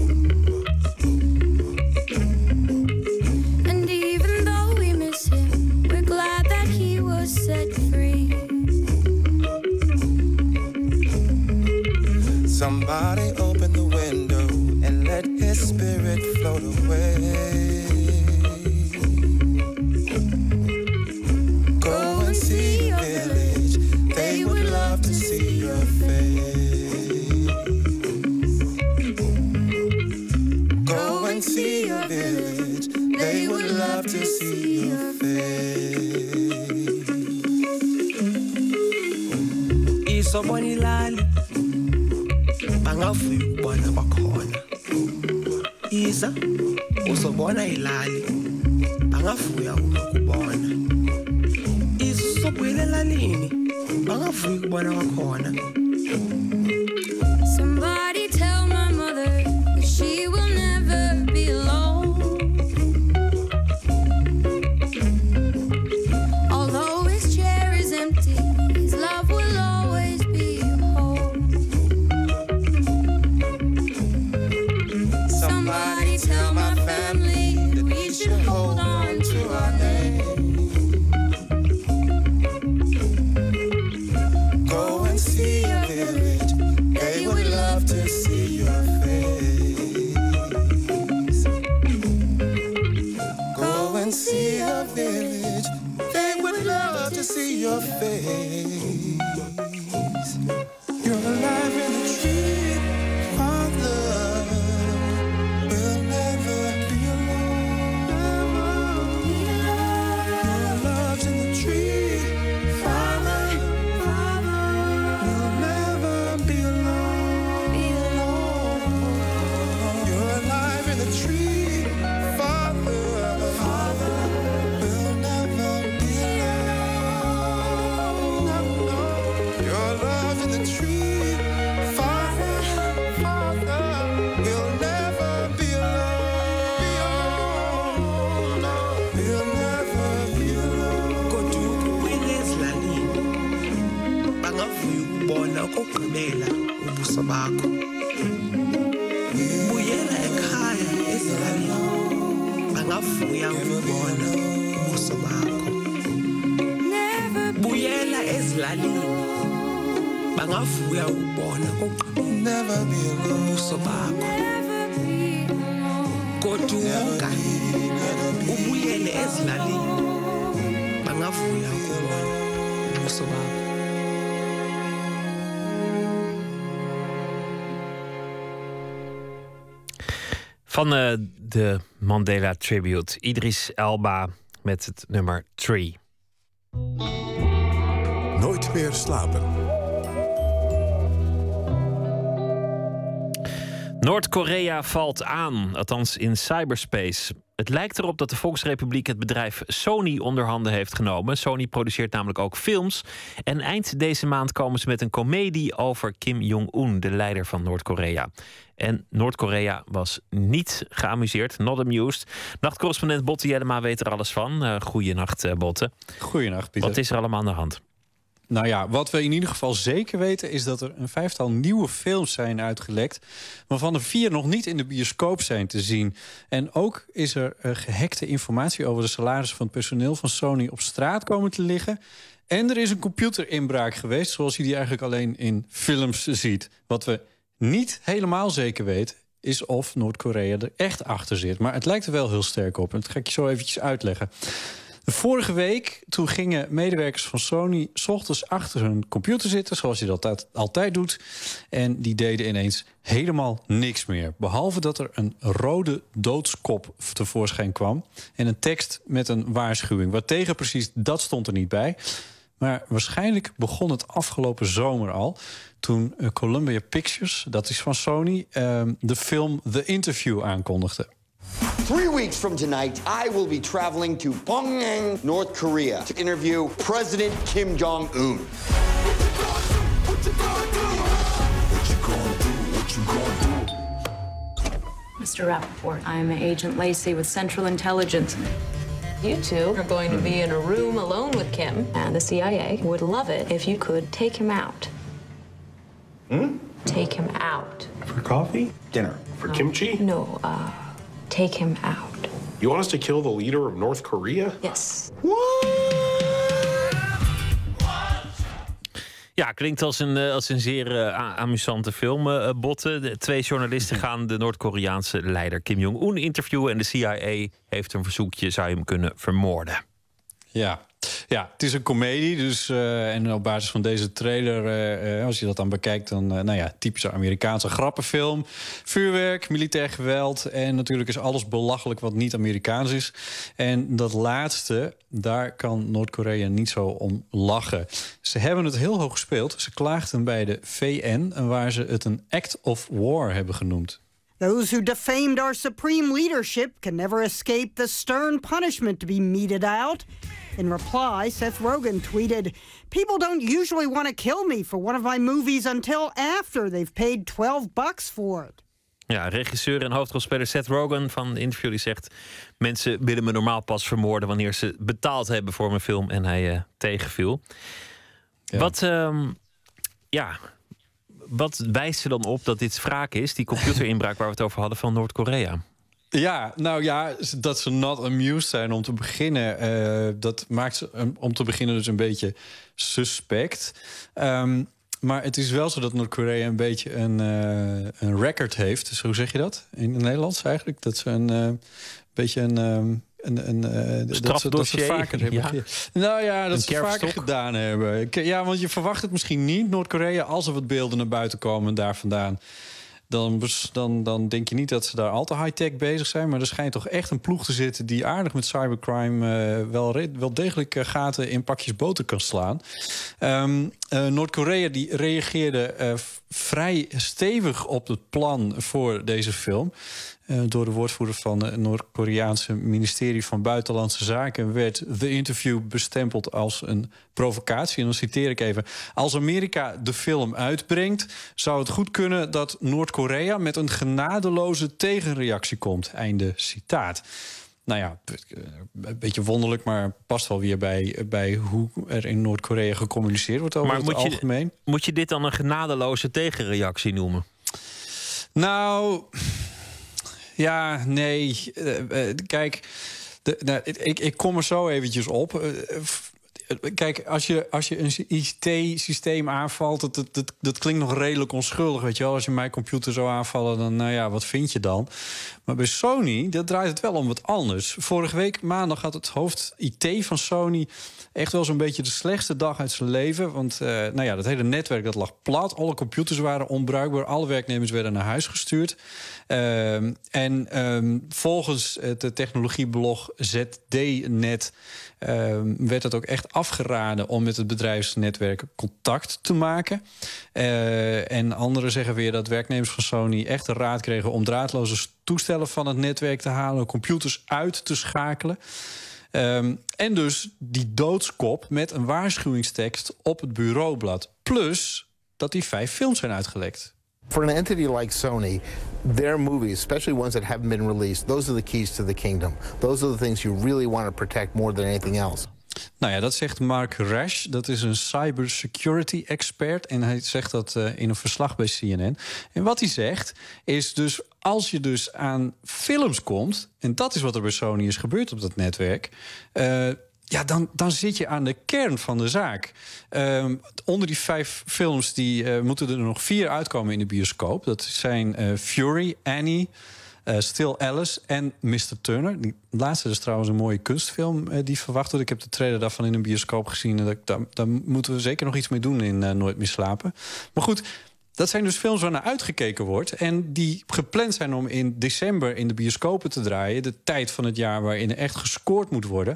And even though we miss him, we're glad that he was set free. Somebody open the window and let his spirit float away. Go and see your village, they would love to see your face. Go and see your village, they would love to see your face. Isobona ilali bangavuki ukubona kwakhona iza uzobona ilali bangavuya ukubona isobuyela elalini bangavuki ukubona kwakhona. Somebody tell my mother that she will never be alone. Although his chair is empty, his love will always be home. Somebody tell my family that we should hold on to our name. Go and see your village, bakho. Buyela ekhaya ezilalini. Bangavuya ukubona ubuso bakho. Buyela ezilalini. Bangavuya ukubona ubuso bakho. Goduka ubuyele ezilalini. Bangavuya ukubona ubuso bakho. Van de Mandela Tribute, Idris Elba met het nummer Tree. Nooit meer slapen. Noord-Korea valt aan, althans in cyberspace. Het lijkt erop dat de Volksrepubliek het bedrijf Sony onder handen heeft genomen. Sony produceert namelijk ook films. En eind deze maand komen ze met een komedie over Kim Jong-un, de leider van Noord-Korea. En Noord-Korea was niet geamuseerd, not amused. Nachtcorrespondent Botte Jellema weet er alles van. Goeienacht, Botte. Goeienacht, Pieter. Wat is er allemaal aan de hand? Nou ja, wat we in ieder geval zeker weten is dat er een 5-tal nieuwe films zijn uitgelekt, waarvan er 4 nog niet in de bioscoop zijn te zien. En ook is er gehackte informatie over de salarissen van het personeel van Sony op straat komen te liggen. En er is een computerinbraak geweest, zoals je die eigenlijk alleen in films ziet. Wat we niet helemaal zeker weten is of Noord-Korea er echt achter zit. Maar het lijkt er wel heel sterk op. En dat ga ik je zo eventjes uitleggen. De vorige week, toen gingen medewerkers van Sony 's ochtends achter hun computer zitten, zoals je dat altijd doet. En die deden ineens helemaal niks meer. Behalve dat er een rode doodskop tevoorschijn kwam en een tekst met een waarschuwing. Waartegen precies, dat stond er niet bij. Maar waarschijnlijk begon het afgelopen zomer al, toen Columbia Pictures, dat is van Sony, de film The Interview aankondigde. 3 weeks from tonight, I will be traveling to Pyongyang, North Korea, to interview President Kim Jong-un. Mr. Rappaport, I'm Agent Lacey with Central Intelligence. You two are going to be in a room alone with Kim, and the CIA would love it if you could take him out. Take him out. For coffee? Dinner? For kimchi? No, take him out. You want us to kill the leader of North Korea? Yes. Ja, klinkt als een zeer amusante film, Botte. De 2 journalisten gaan de Noord-Koreaanse leider Kim Jong-un interviewen en de CIA heeft een verzoekje, zou je hem kunnen vermoorden. Ja, het is een komedie, dus en op basis van deze trailer, als je dat dan bekijkt, dan typische Amerikaanse grappenfilm. Vuurwerk, militair geweld en natuurlijk is alles belachelijk wat niet Amerikaans is. En dat laatste, daar kan Noord-Korea niet zo om lachen. Ze hebben het heel hoog gespeeld. Ze klaagden bij de VN, waar ze het een act of war hebben genoemd. Those who defamed our supreme leadership can never escape the stern punishment to be meted out. In reply, Seth Rogen tweeted, "People don't usually want to kill me for one of my movies until after they've paid $12 for it." Ja, regisseur en hoofdrolspeler Seth Rogen van de interview die zegt: mensen willen me normaal pas vermoorden wanneer ze betaald hebben voor mijn film, en hij tegenviel. Ja. Wat wijst er dan op dat dit wraak is, die computerinbraak waar we het over hadden van Noord-Korea? Ja, nou ja, dat ze not amused zijn om te beginnen, dat maakt ze om te beginnen dus een beetje suspect. Maar het is wel zo dat Noord-Korea een beetje een record heeft. Dus hoe zeg je dat in het Nederlands eigenlijk? Dat ze een beetje een strafdossier. Dat ze vaker hebben. Ja. Nou ja, dat een ze vaker gedaan hebben. Ja, want je verwacht het misschien niet. Noord-Korea, als er wat beelden naar buiten komen daar vandaan, dan denk je niet dat ze daar al te high-tech bezig zijn. Maar er schijnt toch echt een ploeg te zitten die aardig met cybercrime wel degelijk gaten in pakjes boter kan slaan. Noord-Korea die reageerde vrij stevig op het plan voor deze film. Door de woordvoerder van het Noord-Koreaanse ministerie van Buitenlandse Zaken werd The Interview bestempeld als een provocatie. En dan citeer ik even: als Amerika de film uitbrengt, zou het goed kunnen dat Noord-Korea met een genadeloze tegenreactie komt. Einde citaat. Nou ja, een beetje wonderlijk, maar past wel weer bij hoe er in Noord-Korea gecommuniceerd wordt over het algemeen. Moet je dit dan een genadeloze tegenreactie noemen? Nou, ja, nee. Kijk, ik kom er zo eventjes op. Kijk, als je een IT-systeem aanvalt, dat klinkt nog redelijk onschuldig, weet je wel. Als je mijn computer zou aanvallen, dan, nou ja, wat vind je dan? Maar bij Sony, dat draait het wel om wat anders. Vorige week, maandag, had het hoofd IT van Sony echt wel zo'n beetje de slechtste dag uit zijn leven. Want nou ja, dat hele netwerk dat lag plat. Alle computers waren onbruikbaar. Alle werknemers werden naar huis gestuurd. Volgens het technologieblog ZDNet werd het ook echt afgeraden om met het bedrijfsnetwerk contact te maken. En anderen zeggen weer dat werknemers van Sony echt de raad kregen om draadloze toestellen van het netwerk te halen, computers uit te schakelen. En dus die doodskop met een waarschuwingstekst op het bureaublad. Plus dat die 5 films zijn uitgelekt. For an entity like Sony, their movies, especially ones that haven't been released, those are the keys to the kingdom. Those are the things you really want to protect more than anything else. Nou ja, dat zegt Mark Rash. Dat is een cybersecurity expert. En hij zegt dat in een verslag bij CNN. En wat hij zegt is dus, als je dus aan films komt, en dat is wat er bij Sony is gebeurd op dat netwerk, ja, dan zit je aan de kern van de zaak. Onder die 5 films moeten er nog 4 uitkomen in de bioscoop. Dat zijn Fury, Annie, Still Alice en Mr. Turner. Die laatste is trouwens een mooie kunstfilm die verwacht wordt. Ik heb de trailer daarvan in een bioscoop gezien. En daar moeten we zeker nog iets mee doen in Nooit meer slapen. Maar goed, dat zijn dus films waar naar uitgekeken wordt. En die gepland zijn om in december in de bioscopen te draaien. De tijd van het jaar waarin er echt gescoord moet worden.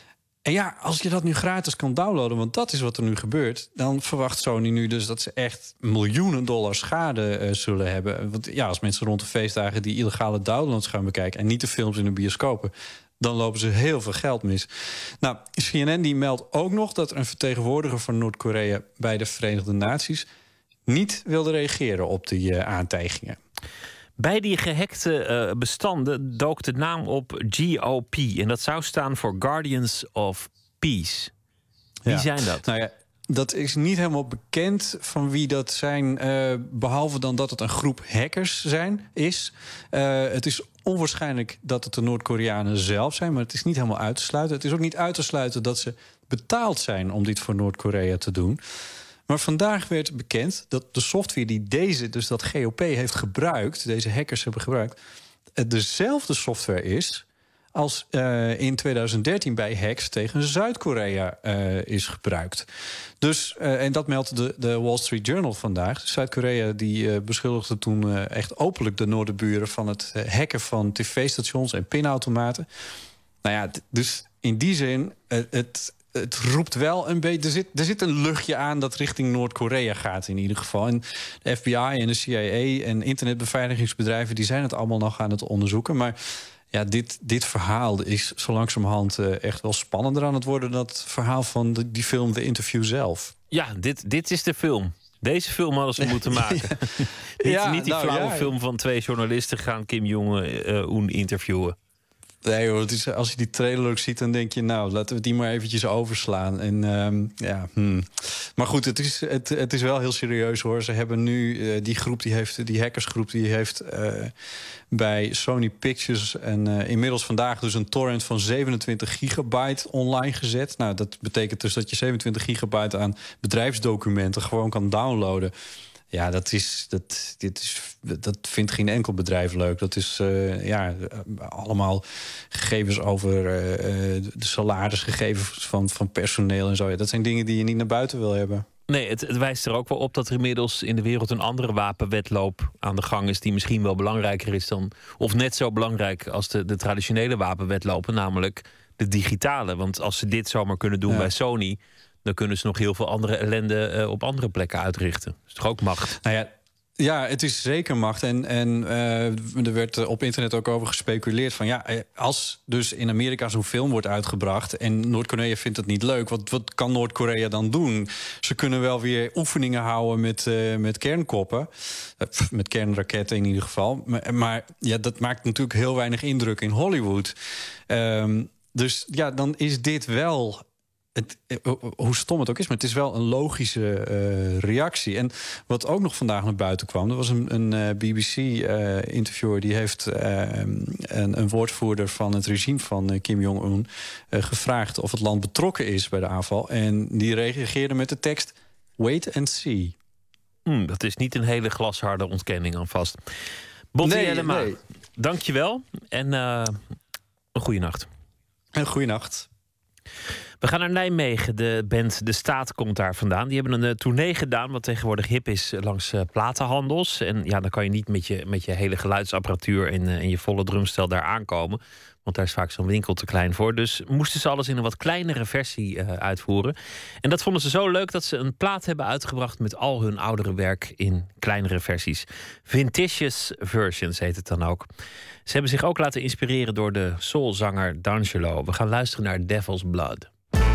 En ja, als je dat nu gratis kan downloaden, want dat is wat er nu gebeurt, dan verwacht Sony nu dus dat ze echt miljoenen dollar schade zullen hebben. Want ja, als mensen rond de feestdagen die illegale downloads gaan bekijken en niet de films in de bioscopen, dan lopen ze heel veel geld mis. Nou, CNN die meldt ook nog dat er een vertegenwoordiger van Noord-Korea bij de Verenigde Naties niet wilde reageren op die aantijgingen. Bij die gehackte bestanden dook de naam op GOP. En dat zou staan voor Guardians of Peace. Wie zijn dat? Nou ja, dat is niet helemaal bekend van wie dat zijn, behalve dan dat het een groep hackers is. Het is onwaarschijnlijk dat het de Noord-Koreanen zelf zijn, maar het is niet helemaal uit te sluiten. Het is ook niet uit te sluiten dat ze betaald zijn om dit voor Noord-Korea te doen. Maar vandaag werd bekend dat de software die dat GOP heeft gebruikt, deze hackers hebben gebruikt, dezelfde software is als in 2013 bij hacks tegen Zuid-Korea is gebruikt. Dus, en dat meldt de Wall Street Journal vandaag. Zuid-Korea die beschuldigde toen echt openlijk de noorderburen van het hacken van tv-stations en pinautomaten. Nou ja, dus in die zin, het roept wel een beetje. Er zit een luchtje aan dat richting Noord-Korea gaat in ieder geval. En de FBI en de CIA en internetbeveiligingsbedrijven die zijn het allemaal nog aan het onderzoeken. Maar ja, dit verhaal is zo langzamerhand echt wel spannender aan het worden dan het verhaal van die film The Interview zelf. Ja, dit is de film. Deze film hadden ze moeten maken. Niet die flauwe film van 2 journalisten gaan Kim Jong-un interviewen. Nee hoor, als je die trailer ook ziet, dan denk je, nou, laten we die maar eventjes overslaan. En Maar goed, het is wel heel serieus hoor. Ze hebben nu die hackersgroep, die heeft bij Sony Pictures en inmiddels vandaag dus een torrent van 27 gigabyte online gezet. Nou, dat betekent dus dat je 27 gigabyte aan bedrijfsdocumenten gewoon kan downloaden. Ja, dat vindt geen enkel bedrijf leuk. Dat is allemaal gegevens over de salarisgegevens van personeel en zo. Ja, dat zijn dingen die je niet naar buiten wil hebben. Nee, het wijst er ook wel op dat er inmiddels in de wereld een andere wapenwetloop aan de gang is, die misschien wel belangrijker is dan, of net zo belangrijk als de traditionele wapenwetlopen, namelijk de digitale. Want als ze dit zomaar kunnen doen bij Sony, dan kunnen ze nog heel veel andere ellende op andere plekken uitrichten. Dat is toch ook macht? Nou ja, Ja, het is zeker macht. En er werd op internet ook over gespeculeerd van... ja, als dus in Amerika zo'n film wordt uitgebracht... en Noord-Korea vindt het niet leuk, wat kan Noord-Korea dan doen? Ze kunnen wel weer oefeningen houden met kernkoppen. Met kernraketten in ieder geval. Maar ja, dat maakt natuurlijk heel weinig indruk in Hollywood. Dus ja, dan is dit wel... hoe stom het ook is, maar het is wel een logische reactie. En wat ook nog vandaag naar buiten kwam... er was een BBC-interviewer... die heeft een woordvoerder van het regime van Kim Jong-un... gevraagd of het land betrokken is bij de aanval. En die reageerde met de tekst... wait and see. Dat is niet een hele glasharde ontkenning aan vast. Botti Jellema, dank je wel. En een goede nacht. Een goede nacht. We gaan naar Nijmegen. De band De Staat komt daar vandaan. Die hebben een tournee gedaan, wat tegenwoordig hip is langs platenhandels. En ja, dan kan je niet met je hele geluidsapparatuur en je volle drumstel daar aankomen. Want daar is vaak zo'n winkel te klein voor. Dus moesten ze alles in een wat kleinere versie uitvoeren. En dat vonden ze zo leuk dat ze een plaat hebben uitgebracht met al hun oudere werk in kleinere versies. Vintageous Versions heet het dan ook. Ze hebben zich ook laten inspireren door de soulzanger D'Angelo. We gaan luisteren naar Devil's Blood.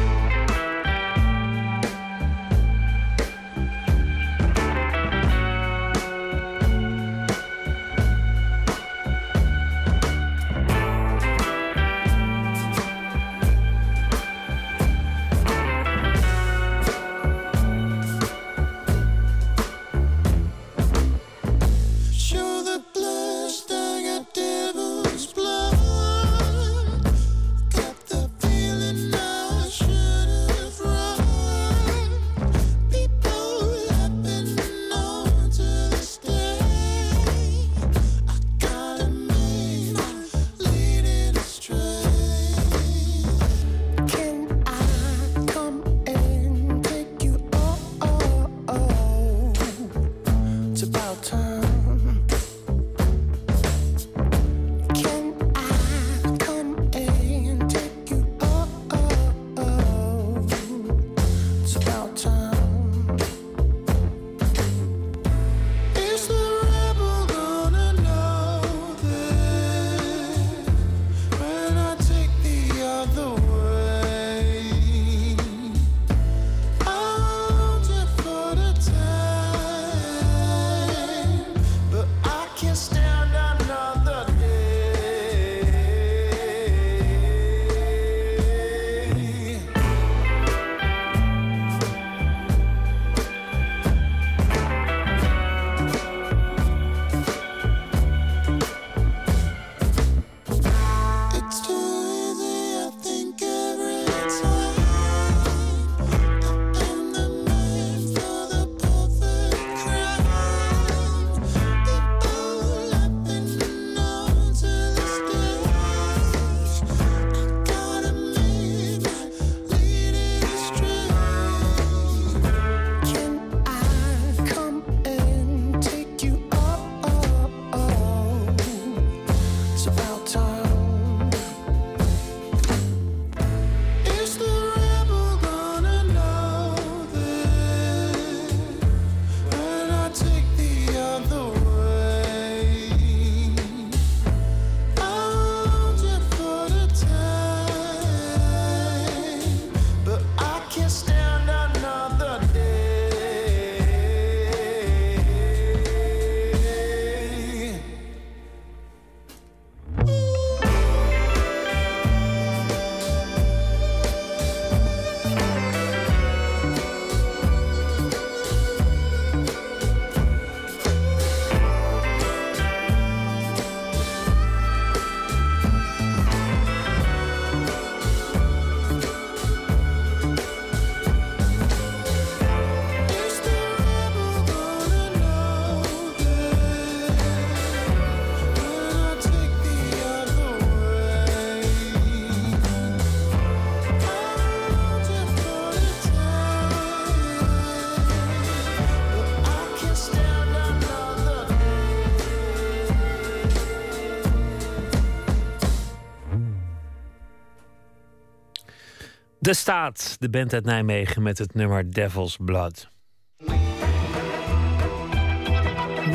De Staat, de band uit Nijmegen met het nummer Devil's Blood.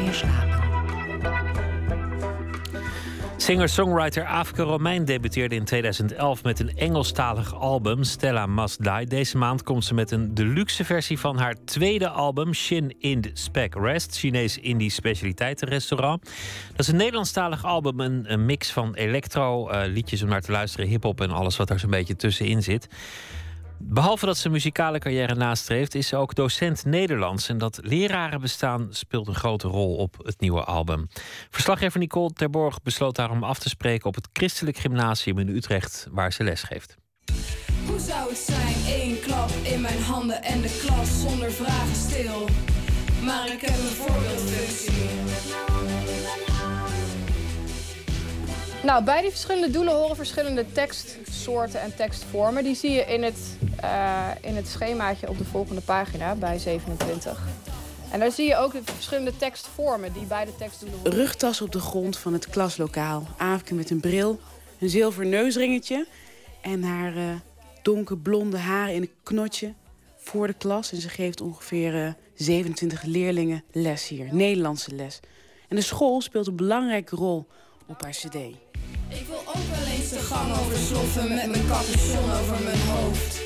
meer slapen. Singer-songwriter Aafke Romein debuteerde in 2011 met een Engelstalig album, Stella Must Die. Deze maand komt ze met een deluxe versie van haar tweede album, Shin Ind Spec Rest, Chinees Indie specialiteitenrestaurant. Dat is een Nederlandstalig album, een mix van electro, liedjes om naar te luisteren, hiphop en alles wat er zo'n beetje tussenin zit. Behalve dat ze een muzikale carrière nastreeft, is ze ook docent Nederlands. En dat lerarenbestaan speelt een grote rol op het nieuwe album. Verslaggever Nicole Terborg besloot daarom af te spreken op het Christelijk Gymnasium in Utrecht, waar ze les geeft. Hoe zou het zijn? 1 klap in mijn handen en de klas zonder vragen stil. Maar ik heb een voorbeeldfunctie. Nou, bij die verschillende doelen horen verschillende tekstsoorten en tekstvormen. Die zie je in het schemaatje op de volgende pagina, bij 27. En daar zie je ook de verschillende tekstvormen die bij de tekstdoelen horen. Rugtas op de grond van het klaslokaal. Aafke met een bril, een zilver neusringetje en haar donkerblonde haren in een knotje voor de klas. En ze geeft ongeveer 27 leerlingen les hier, Nederlandse les. En de school speelt een belangrijke rol op haar cd. Ik wil ook wel eens de gang oversloffen met mijn capuchon over mijn hoofd.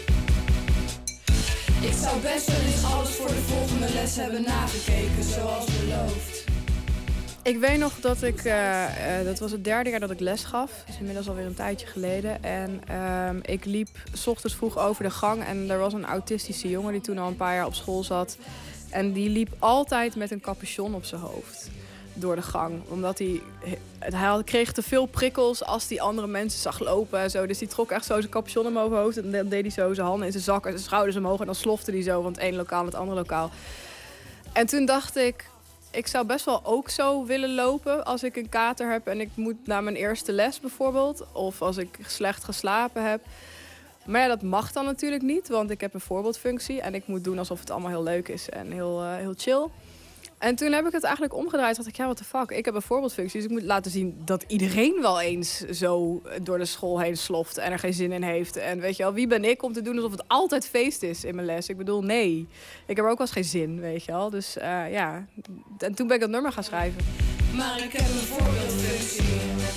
Ik zou best wel eens alles voor de volgende les hebben nagekeken, zoals beloofd. Ik weet nog dat dat was het 3e jaar dat ik les gaf. Dat is inmiddels alweer een tijdje geleden. En ik liep 's ochtends vroeg over de gang. En er was een autistische jongen die toen al een paar jaar op school zat. En die liep altijd met een capuchon op zijn hoofd door de gang. Omdat hij kreeg te veel prikkels als hij andere mensen zag lopen en zo. Dus die trok echt zo zijn capuchon in mijn hoofd. En dan deed hij zo zijn handen in zijn zak en zijn schouders omhoog. En dan slofte hij zo van het ene lokaal naar het andere lokaal. En toen dacht ik zou best wel ook zo willen lopen als ik een kater heb en ik moet naar mijn eerste les bijvoorbeeld. Of als ik slecht geslapen heb. Maar ja, dat mag dan natuurlijk niet, want ik heb een voorbeeldfunctie. En ik moet doen alsof het allemaal heel leuk is en heel chill. En toen heb ik het eigenlijk omgedraaid. Dacht ik, ja, what the fuck. Ik heb een voorbeeldfunctie, dus ik moet laten zien dat iedereen wel eens zo door de school heen sloft en er geen zin in heeft. En weet je wel, wie ben ik om te doen alsof het altijd feest is in mijn les? Ik bedoel, nee. Ik heb er ook wel eens geen zin, weet je wel. Dus ja, en toen ben ik dat nummer gaan schrijven. Maar ik heb een voorbeeldfunctie.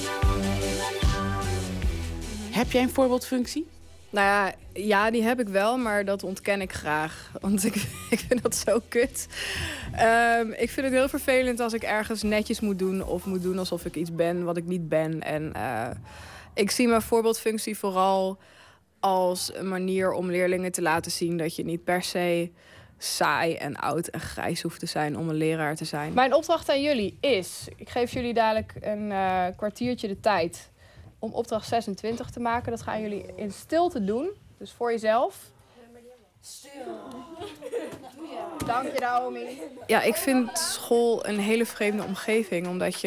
Heb jij een voorbeeldfunctie? Nou ja, die heb ik wel, maar dat ontken ik graag. Want ik vind dat zo kut. Ik vind het heel vervelend als ik ergens netjes moet doen of moet doen alsof ik iets ben wat ik niet ben. En ik zie mijn voorbeeldfunctie vooral als een manier om leerlingen te laten zien dat je niet per se saai en oud en grijs hoeft te zijn om een leraar te zijn. Mijn opdracht aan jullie is, ik geef jullie dadelijk een kwartiertje de tijd om opdracht 26 te maken. Dat gaan jullie in stilte doen. Dus voor jezelf. Stil. Dank je, Naomi. Ja, ik vind school een hele vreemde omgeving. Omdat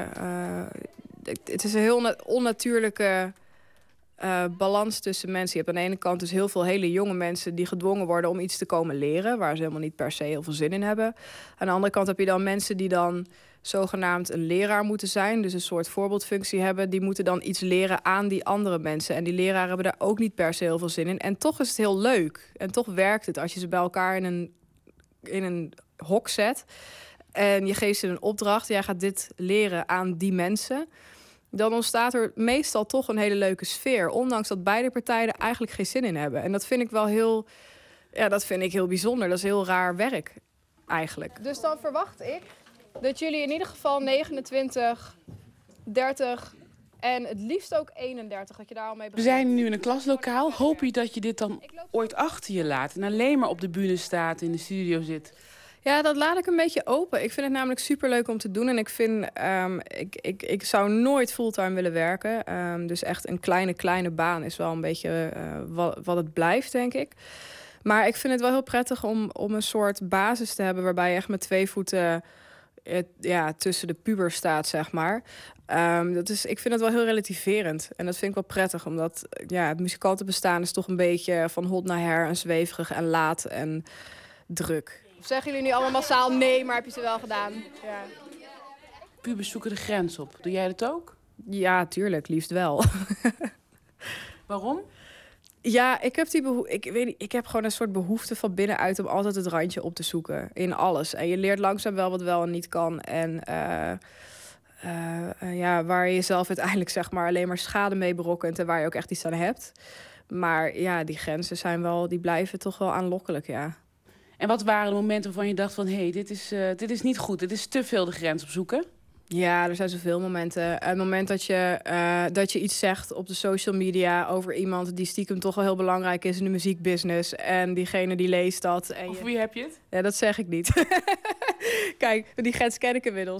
het is een heel onnatuurlijke balans tussen mensen. Je hebt aan de ene kant dus heel veel hele jonge mensen die gedwongen worden om iets te komen leren, waar ze helemaal niet per se heel veel zin in hebben. Aan de andere kant heb je dan mensen die dan zogenaamd een leraar moeten zijn, dus een soort voorbeeldfunctie hebben. Die moeten dan iets leren aan die andere mensen. En die leraren hebben daar ook niet per se heel veel zin in. En toch is het heel leuk. En toch werkt het als je ze bij elkaar in een hok zet. En je geeft ze een opdracht. Jij gaat dit leren aan die mensen. Dan ontstaat er meestal toch een hele leuke sfeer. Ondanks dat beide partijen er eigenlijk geen zin in hebben. En dat vind ik wel heel bijzonder. Dat is heel raar werk, eigenlijk. Dus dan verwacht ik dat jullie in ieder geval 29, 30 en het liefst ook 31, dat je daar al mee begint. We zijn nu in een klaslokaal. Hoop je dat je dit dan ooit achter je laat en alleen maar op de bühne staat, in de studio zit? Ja, dat laat ik een beetje open. Ik vind het namelijk superleuk om te doen. En ik vind, ik zou nooit fulltime willen werken. Dus echt een kleine baan is wel een beetje wat het blijft, denk ik. Maar ik vind het wel heel prettig om een soort basis te hebben waarbij je echt met 2 voeten tussen de puber staat, zeg maar. Ik vind het wel heel relativerend. En dat vind ik wel prettig, omdat het muzikantenbestaan is toch een beetje van hot naar her en zweverig en laat en druk. Of zeggen jullie nu allemaal massaal nee, maar heb je ze wel gedaan? Ja. Pubers zoeken de grens op. Doe jij dat ook? Ja, tuurlijk. Liefst wel. Waarom? Ja, ik heb ik weet niet, ik heb gewoon een soort behoefte van binnenuit om altijd het randje op te zoeken in alles. En je leert langzaam wel wat wel en niet kan. En waar je jezelf uiteindelijk zeg maar alleen maar schade mee berokkent en waar je ook echt iets aan hebt. Maar ja, die grenzen zijn wel, die blijven toch wel aanlokkelijk, ja. En wat waren de momenten waarvan je dacht van... hé, dit is niet goed, dit is te veel de grens opzoeken? Ja, er zijn zoveel momenten. Het moment dat je iets zegt op de social media over iemand die stiekem toch wel heel belangrijk is in de muziekbusiness. En diegene die leest dat. En Over wie heb je het? Ja, dat zeg ik niet. Kijk, die grens ken ik inmiddels.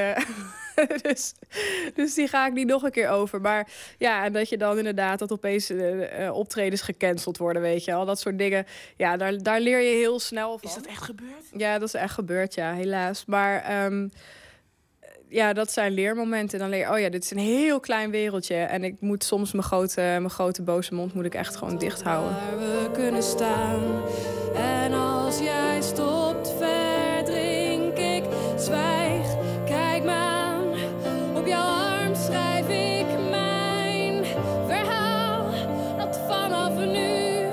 Dus die ga ik niet nog een keer over. Maar ja, en dat je dan inderdaad dat opeens optredens gecanceld worden, weet je al. Dat soort dingen. Ja, daar leer je heel snel van. Is dat echt gebeurd? Ja, dat is echt gebeurd, ja, helaas. Maar ja, dat zijn leermomenten. Dan leer je, oh ja, dit is een heel klein wereldje. En ik moet soms mijn grote boze mond moet ik echt gewoon dicht houden. Waar we kunnen staan. En als jij stopt, verdrink ik. Zwijg, kijk me aan. Op jouw arm schrijf ik mijn verhaal. Dat vanaf nu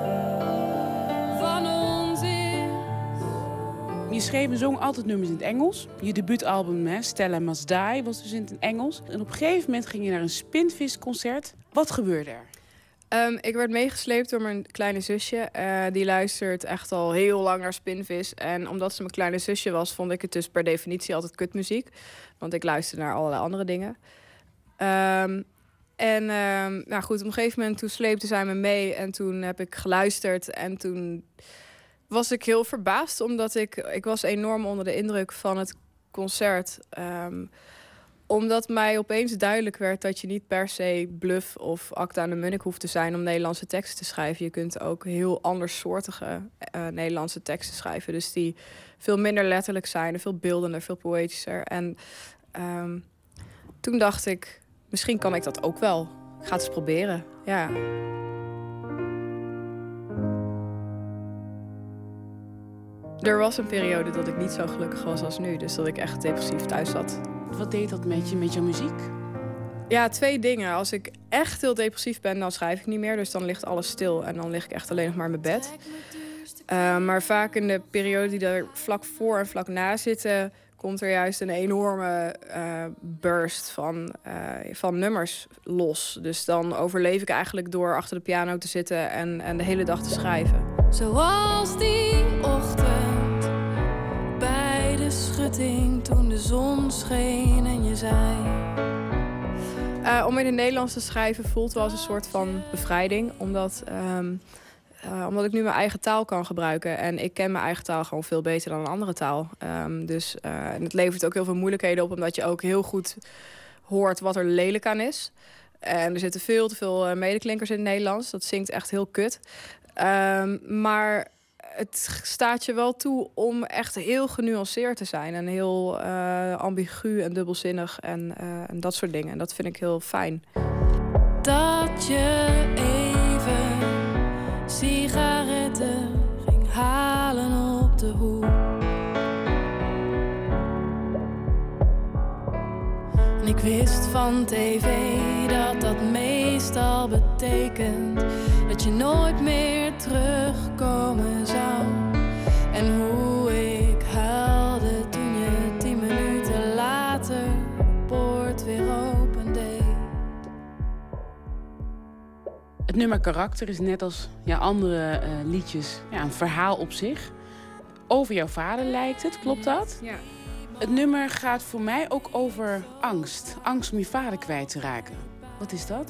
van ons is. Je schreef en zong altijd nummers in het Engels. Je debuutalbum, Stella Must Die, was dus in het Engels. En op een gegeven moment ging je naar een Spinvis-concert. Wat gebeurde er? Ik werd meegesleept door mijn kleine zusje. Die luistert echt al heel lang naar Spinvis. En omdat ze mijn kleine zusje was, vond ik het dus per definitie altijd kutmuziek. Want ik luisterde naar allerlei andere dingen. Nou goed, op een gegeven moment toen sleepte zij me mee. En toen heb ik geluisterd. En toen was ik heel verbaasd, omdat ik was enorm onder de indruk van het concert. Omdat mij opeens duidelijk werd dat je niet per se Bluff of Acta en de Munnik hoeft te zijn om Nederlandse teksten te schrijven. Je kunt ook heel andersoortige Nederlandse teksten schrijven. Dus die veel minder letterlijk zijn, veel beeldender, veel poëtischer. En toen dacht ik, misschien kan ik dat ook wel. Ik ga het eens proberen, ja. Er was een periode dat ik niet zo gelukkig was als nu. Dus dat ik echt depressief thuis zat. Wat deed dat met jouw muziek? Ja, 2 dingen. Als ik echt heel depressief ben, dan schrijf ik niet meer. Dus dan ligt alles stil en dan lig ik echt alleen nog maar in mijn bed. Maar vaak in de periode die er vlak voor en vlak na zitten, komt er juist een enorme burst van nummers los. Dus dan overleef ik eigenlijk door achter de piano te zitten en de hele dag te schrijven. Zoals die ochtend bij de schutting toen de zon scheen en je zei. Om in het Nederlands te schrijven voelt wel als een soort van bevrijding. Omdat ik nu mijn eigen taal kan gebruiken. En ik ken mijn eigen taal gewoon veel beter dan een andere taal. En het levert ook heel veel moeilijkheden op, omdat je ook heel goed hoort wat er lelijk aan is. En er zitten veel te veel medeklinkers in het Nederlands. Dat zingt echt heel kut. Maar het staat je wel toe om echt heel genuanceerd te zijn. En heel ambigu en dubbelzinnig en dat soort dingen. En dat vind ik heel fijn. Dat je even sigaretten ging halen op de hoek. En ik wist van tv dat dat meestal betekent dat je nooit meer terugkomen zou. En hoe ik huilde toen je 10 minuten later de poort weer opendeed. Het nummer Karakter is net als andere liedjes een verhaal op zich. Over jouw vader lijkt het, klopt dat? Ja. Het nummer gaat voor mij ook over angst. Angst om je vader kwijt te raken. Wat is dat?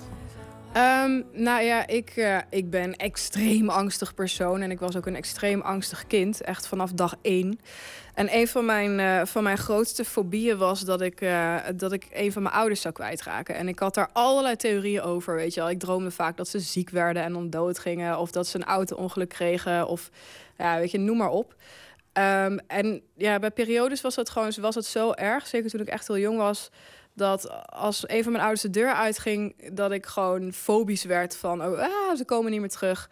Ik ben een extreem angstig persoon. En ik was ook een extreem angstig kind. Echt vanaf dag 1. En een van mijn grootste fobieën was dat ik een van mijn ouders zou kwijtraken. En ik had daar allerlei theorieën over, weet je wel. Ik droomde vaak dat ze ziek werden en dan dood gingen. Of dat ze een auto-ongeluk kregen. Of ja, weet je, noem maar op. En ja, bij periodes was het zo erg. Zeker toen ik echt heel jong was. Dat als een van mijn ouders de deur uitging, dat ik gewoon fobisch werd van, ze komen niet meer terug.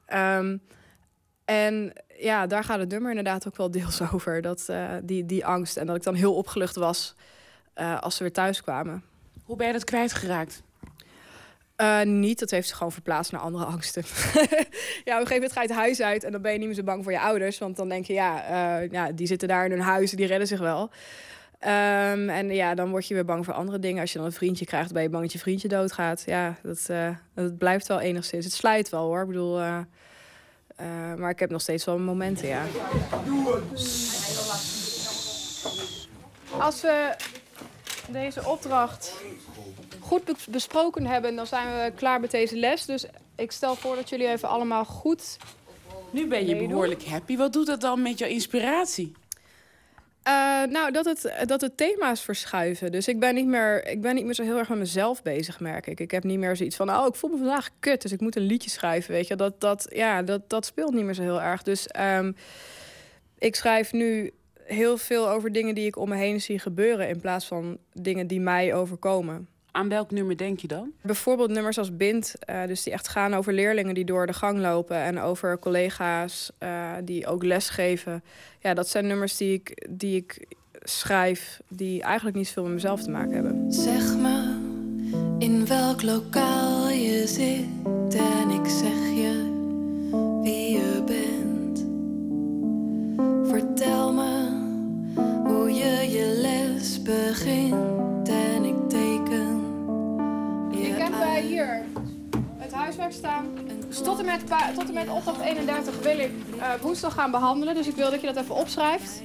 En ja, daar gaat het nummer inderdaad ook wel deels over. Die angst. En dat ik dan heel opgelucht was als ze weer thuis kwamen. Hoe ben je dat kwijtgeraakt? Niet, dat heeft ze gewoon verplaatst naar andere angsten. Ja, op een gegeven moment ga je het huis uit en dan ben je niet meer zo bang voor je ouders. Want dan denk je, die zitten daar in hun huis, die redden zich wel. En ja, dan word je weer bang voor andere dingen. Als je dan een vriendje krijgt, ben je bang dat je vriendje doodgaat. Ja, dat blijft wel enigszins. Het slijt wel hoor, ik bedoel... maar ik heb nog steeds wel momenten, ja. Als we deze opdracht goed besproken hebben, dan zijn we klaar met deze les. Dus ik stel voor dat jullie even allemaal goed... Nu ben je behoorlijk happy. Wat doet dat dan met jouw inspiratie? Dat het thema's verschuiven. Dus ik ben niet meer zo heel erg met mezelf bezig, merk ik. Ik heb niet meer zoiets van, ik voel me vandaag kut, dus ik moet een liedje schrijven, weet je. Dat speelt niet meer zo heel erg. Dus ik schrijf nu heel veel over dingen die ik om me heen zie gebeuren, in plaats van dingen die mij overkomen. Aan welk nummer denk je dan? Bijvoorbeeld nummers als Bind, dus die echt gaan over leerlingen die door de gang lopen en over collega's die ook lesgeven. Ja, dat zijn nummers die ik schrijf die eigenlijk niet zoveel met mezelf te maken hebben. Zeg me in welk lokaal je zit en ik zeg je wie je bent. Vertel me hoe je les begint en ik teken. Ik heb hier het huiswerk staan. Tot en met opdracht 31 wil ik woensdag gaan behandelen. Dus ik wil dat je dat even opschrijft.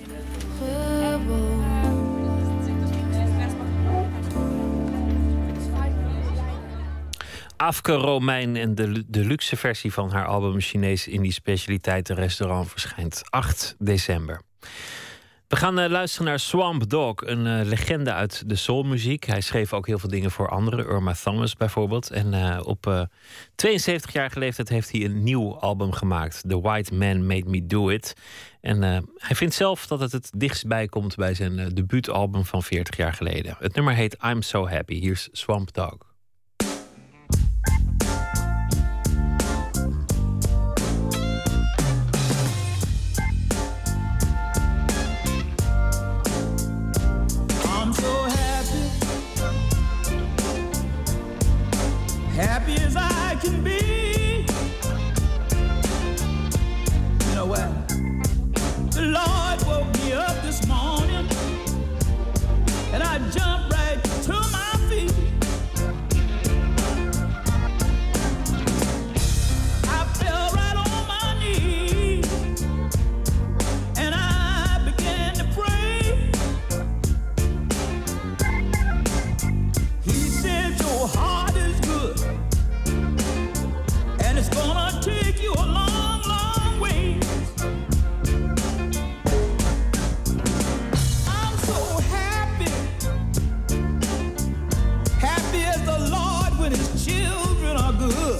Afke Romein en de luxe versie van haar album Chinees Indie Specialiteiten Restaurant verschijnt 8 december. We gaan luisteren naar Swamp Dogg, een legende uit de soulmuziek. Hij schreef ook heel veel dingen voor anderen, Irma Thomas bijvoorbeeld. En op 72-jarige leeftijd heeft hij een nieuw album gemaakt, The White Man Made Me Do It. En hij vindt zelf dat het dichtstbij komt bij zijn debuutalbum van 40 jaar geleden. Het nummer heet I'm So Happy. Hier is Swamp Dogg. Happy as I can be. You know what? The Lord woke me up this morning and I jumped right to my feet. I fell right on my knees and I began to pray. He said your heart is good and it's gonna take you a long, long way. I'm so happy, happy as the Lord when his children are good.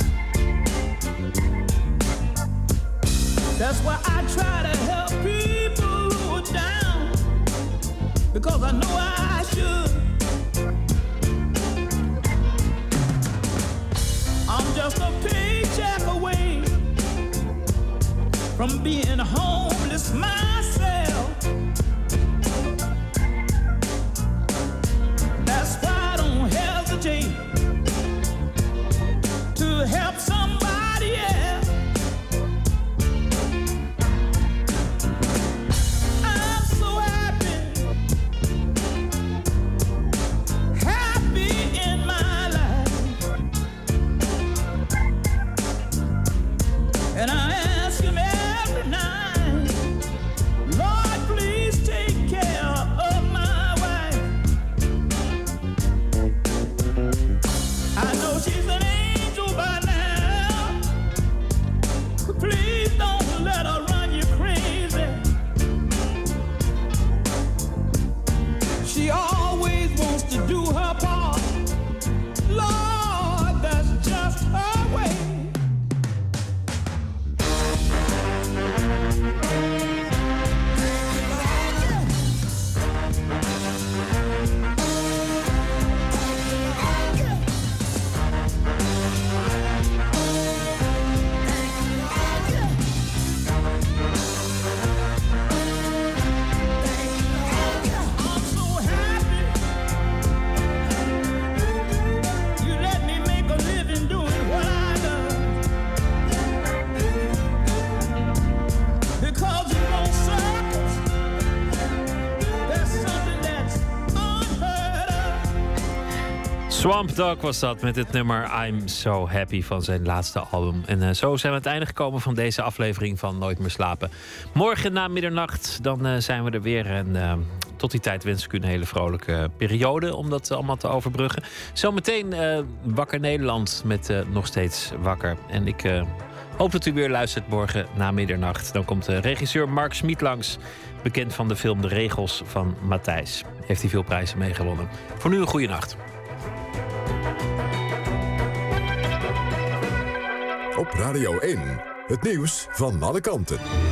That's why I try to help people who are down, because I know I should. I'm just a paycheck away from being homeless myself. That's why I don't hesitate to help somebody else. I'm so happy, happy in my life. And I ask him every night, Lord, please take care of my wife. I know she's an angel by now, Swamp Dogg was dat met het nummer I'm So Happy van zijn laatste album. En zo zijn we aan het einde gekomen van deze aflevering van Nooit meer slapen. Morgen na middernacht dan zijn we er weer. En tot die tijd wens ik u een hele vrolijke periode om dat allemaal te overbruggen. Zometeen Wakker Nederland met Nog Steeds Wakker. En ik hoop dat u weer luistert morgen na middernacht. Dan komt regisseur Mark Smit langs. Bekend van de film De Regels van Matthijs. Heeft hij veel prijzen meegewonnen. Voor nu een goede nacht. Op Radio 1, het nieuws van alle kanten.